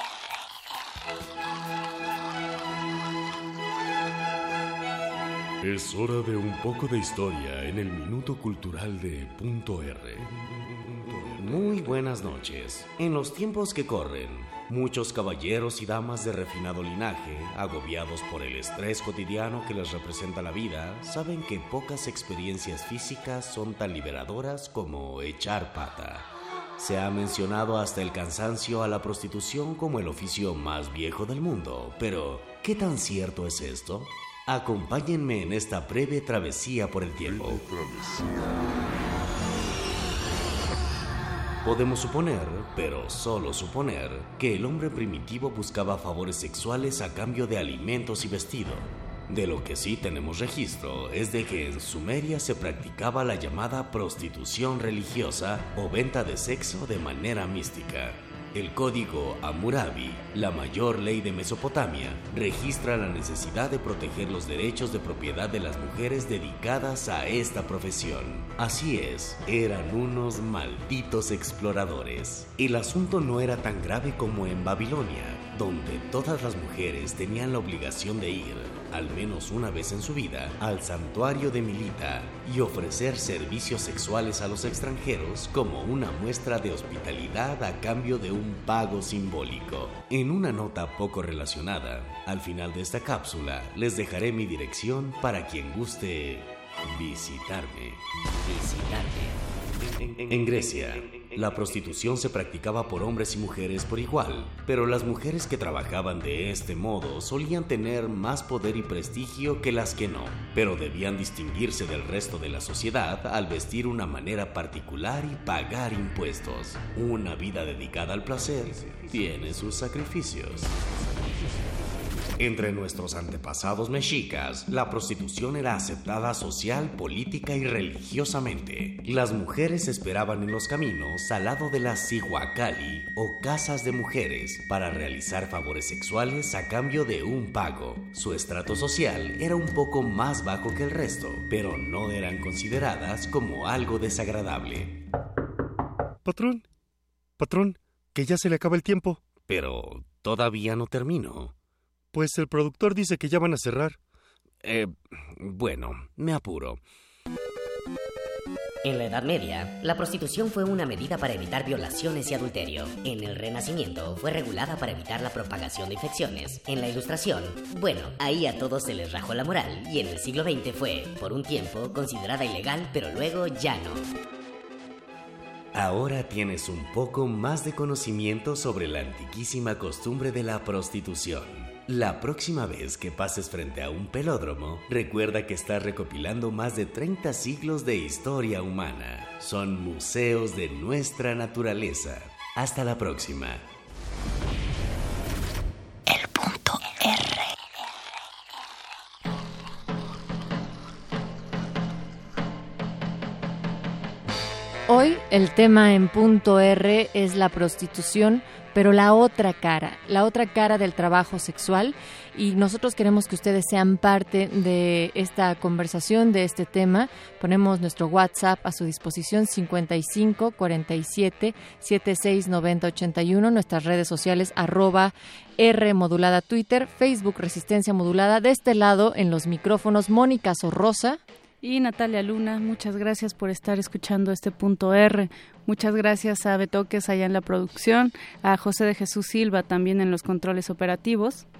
Es hora de un poco de historia en el Minuto Cultural de Punto R. Muy buenas noches. En los tiempos que corren, muchos caballeros y damas de refinado linaje, agobiados por el estrés cotidiano que les representa la vida, saben que pocas experiencias físicas son tan liberadoras como echar pata. Se ha mencionado hasta el cansancio a la prostitución como el oficio más viejo del mundo, pero ¿qué tan cierto es esto? Acompáñenme en esta breve travesía por el tiempo. Podemos suponer, pero solo suponer, que el hombre primitivo buscaba favores sexuales a cambio de alimentos y vestido. De lo que sí tenemos registro es de que en Sumeria se practicaba la llamada prostitución religiosa o venta de sexo de manera mística. El Código Hammurabi, la mayor ley de Mesopotamia, registra la necesidad de proteger los derechos de propiedad de las mujeres dedicadas a esta profesión. Así es, eran unos malditos exploradores. El asunto no era tan grave como en Babilonia, donde todas las mujeres tenían la obligación de ir, al menos una vez en su vida, al santuario de Milita y ofrecer servicios sexuales a los extranjeros como una muestra de hospitalidad a cambio de un pago simbólico. En una nota poco relacionada, al final de esta cápsula les dejaré mi dirección para quien guste visitarme. Visitarme. En Grecia, la prostitución se practicaba por hombres y mujeres por igual, pero las mujeres que trabajaban de este modo solían tener más poder y prestigio que las que no, pero debían distinguirse del resto de la sociedad al vestir una manera particular y pagar impuestos. Una vida dedicada al placer tiene sus sacrificios. Entre nuestros antepasados mexicas, la prostitución era aceptada social, política y religiosamente. Las mujeres esperaban en los caminos al lado de las cihuacali o casas de mujeres para realizar favores sexuales a cambio de un pago. Su estrato social era un poco más bajo que el resto, pero no eran consideradas como algo desagradable. Patrón, patrón, que ya se le acaba el tiempo. Pero todavía no termino. Pues el productor dice que ya van a cerrar. Eh, bueno, me apuro. En la Edad Media, la prostitución fue una medida para evitar violaciones y adulterio. En el Renacimiento, fue regulada para evitar la propagación de infecciones. En la Ilustración, bueno, ahí a todos se les rajó la moral. Y en el siglo veinte fue, por un tiempo, considerada ilegal, pero luego ya no. Ahora tienes un poco más de conocimiento sobre la antiquísima costumbre de la prostitución. La próxima vez que pases frente a un pelódromo, recuerda que estás recopilando más de treinta siglos de historia humana. Son museos de nuestra naturaleza. Hasta la próxima. El punto R. Hoy el tema en punto R es la prostitución, pero la otra cara, la otra cara del trabajo sexual, y nosotros queremos que ustedes sean parte de esta conversación, de este tema. Ponemos nuestro WhatsApp a su disposición, cincuenta y cinco, cuarenta y siete, setenta y seis, noventa, ochenta y uno, nuestras redes sociales, arroba R modulada Twitter, Facebook Resistencia Modulada. De este lado, en los micrófonos, Mónica Sorrosa y Natalia Luna. Muchas gracias por estar escuchando este punto R. Muchas gracias a Betoques allá en la producción, a José de Jesús Silva también en los controles operativos.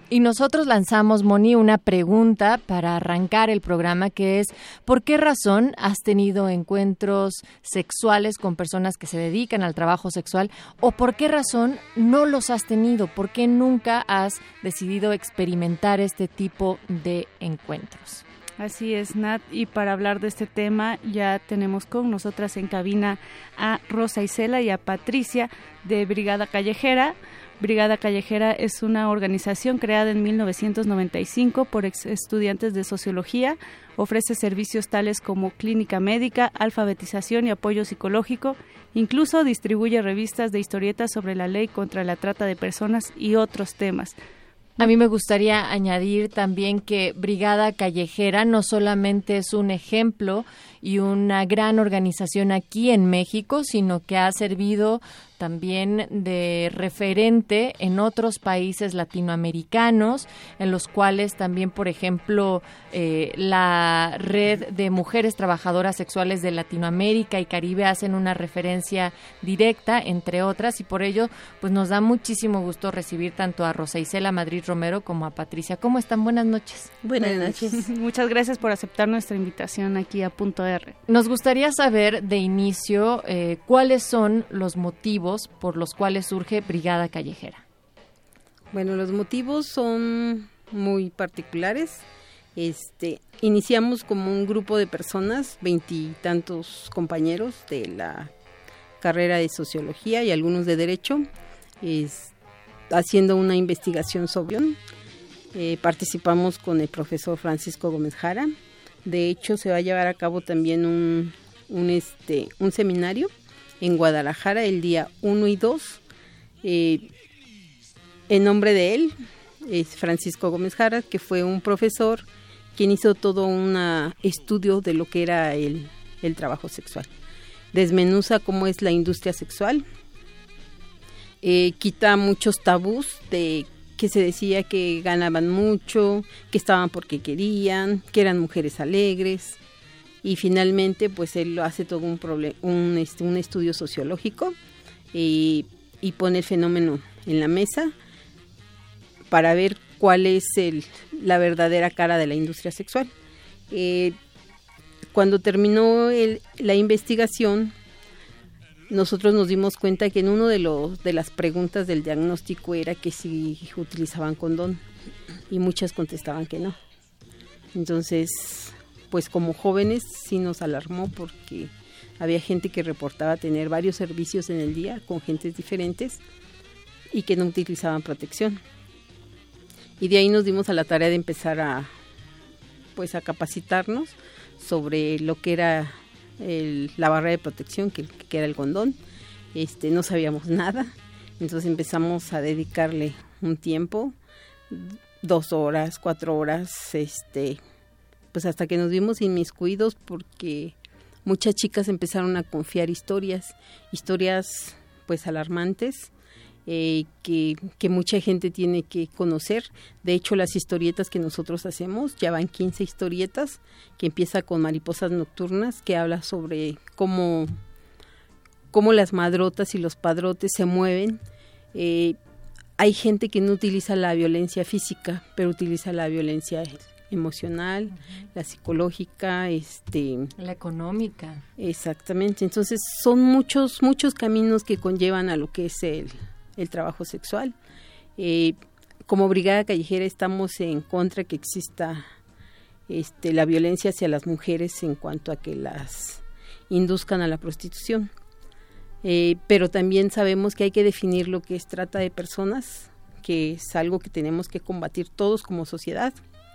Y nosotros lanzamos, Moni, una pregunta para arrancar el programa, que es ¿por qué razón has tenido encuentros sexuales con personas que se dedican al trabajo sexual o por qué razón no los has tenido? ¿Por qué nunca has decidido experimentar este tipo de encuentros? Así es, Nat, y para hablar de este tema ya tenemos con nosotras en cabina a Rosa Isela y a Patricia de Brigada Callejera. Brigada Callejera es una organización creada en mil novecientos noventa y cinco por ex estudiantes de sociología. Ofrece servicios tales como clínica médica, alfabetización y apoyo psicológico. Incluso distribuye revistas de historietas sobre la ley contra la trata de personas y otros temas. A mí me gustaría añadir también que Brigada Callejera no solamente es un ejemplo y una gran organización aquí en México, sino que ha servido también de referente en otros países latinoamericanos, en los cuales también, por ejemplo, eh, la Red de Mujeres Trabajadoras Sexuales de Latinoamérica y Caribe hacen una referencia directa, entre otras, y por ello pues nos da muchísimo gusto recibir tanto a Rosa Isela Madrid Romero como a Patricia. ¿Cómo están? Buenas noches. Buenas noches. Muchas gracias por aceptar nuestra invitación aquí a Punto R. Nos gustaría saber de inicio eh, cuáles son los motivos por los cuales surge Brigada Callejera. Bueno, los motivos son muy particulares. Este, iniciamos como un grupo de personas, veintitantos compañeros de la carrera de sociología y algunos de derecho, es, haciendo una investigación sobre. Eh, participamos con el profesor Francisco Gómez Jara. De hecho, se va a llevar a cabo también un, un, este, un seminario en Guadalajara el día uno y dos. Eh, en nombre de él, es Francisco Gómez Jara, que fue un profesor quien hizo todo un estudio de lo que era el, el trabajo sexual. Desmenuza cómo es la industria sexual, eh, quita muchos tabús de que se decía que ganaban mucho, que estaban porque querían, que eran mujeres alegres. Y finalmente pues él hace todo un, problem, un, este, un estudio sociológico y, y pone el fenómeno en la mesa para ver cuál es el, la verdadera cara de la industria sexual. Eh, cuando terminó el, la investigación, nosotros nos dimos cuenta que en uno de los de las preguntas del diagnóstico era que si utilizaban condón y muchas contestaban que no. Entonces, pues como jóvenes sí nos alarmó porque había gente que reportaba tener varios servicios en el día con gentes diferentes y que no utilizaban protección. Y de ahí nos dimos a la tarea de empezar a pues a capacitarnos sobre lo que era el, la barrera de protección, que, que era el condón. Este, no sabíamos nada, entonces empezamos a dedicarle un tiempo, dos horas, cuatro horas, este pues hasta que nos vimos inmiscuidos porque muchas chicas empezaron a confiar historias, historias pues alarmantes, eh, que, que mucha gente tiene que conocer. De hecho, las historietas que nosotros hacemos, ya van quince historietas, que empieza con Mariposas Nocturnas, que habla sobre cómo, cómo las madrotas y los padrotes se mueven. Eh, hay gente que no utiliza la violencia física, pero utiliza la violencia emocional, uh-huh. la psicológica, este, la económica. Exactamente. Entonces son muchos muchos caminos que conllevan a lo que es el, el trabajo sexual. Eh, como Brigada Callejera estamos en contra que exista este, la violencia hacia las mujeres en cuanto a que las induzcan a la prostitución. Eh, pero también sabemos que hay que definir lo que es trata de personas, que es algo que tenemos que combatir todos como sociedad,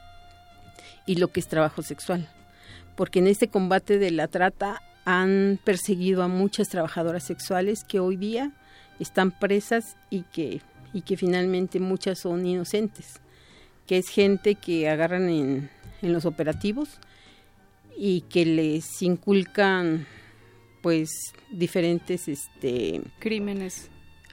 y lo que es trabajo sexual, porque en este combate de la trata han perseguido a muchas trabajadoras sexuales que hoy día están presas y que, y que finalmente muchas son inocentes, que es gente que agarran en, en los operativos y que les inculcan pues diferentes este crímenes.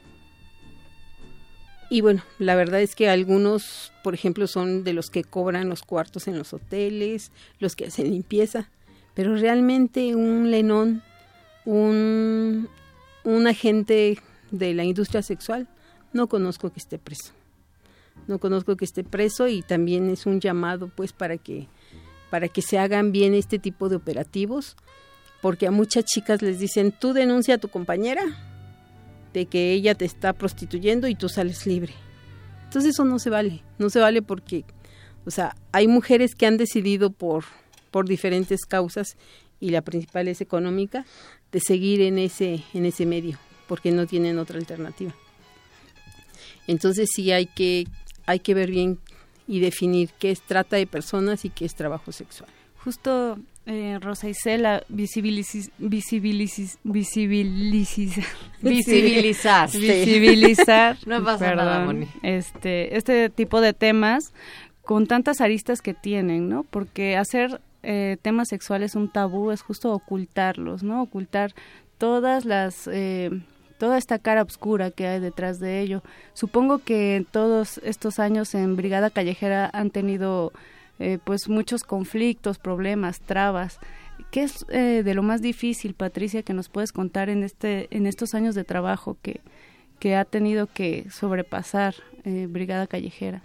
Y bueno, la verdad es que algunos, por ejemplo, son de los que cobran los cuartos en los hoteles, los que hacen limpieza, pero realmente un lenón, un, un agente de la industria sexual, no conozco que esté preso. no conozco que esté preso, y también es un llamado pues para que para que se hagan bien este tipo de operativos, porque a muchas chicas les dicen, tú denuncia a tu compañera de que ella te está prostituyendo y tú sales libre. Entonces eso no se vale, no se vale porque, o sea, hay mujeres que han decidido por, por diferentes causas, y la principal es económica, de seguir en ese, en ese medio, porque no tienen otra alternativa. Entonces sí hay que, hay que ver bien y definir qué es trata de personas y qué es trabajo sexual. Justo, eh, Rosa Isela, visibiliz, visibiliz, visibiliz, visibilizar, visibilizar, no pasa perdón, nada, Moni. Este, este tipo de temas con tantas aristas que tienen, ¿no? Porque hacer eh, temas sexuales un tabú es justo ocultarlos, ¿no? Ocultar todas las eh, toda esta cara oscura que hay detrás de ello. Supongo que todos estos años en Brigada Callejera han tenido eh, pues muchos conflictos, problemas, trabas. ¿Qué es eh, de lo más difícil, Patricia, que nos puedes contar en este en estos años de trabajo que, que ha tenido que sobrepasar eh, Brigada Callejera?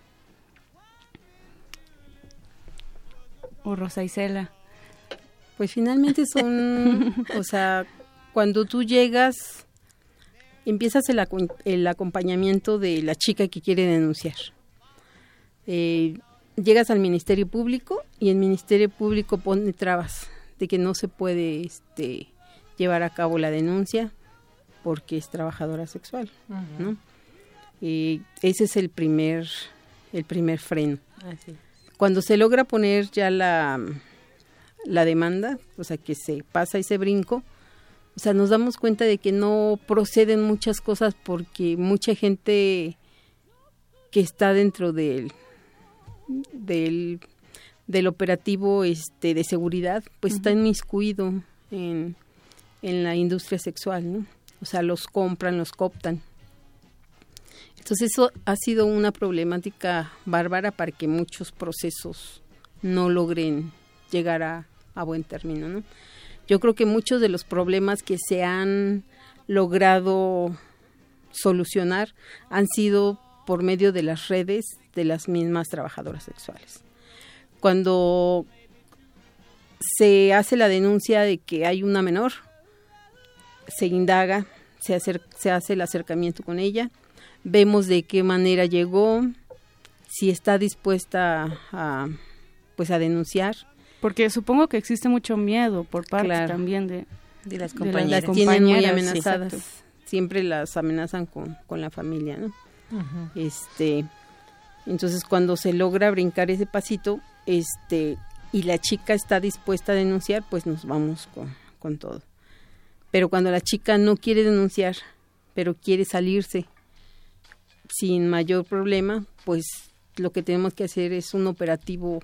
O Rosa Isela. Pues finalmente son, o sea, cuando tú llegas, empiezas el, el acompañamiento de la chica que quiere denunciar. Eh, llegas al Ministerio Público y el Ministerio Público pone trabas de que no se puede este, llevar a cabo la denuncia porque es trabajadora sexual, uh-huh. ¿no? Eh, ese es el primer, el primer freno. Así. Cuando se logra poner ya la, la demanda, o sea, que se pasa ese brinco, o sea, nos damos cuenta de que no proceden muchas cosas porque mucha gente que está dentro del del, del operativo este de seguridad, pues uh-huh. está inmiscuido en, en la industria sexual, ¿no? O sea, los compran, los cooptan. Entonces eso ha sido una problemática bárbara para que muchos procesos no logren llegar a, a buen término, ¿no? Yo creo que muchos de los problemas que se han logrado solucionar han sido por medio de las redes de las mismas trabajadoras sexuales. Cuando se hace la denuncia de que hay una menor, se indaga, se, acer- se hace el acercamiento con ella, vemos de qué manera llegó, si está dispuesta a, pues a denunciar. Porque supongo que existe mucho miedo por parte claro. también de, de las compañeras. Las tienen muy amenazadas, sí, siempre las amenazan con, con la familia, ¿no? Uh-huh. Este, entonces cuando se logra brincar ese pasito, este, y la chica está dispuesta a denunciar, pues nos vamos con, con todo. Pero cuando la chica no quiere denunciar, pero quiere salirse sin mayor problema, pues lo que tenemos que hacer es un operativo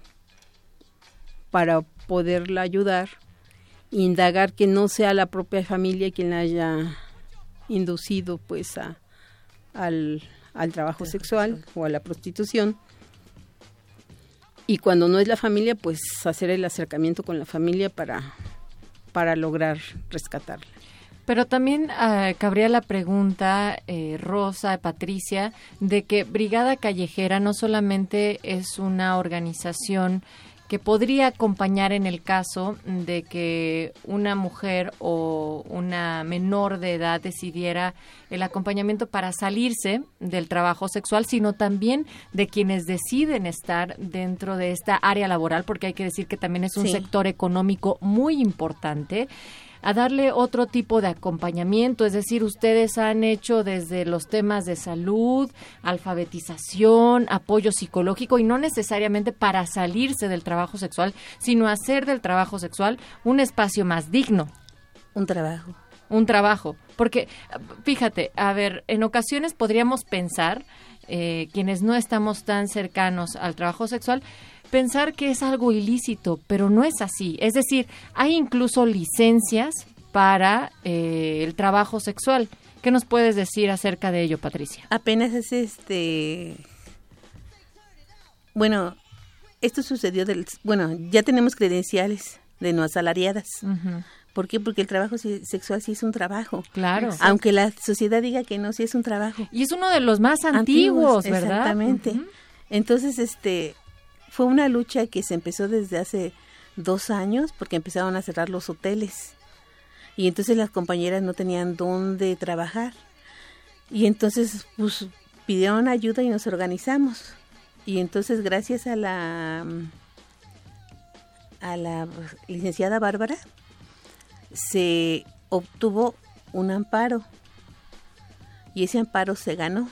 para poderla ayudar, indagar que no sea la propia familia quien la haya inducido pues a, al, al trabajo sexual o a la prostitución, y cuando no es la familia, pues hacer el acercamiento con la familia para, para lograr rescatarla. Pero también uh, cabría la pregunta, eh, Rosa, Patricia, de que Brigada Callejera no solamente es una organización que podría acompañar en el caso de que una mujer o una menor de edad decidiera el acompañamiento para salirse del trabajo sexual, sino también de quienes deciden estar dentro de esta área laboral, porque hay que decir que también es un sí. sector económico muy importante, a darle otro tipo de acompañamiento. Es decir, ustedes han hecho desde los temas de salud, alfabetización, apoyo psicológico, y no necesariamente para salirse del trabajo sexual, sino hacer del trabajo sexual un espacio más digno. Un trabajo. Un trabajo. Porque, fíjate, a ver, en ocasiones podríamos pensar, eh, quienes no estamos tan cercanos al trabajo sexual, pensar que es algo ilícito, pero no es así. Es decir, hay incluso licencias para eh, el trabajo sexual. ¿Qué nos puedes decir acerca de ello, Patricia? Apenas es este... Bueno, esto sucedió del... Bueno, ya tenemos credenciales de no asalariadas. Uh-huh. ¿Por qué? Porque el trabajo sexual sí es un trabajo. Claro. Aunque la sociedad diga que no, sí es un trabajo. Y es uno de los más antiguos, antiguos ¿verdad? Exactamente. Uh-huh. Entonces, este, fue una lucha que se empezó desde hace dos años, porque empezaron a cerrar los hoteles. Y entonces las compañeras no tenían dónde trabajar. Y entonces, pues, pidieron ayuda y nos organizamos. Y entonces, gracias a la, a la licenciada Bárbara, se obtuvo un amparo y ese amparo se ganó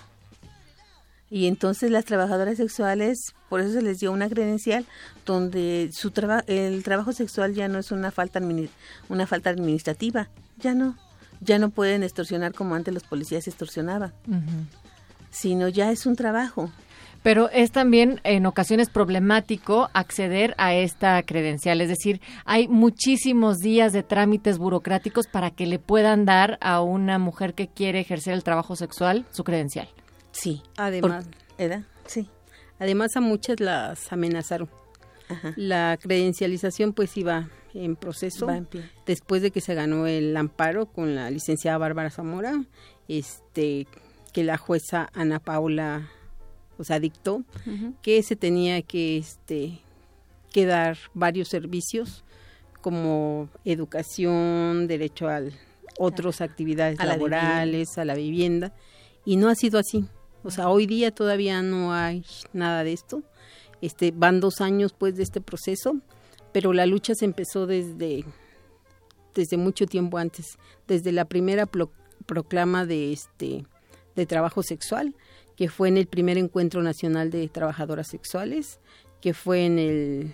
y entonces las trabajadoras sexuales, por eso se les dio una credencial donde su traba- el trabajo sexual ya no es una falta admini- una falta administrativa, ya no ya no pueden extorsionar como antes los policías extorsionaban, uh-huh. sino ya es un trabajo. Pero es también en ocasiones problemático acceder a esta credencial, es decir, hay muchísimos días de trámites burocráticos para que le puedan dar a una mujer que quiere ejercer el trabajo sexual su credencial. Sí, además, ¿verdad? Sí. Además a muchas las amenazaron. Ajá. La credencialización pues iba en proceso Va en pie. Después de que se ganó el amparo con la licenciada Bárbara Zamora, este que la jueza Ana Paula o sea, dictó uh-huh. que se tenía que este que dar varios servicios como educación, derecho a otras claro. actividades a laborales, la a la vivienda, y no ha sido así. O sea, hoy día todavía no hay nada de esto. Este, van dos años pues de este proceso, pero la lucha se empezó desde desde mucho tiempo antes, desde la primera pro, proclama de este de trabajo sexual, que fue en el primer encuentro nacional de trabajadoras sexuales, que fue en el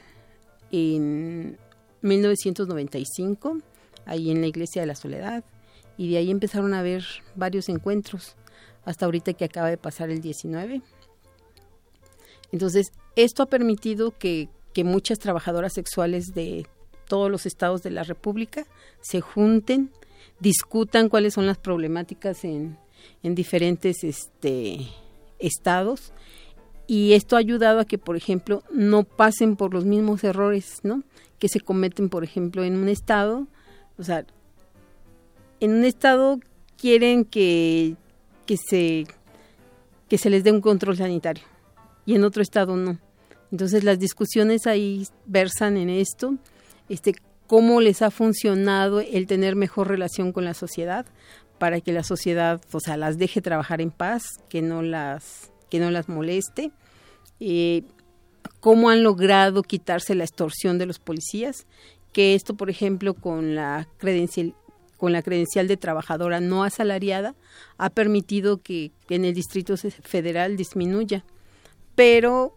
en mil novecientos noventa y cinco, ahí en la Iglesia de la Soledad, y de ahí empezaron a haber varios encuentros, hasta ahorita que acaba de pasar el diecinueve. Entonces, esto ha permitido que, que muchas trabajadoras sexuales de todos los estados de la República se junten, discutan cuáles son las problemáticas en, en diferentes este estados, y esto ha ayudado a que, por ejemplo, no pasen por los mismos errores, ¿no? Que se cometen, por ejemplo, en un estado, o sea, en un estado quieren que que se que se les dé un control sanitario y en otro estado no. Entonces las discusiones ahí versan en esto, este cómo les ha funcionado el tener mejor relación con la sociedad, para que la sociedad, o sea, las deje trabajar en paz, que no las que no las moleste, eh, cómo han logrado quitarse la extorsión de los policías, que esto, por ejemplo, con la credencial con la credencial de trabajadora no asalariada, ha permitido que, que en el Distrito Federal disminuya, pero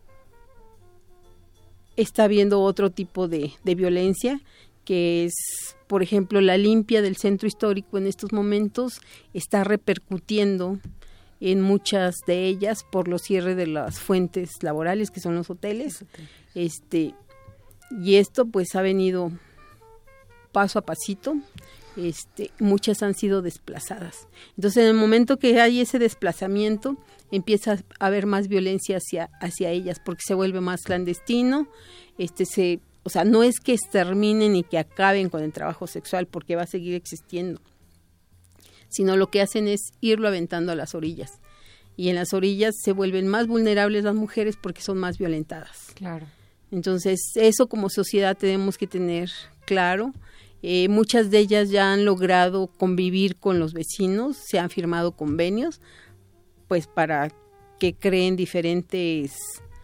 está habiendo otro tipo de, de violencia, que es, por ejemplo, la limpia del centro histórico en estos momentos está repercutiendo en muchas de ellas por los cierres de las fuentes laborales, que son los hoteles. Este, y esto pues ha venido paso a pasito. Este, muchas han sido desplazadas. Entonces, en el momento que hay ese desplazamiento, empieza a haber más violencia hacia, hacia ellas, porque se vuelve más clandestino. Este, se, o sea, no es que exterminen y que acaben con el trabajo sexual, porque va a seguir existiendo, sino lo que hacen es irlo aventando a las orillas. Y en las orillas se vuelven más vulnerables las mujeres porque son más violentadas. Claro. Entonces, eso como sociedad tenemos que tener claro. Eh, muchas de ellas ya han logrado convivir con los vecinos, se han firmado convenios, pues para que creen diferentes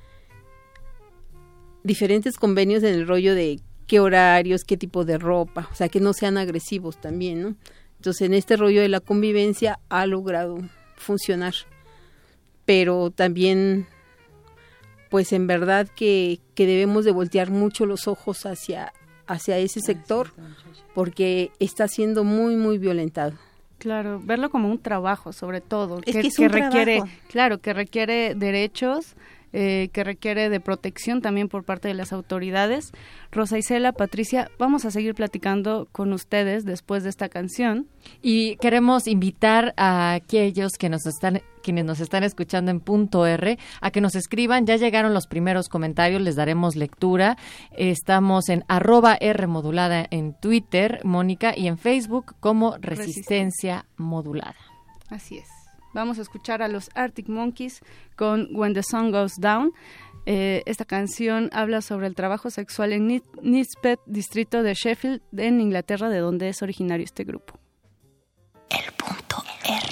diferentes convenios en el rollo de qué horarios, qué tipo de ropa, o sea, que no sean agresivos también, ¿no? Entonces, en este rollo de la convivencia ha logrado funcionar, pero también, pues en verdad que, que debemos de voltear mucho los ojos hacia hacia ese sector, porque está siendo muy, muy violentado. Claro, verlo como un trabajo, sobre todo, es que, que, es que un requiere, trabajo. claro, que requiere derechos eh, que requiere de protección también por parte de las autoridades. Rosa Isela, Patricia, vamos a seguir platicando con ustedes después de esta canción. Y queremos invitar a aquellos que nos están, quienes nos están escuchando en Punto R, a que nos escriban. Ya llegaron los primeros comentarios, les daremos lectura. Estamos en arroba R modulada en Twitter, Mónica, y en Facebook como Resistencia, Resistencia Modulada. Así es. Vamos a escuchar a los Arctic Monkeys con When the Sun Goes Down. Eh, esta canción habla sobre el trabajo sexual en Nisbet, distrito de Sheffield, en Inglaterra, de donde es originario este grupo. El punto R.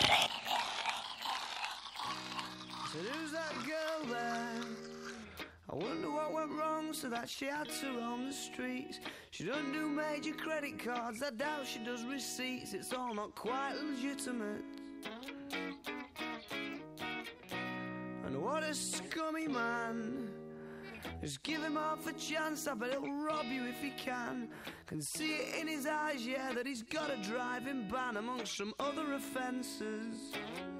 I wonder what went wrong so that she had to roam the streets. She doesn't do major credit cards, I doubt she does receipts. It's all not quite legitimate. And what a scummy man. Just give him half a chance, I bet he'll rob you if he can. Can see it in his eyes, yeah, that he's got a driving ban amongst some other offences.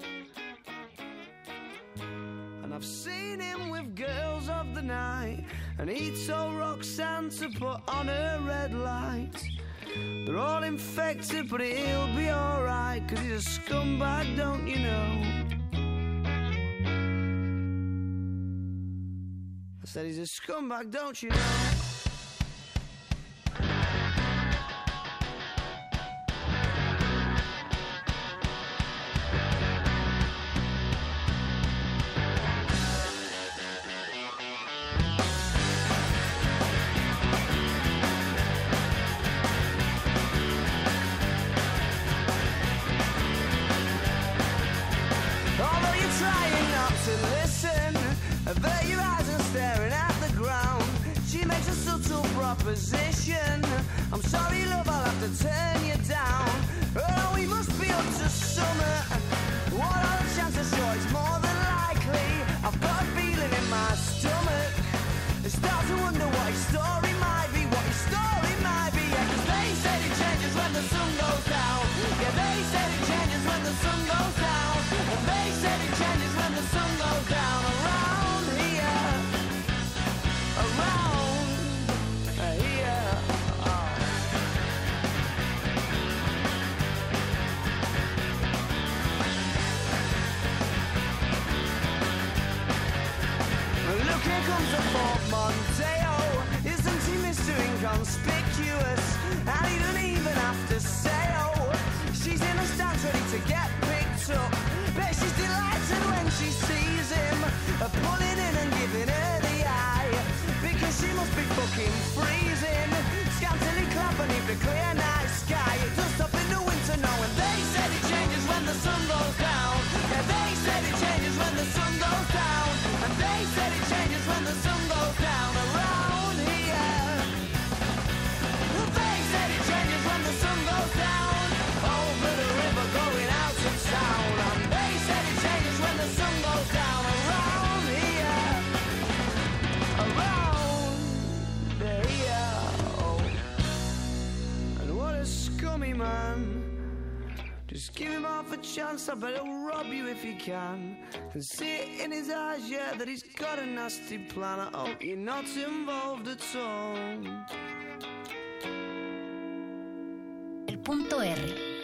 And I've seen him with girls of the night, and he told Roxanne to put on her red light. They're all infected, but he'll be alright, 'cause he's a scumbag, don't you know? I said he's a scumbag, don't you know? Proposition. I'm sorry, love, I'll have to turn you down. Oh, we must be up to summer. What are the chances? Sure, it's more than likely. I've got a feeling in my stomach. I start to wonder what his story might be, what his story might be. Yeah, 'cause they said it changes when the sun goes down. Yeah, they said it changes when the sun goes down. And they said it changes when the sun goes down. Around here, around. Here comes a portmanteau. Isn't he Mister Inconspicuous? And he doesn't even have to say oh. She's in a stance ready to get picked up. Bet she's delighted when she sees him, pulling in and giving her the eye, because she must be fucking freezing, scantily clad beneath the clear night sky. It does stop in the winter now, and they said it changes when the sun goes down. Yeah, they said it changes when the sun goes down. And they said it changes when the sun goes down around here. They said it changes when the sun goes down over the river going out of town. And they said it changes when the sun goes down around here. Around here. Oh. And what a scummy man. Just give him half a chance, I bet he'll rob you if he can. And see it in his eyes, yeah, that he's got a nasty plan. I hope you're not involved at all. El punto R.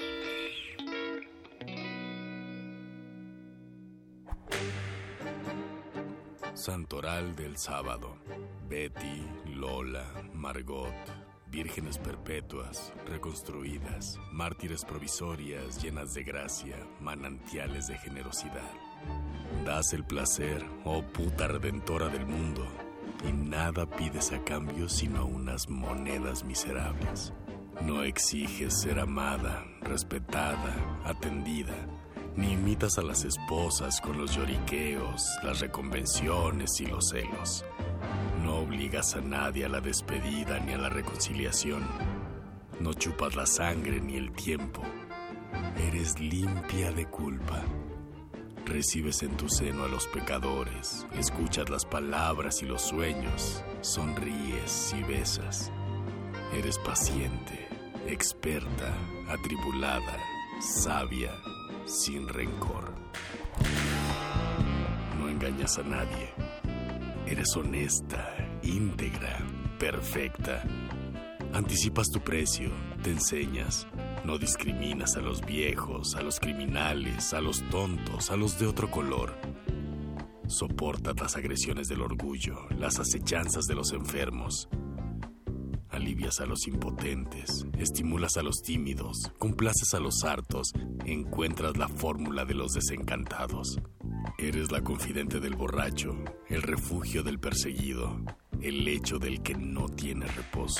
Santoral del sábado. Betty, Lola, Margot. Vírgenes perpetuas, reconstruidas, mártires provisorias llenas de gracia, manantiales de generosidad. Das el placer, oh puta redentora del mundo, y nada pides a cambio sino unas monedas miserables. No exiges ser amada, respetada, atendida, ni imitas a las esposas con los lloriqueos, las reconvenciones y los celos. No obligas a nadie a la despedida ni a la reconciliación. No chupas la sangre ni el tiempo. Eres limpia de culpa. Recibes en tu seno a los pecadores, escuchas las palabras y los sueños, sonríes y besas. Eres paciente, experta, atribulada, sabia, sin rencor. No engañas a nadie. Eres honesta, íntegra, perfecta. Anticipas tu precio, te enseñas. No discriminas a los viejos, a los criminales, a los tontos, a los de otro color. Soportas las agresiones del orgullo, las acechanzas de los enfermos. Alivias a los impotentes, estimulas a los tímidos, complaces a los hartos, encuentras la fórmula de los desencantados. Eres la confidente del borracho, el refugio del perseguido, el lecho del que no tiene reposo.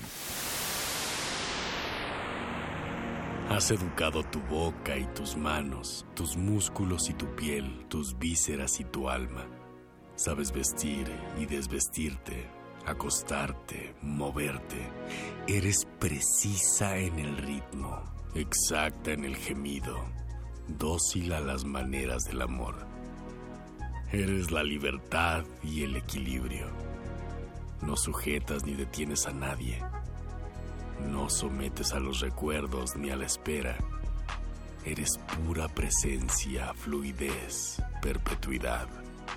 Has educado tu boca y tus manos, tus músculos y tu piel, tus vísceras y tu alma. Sabes vestir y desvestirte, acostarte, moverte. Eres precisa en el ritmo, exacta en el gemido, dócil a las maneras del amor. Eres la libertad y el equilibrio. No sujetas ni detienes a nadie. No sometes a los recuerdos ni a la espera. Eres pura presencia, fluidez, perpetuidad.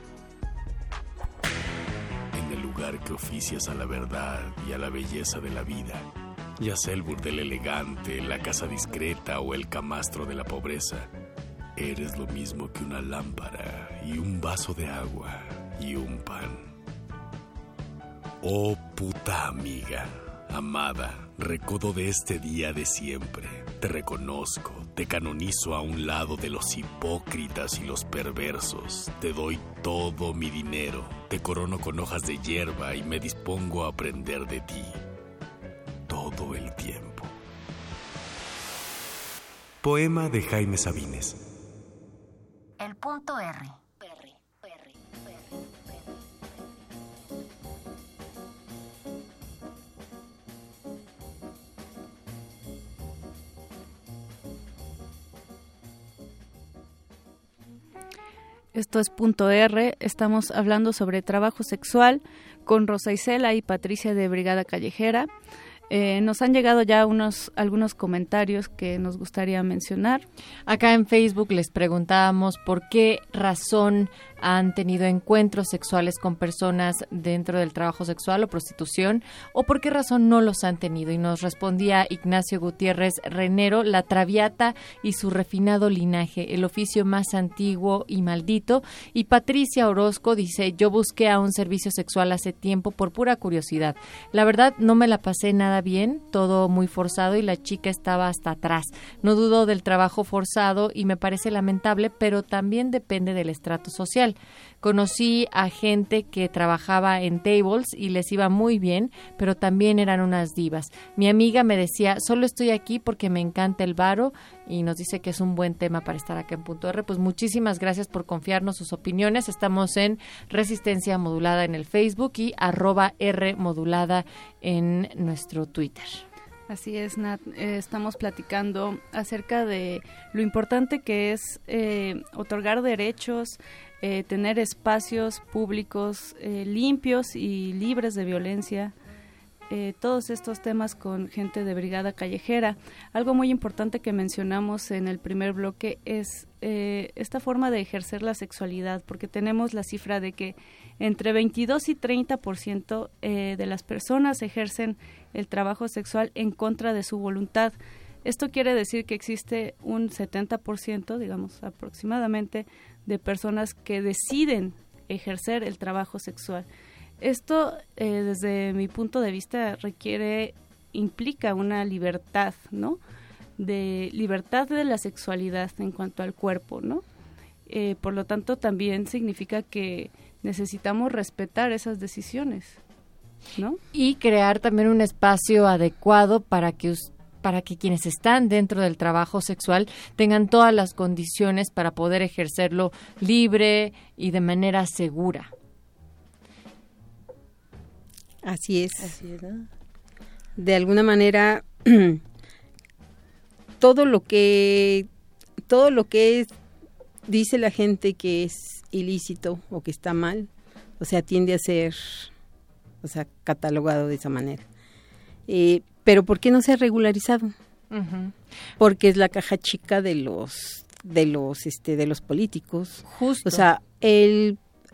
En el lugar que oficias a la verdad y a la belleza de la vida, ya sea el burdel elegante, la casa discreta o el camastro de la pobreza, eres lo mismo que una lámpara y un vaso de agua y un pan. Oh puta amiga, amada, recodo de este día de siempre, te reconozco, te canonizo a un lado de los hipócritas y los perversos, te doy todo mi dinero, te corono con hojas de hierba y me dispongo a aprender de ti todo el tiempo. Poema de Jaime Sabines. El punto R. Esto es Punto R, estamos hablando sobre trabajo sexual con Rosa Isela y Patricia de Brigada Callejera. Eh, nos han llegado ya unos algunos comentarios que nos gustaría mencionar. Acá en Facebook les preguntábamos por qué razón han tenido encuentros sexuales con personas dentro del trabajo sexual o prostitución, o por qué razón no los han tenido. Y nos respondía Ignacio Gutiérrez Renero: la traviata y su refinado linaje, el oficio más antiguo y maldito. Y Patricia Orozco dice: yo busqué a un servicio sexual hace tiempo por pura curiosidad. La verdad no me la pasé nada bien, todo muy forzado y la chica estaba hasta atrás. No dudo del trabajo forzado y me parece lamentable, pero también depende del estrato social. Conocí a gente que trabajaba en tables y les iba muy bien, pero también eran unas divas. Mi amiga me decía: solo estoy aquí porque me encanta el varo, y nos dice que es un buen tema para estar acá en Punto R. Pues muchísimas gracias por confiarnos sus opiniones. Estamos en Resistencia Modulada en el Facebook y arroba R Modulada en nuestro Twitter. Así es, Nat. Eh, estamos platicando acerca de lo importante que es eh, otorgar derechos, eh, tener espacios públicos eh, limpios y libres de violencia. Eh, todos estos temas con gente de Brigada Callejera. Algo muy importante que mencionamos en el primer bloque es eh, esta forma de ejercer la sexualidad, porque tenemos la cifra de que entre veintidós y treinta por ciento eh, de las personas ejercen el trabajo sexual en contra de su voluntad. Esto quiere decir que existe un setenta por ciento, digamos aproximadamente, de personas que deciden ejercer el trabajo sexual. Esto, eh, desde mi punto de vista, requiere, implica una libertad, ¿no? De libertad de la sexualidad en cuanto al cuerpo, ¿no? Eh, por lo tanto, también significa que necesitamos respetar esas decisiones, ¿no? Y crear también un espacio adecuado para que us- para que quienes están dentro del trabajo sexual tengan todas las condiciones para poder ejercerlo libre y de manera segura. Así es. Así es, ¿no? De alguna manera, todo lo que todo lo que es, dice la gente que es ilícito o que está mal, o sea, tiende a ser, o sea, catalogado de esa manera. Eh, pero ¿por qué no se ha regularizado? Uh-huh. Porque es la caja chica de los de los este de los políticos. Justo. O sea, el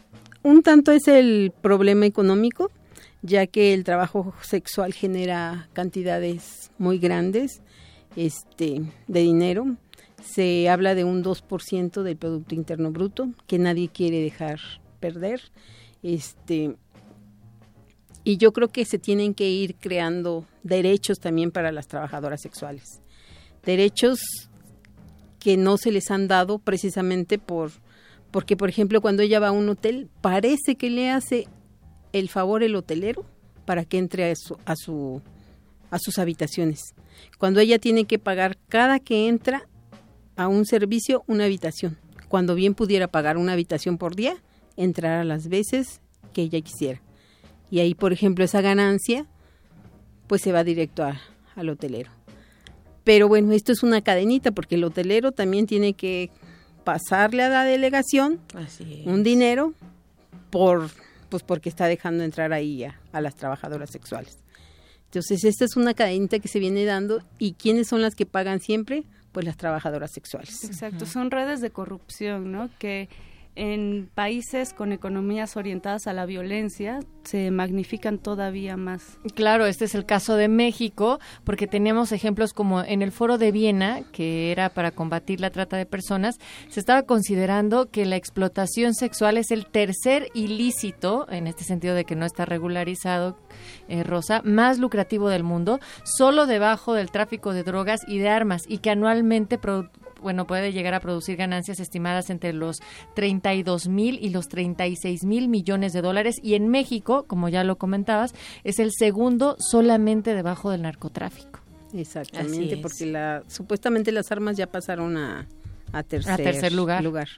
un tanto es el problema económico, ya que el trabajo sexual genera cantidades muy grandes este, de dinero. Se habla de un dos por ciento del Producto Interno Bruto, que nadie quiere dejar perder. Este, y yo creo que se tienen que ir creando derechos también para las trabajadoras sexuales. Derechos que no se les han dado precisamente por porque, por ejemplo, cuando ella va a un hotel, parece que le hace el favor el hotelero para que entre a su, a su a sus habitaciones. Cuando ella tiene que pagar cada que entra a un servicio una habitación, cuando bien pudiera pagar una habitación por día, entrar a las veces que ella quisiera. Y ahí, por ejemplo, esa ganancia pues se va directo a, al hotelero. Pero bueno, esto es una cadenita porque el hotelero también tiene que pasarle a la delegación Así es. un dinero por pues porque está dejando entrar ahí a, a las trabajadoras sexuales. Entonces, esta es una cadenita que se viene dando. ¿Y quiénes son las que pagan siempre? Pues las trabajadoras sexuales. Exacto, son redes de corrupción, ¿no? Que en países con economías orientadas a la violencia se magnifican todavía más. Claro, este es el caso de México, porque teníamos ejemplos como en el Foro de Viena, que era para combatir la trata de personas, se estaba considerando que la explotación sexual es el tercer ilícito, en este sentido de que no está regularizado, eh, Rosa, más lucrativo del mundo, solo debajo del tráfico de drogas y de armas, y que anualmente produ- bueno, puede llegar a producir ganancias estimadas entre los treinta y dos mil y los treinta y seis mil millones de dólares, y en México, como ya lo comentabas, es el segundo solamente debajo del narcotráfico. Exactamente, porque la, supuestamente las armas ya pasaron a, a, tercer, a tercer lugar. lugar.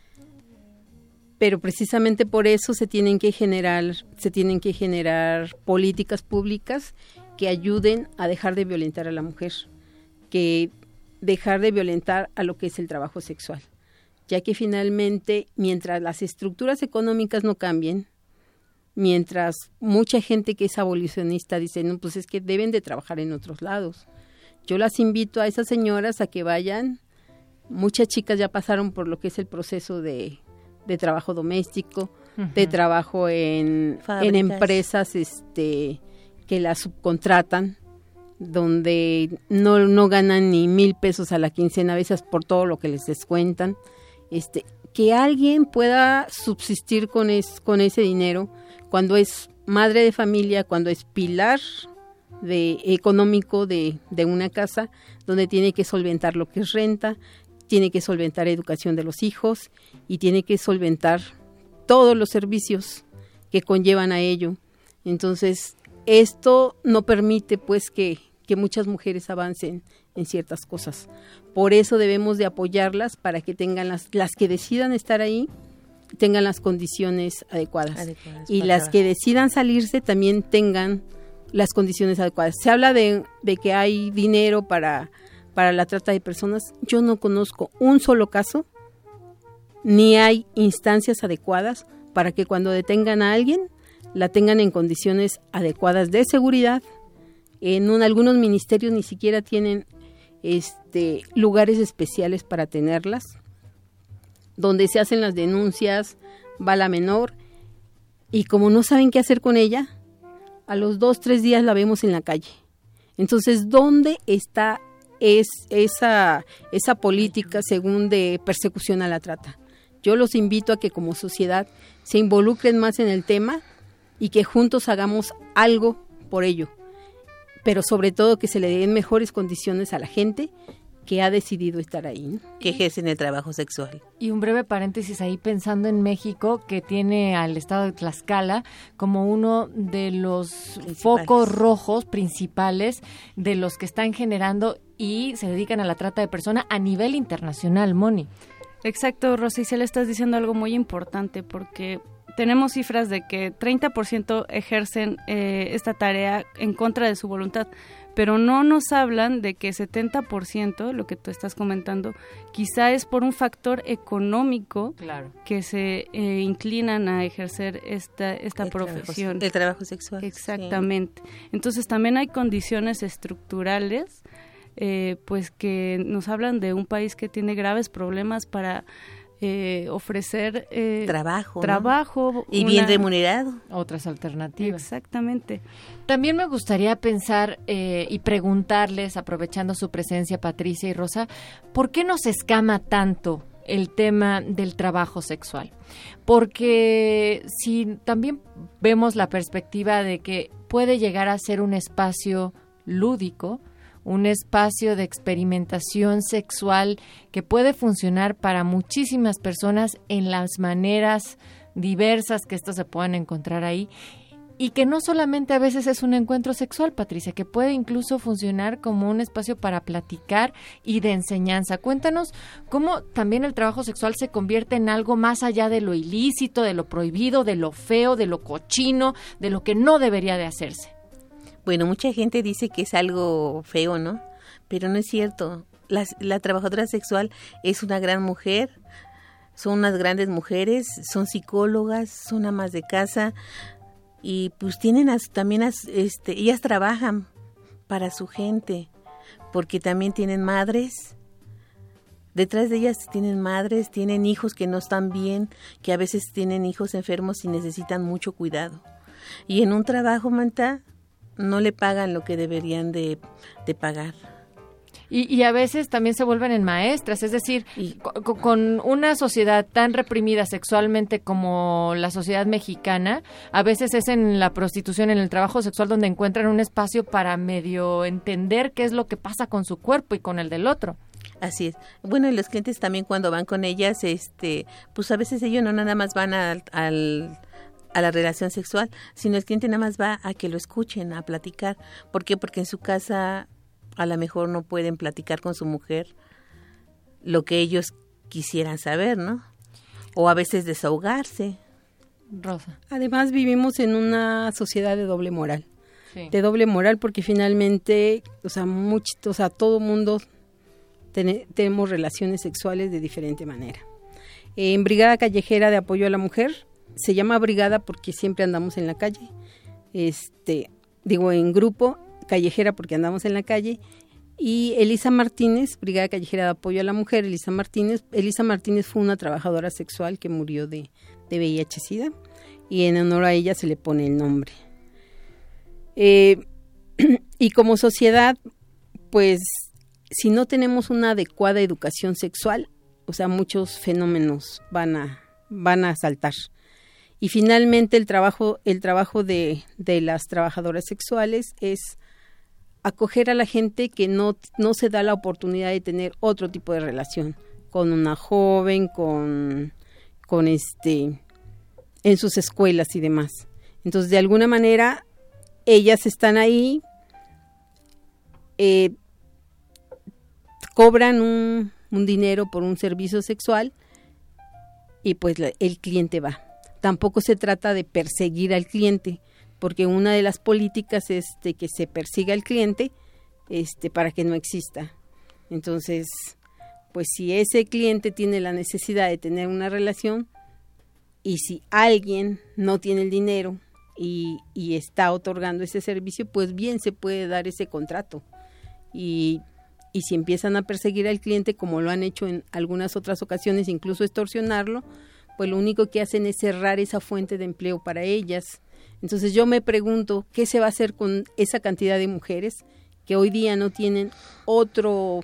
Pero precisamente por eso se tienen que generar, se tienen que generar políticas públicas que ayuden a dejar de violentar a la mujer, que dejar de violentar a lo que es el trabajo sexual, ya que finalmente, mientras las estructuras económicas no cambien, mientras mucha gente que es abolicionista dice, no, pues es que deben de trabajar en otros lados. Yo las invito a esas señoras a que vayan. Muchas chicas ya pasaron por lo que es el proceso de, de trabajo doméstico, uh-huh. de trabajo en, en empresas este, que las subcontratan, donde no, no ganan ni mil pesos a la quincena, a veces por todo lo que les descuentan. Este, que alguien pueda subsistir con, es, con ese dinero cuando es madre de familia, cuando es pilar de, económico de, de una casa, donde tiene que solventar lo que es renta, tiene que solventar educación de los hijos y tiene que solventar todos los servicios que conllevan a ello. Entonces, esto no permite pues que, que muchas mujeres avancen en ciertas cosas. Por eso debemos de apoyarlas para que tengan las, las que decidan estar ahí, tengan las condiciones adecuadas. adecuadas y las trabajar. Que decidan salirse también tengan las condiciones adecuadas. Se habla de, de que hay dinero para, para la trata de personas. Yo no conozco un solo caso, ni hay instancias adecuadas para que cuando detengan a alguien, la tengan en condiciones adecuadas de seguridad. En un, algunos ministerios ni siquiera tienen este, lugares especiales para tenerlas, donde se hacen las denuncias, va la menor, y como no saben qué hacer con ella, a los dos, tres días la vemos en la calle. Entonces, ¿dónde está es, esa, esa política según de persecución a la trata? Yo los invito a que como sociedad se involucren más en el tema y que juntos hagamos algo por ello, pero sobre todo que se le den mejores condiciones a la gente que ha decidido estar ahí, ¿no? Que ejercen el trabajo sexual. Y un breve paréntesis ahí pensando en México, que tiene al estado de Tlaxcala como uno de los focos rojos principales de los que están generando y se dedican a la trata de personas a nivel internacional, Moni. Exacto, Rosa, y se le estás diciendo algo muy importante porque tenemos cifras de que treinta por ciento ejercen eh, esta tarea en contra de su voluntad, pero no nos hablan de que setenta por ciento, lo que tú estás comentando, quizá es por un factor económico claro. que se eh, inclinan a ejercer esta, esta el profesión. Trabajo, el trabajo sexual. Exactamente. Sí. Entonces también hay condiciones estructurales eh, pues que nos hablan de un país que tiene graves problemas para eh, ofrecer eh, trabajo, trabajo ¿no? y una, bien remunerado. Otras alternativas. Exactamente. También me gustaría pensar eh, y preguntarles, aprovechando su presencia, Patricia y Rosa, ¿por qué nos escama tanto el tema del trabajo sexual? Porque si también vemos la perspectiva de que puede llegar a ser un espacio lúdico, un espacio de experimentación sexual que puede funcionar para muchísimas personas en las maneras diversas que estos se pueden encontrar ahí, y que no solamente a veces es un encuentro sexual, Patricia, que puede incluso funcionar como un espacio para platicar y de enseñanza. Cuéntanos cómo también el trabajo sexual se convierte en algo más allá de lo ilícito, de lo prohibido, de lo feo, de lo cochino, de lo que no debería de hacerse. Bueno, mucha gente dice que es algo feo, ¿no? Pero no es cierto. La, la trabajadora sexual es una gran mujer, son unas grandes mujeres, son psicólogas, son amas de casa y pues tienen as, también, as, este, ellas trabajan para su gente, porque también tienen madres. Detrás de ellas tienen madres, tienen hijos que no están bien, que a veces tienen hijos enfermos y necesitan mucho cuidado. Y en un trabajo, Manta, no le pagan lo que deberían de, de pagar. Y, y a veces también se vuelven en maestras, es decir, y, con, con una sociedad tan reprimida sexualmente como la sociedad mexicana, a veces es en la prostitución, en el trabajo sexual, donde encuentran un espacio para medio entender qué es lo que pasa con su cuerpo y con el del otro. Así es. Bueno, y los clientes también cuando van con ellas, este, pues a veces ellos no nada más van al... al a la relación sexual, sino el cliente nada más va a que lo escuchen, a platicar. ¿Por qué? Porque en su casa a lo mejor no pueden platicar con su mujer lo que ellos quisieran saber, ¿no? O a veces desahogarse. Rosa. Además vivimos en una sociedad de doble moral. Sí. De doble moral porque finalmente, o sea, mucho, o sea, todo mundo ten, tenemos relaciones sexuales de diferente manera. En Brigada Callejera de Apoyo a la Mujer, se llama brigada porque siempre andamos en la calle, este, digo en grupo, callejera porque andamos en la calle, y Elisa Martínez, Brigada Callejera de Apoyo a la Mujer, Elisa Martínez, Elisa Martínez fue una trabajadora sexual que murió de, de V I H SIDA, y en honor a ella se le pone el nombre. Eh, y como sociedad, pues, si no tenemos una adecuada educación sexual, o sea, muchos fenómenos van a, van a saltar. Y finalmente el trabajo, el trabajo de, de las trabajadoras sexuales es acoger a la gente que no, no se da la oportunidad de tener otro tipo de relación con una joven, con, con este, en sus escuelas y demás. Entonces, de alguna manera, ellas están ahí, eh, cobran un, un dinero por un servicio sexual y pues la, el cliente va. Tampoco se trata de perseguir al cliente, porque una de las políticas es de que se persiga al cliente este, para que no exista. Entonces, pues si ese cliente tiene la necesidad de tener una relación y si alguien no tiene el dinero y, y está otorgando ese servicio, pues bien se puede dar ese contrato. Y, y si empiezan a perseguir al cliente, como lo han hecho en algunas otras ocasiones, incluso extorsionarlo, pues lo único que hacen es cerrar esa fuente de empleo para ellas. Entonces yo me pregunto, ¿qué se va a hacer con esa cantidad de mujeres que hoy día no tienen otro,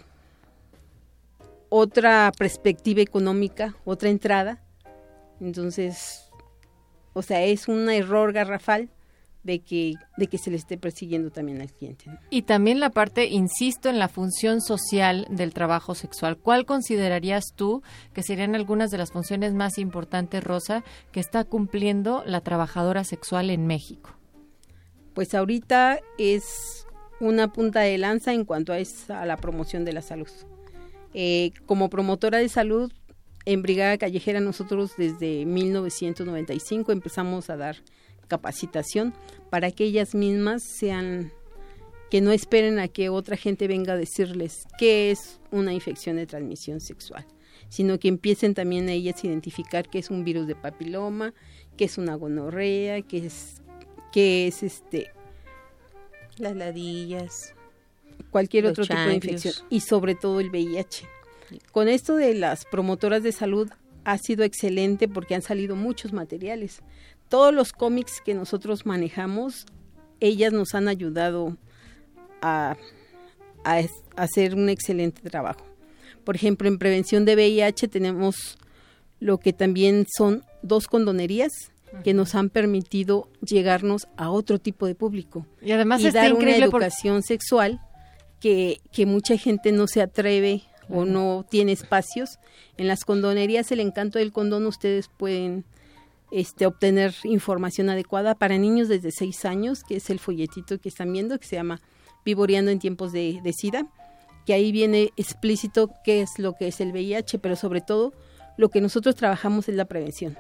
otra perspectiva económica, otra entrada? Entonces, o sea, es un error garrafal de que, de que se le esté persiguiendo también al cliente, ¿no? Y también la parte, insisto, en la función social del trabajo sexual. ¿Cuál considerarías tú que serían algunas de las funciones más importantes, Rosa, que está cumpliendo la trabajadora sexual en México? Pues ahorita es una punta de lanza en cuanto a, esa, a la promoción de la salud. Eh, como promotora de salud, en Brigada Callejera nosotros desde mil novecientos noventa y cinco empezamos a dar capacitación para que ellas mismas sean, que no esperen a que otra gente venga a decirles qué es una infección de transmisión sexual, sino que empiecen también a ellas a identificar qué es un virus de papiloma, qué es una gonorrea, qué es, qué es este las ladillas, cualquier otro tipo de infección y sobre todo el V I H. Con esto de las promotoras de salud, ha sido excelente porque han salido muchos materiales. Todos los cómics que nosotros manejamos, ellas nos han ayudado a, a, a hacer un excelente trabajo. Por ejemplo, en prevención de V I H tenemos lo que también son dos condonerías que nos han permitido llegarnos a otro tipo de público. Y además y está dar una increíble educación por... sexual que, que mucha gente no se atreve uh-huh. o no tiene espacios. En las condonerías El Encanto del Condón ustedes pueden este, obtener información adecuada para niños desde seis años, que es el folletito que están viendo, que se llama Vivoreando en tiempos de, de SIDA, que ahí viene explícito qué es lo que es el V I H, pero sobre todo lo que nosotros trabajamos es la prevención.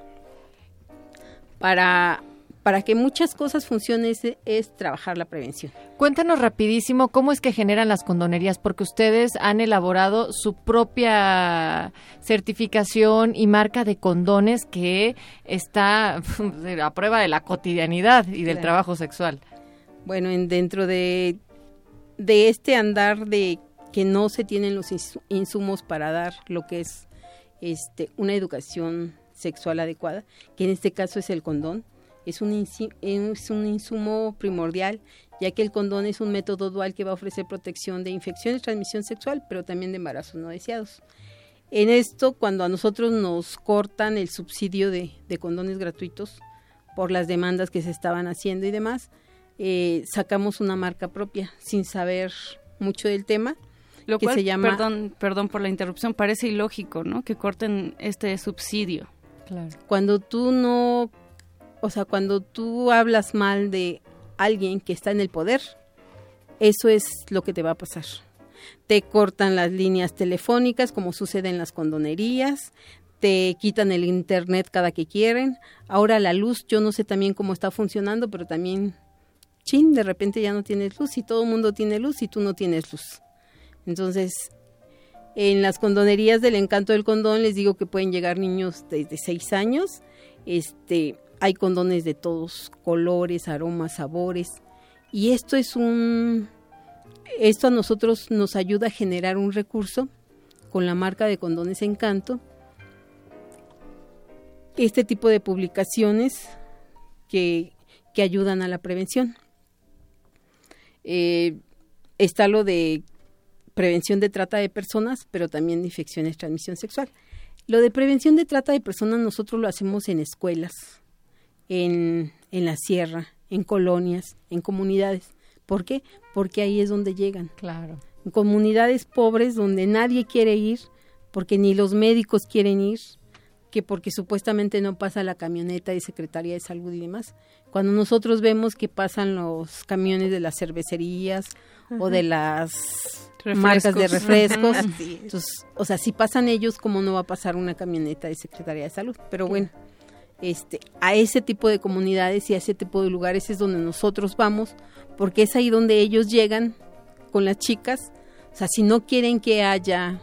Para, para que muchas cosas funcionen es, es trabajar la prevención. Cuéntanos rapidísimo cómo es que generan las condonerías, porque ustedes han elaborado su propia certificación y marca de condones que está a prueba de la cotidianidad y del claro. trabajo sexual. Bueno, en, dentro de, de este andar de que no se tienen los insumos para dar lo que es este, una educación sexual adecuada, que en este caso es el condón, es un, insi- es un insumo primordial, ya que el condón es un método dual que va a ofrecer protección de infecciones de transmisión sexual, pero también de embarazos no deseados. En esto, cuando a nosotros nos cortan el subsidio de, de condones gratuitos por las demandas que se estaban haciendo y demás, eh, sacamos una marca propia sin saber mucho del tema. Lo que cual, se llama, perdón, perdón por la interrupción, parece ilógico, ¿no? Que corten este subsidio. Claro. Cuando tú no, o sea, cuando tú hablas mal de alguien que está en el poder, eso es lo que te va a pasar. Te cortan las líneas telefónicas, como sucede en las condonerías, te quitan el internet cada que quieren. Ahora la luz, yo no sé también cómo está funcionando, pero también, chin, de repente ya no tienes luz y todo el mundo tiene luz y tú no tienes luz. Entonces, en las condonerías del Encanto del Condón les digo que pueden llegar niños desde seis años. Este, hay condones de todos colores, aromas, sabores. Y esto es un, esto a nosotros nos ayuda a generar un recurso con la marca de Condones Encanto. Este tipo de publicaciones que, que ayudan a la prevención. Eh, está lo de prevención de trata de personas, pero también de infecciones de transmisión sexual. Lo de prevención de trata de personas nosotros lo hacemos en escuelas, en, en la sierra, en colonias, en comunidades. ¿Por qué? Porque ahí es donde llegan. Claro. En comunidades pobres donde nadie quiere ir, porque ni los médicos quieren ir, que porque supuestamente no pasa la camioneta de Secretaría de Salud y demás. Cuando nosotros vemos que pasan los camiones de las cervecerías uh-huh. o de las refrescos. marcas de refrescos, uh-huh. entonces, o sea, si pasan ellos, ¿cómo no va a pasar una camioneta de Secretaría de Salud? Pero bueno, este, a ese tipo de comunidades y a ese tipo de lugares es donde nosotros vamos, porque es ahí donde ellos llegan con las chicas. O sea, si no quieren que haya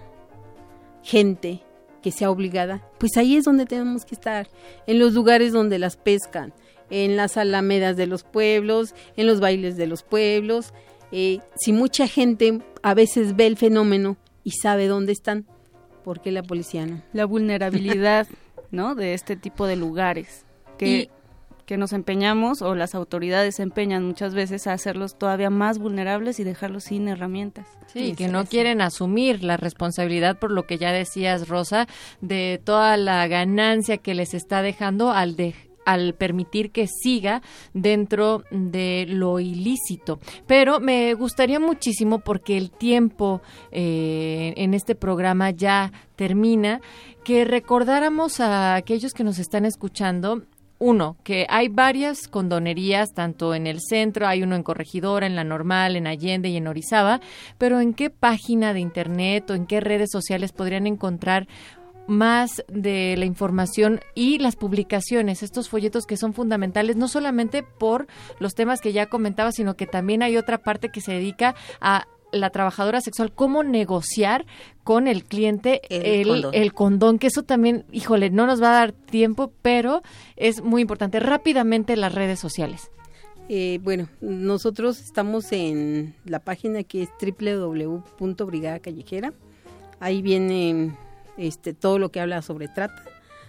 gente que sea obligada, pues ahí es donde tenemos que estar, en los lugares donde las pescan, en las alamedas de los pueblos, en los bailes de los pueblos. Eh, si mucha gente a veces ve el fenómeno y sabe dónde están, ¿por qué la policía no? La vulnerabilidad, ¿no?, de este tipo de lugares que, y, que nos empeñamos, o las autoridades se empeñan muchas veces a hacerlos todavía más vulnerables y dejarlos sin herramientas. Sí, sí, que no quieren asumir la responsabilidad, por lo que ya decías, Rosa, de toda la ganancia que les está dejando al de, al permitir que siga dentro de lo ilícito. Pero me gustaría muchísimo, porque el tiempo eh, en este programa ya termina, que recordáramos a aquellos que nos están escuchando. Uno, que hay varias condonerías, tanto en el centro, hay uno en Corregidora, en La Normal, en Allende y en Orizaba, pero ¿en qué página de internet o en qué redes sociales podrían encontrar más de la información y las publicaciones, estos folletos que son fundamentales, no solamente por los temas que ya comentaba, sino que también hay otra parte que se dedica a la trabajadora sexual, cómo negociar con el cliente el, el, condón. el condón, que eso también, híjole, no nos va a dar tiempo, pero es muy importante. Rápidamente, las redes sociales. Eh, bueno, nosotros estamos en la página que es doble u doble u doble u punto brigada callejera. Ahí viene este, todo lo que habla sobre trata.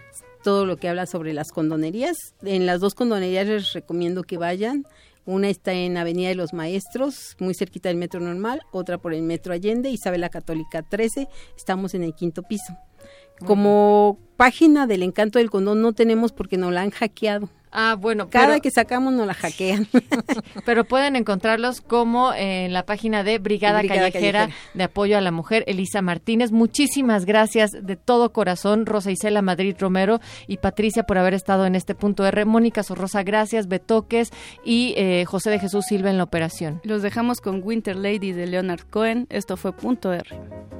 todo lo que habla sobre las condonerías. En las dos condonerías les recomiendo que vayan. Una está en Avenida de los Maestros, muy cerquita del Metro Normal, otra por el Metro Allende, Isabel la Católica trece, estamos en el quinto piso. Como página del Encanto del Condón no tenemos porque nos la han hackeado. Ah, bueno. Cada pero, que sacamos nos la hackean. Pero pueden encontrarlos como en la página de Brigada, Brigada Callejera, Callejera de Apoyo a la Mujer, Elisa Martínez. Muchísimas gracias de todo corazón, Rosa Isela Madrid Romero y Patricia, por haber estado en este punto R. Mónica Sorrosa, gracias, Betoques y eh, José de Jesús Silva en la operación. Los dejamos con Winter Lady de Leonard Cohen. Esto fue punto R.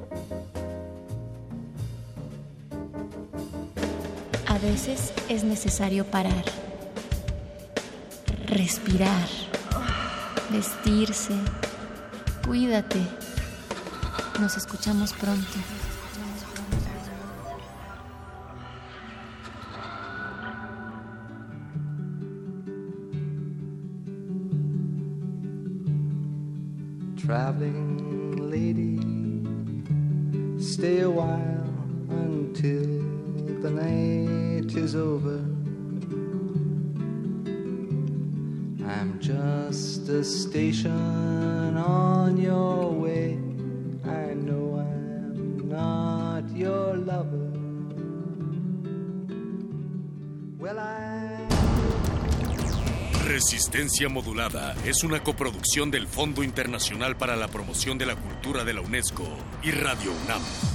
A veces es necesario parar, respirar, vestirse. Cuídate. Nos escuchamos pronto. Traveling lady, stay a while until the night is over. I'm just a station on your way. I know I'm not your lover. Well, I... Resistencia Modulada es una coproducción del Fondo Internacional para la Promoción de la Cultura de la UNESCO y Radio UNAM.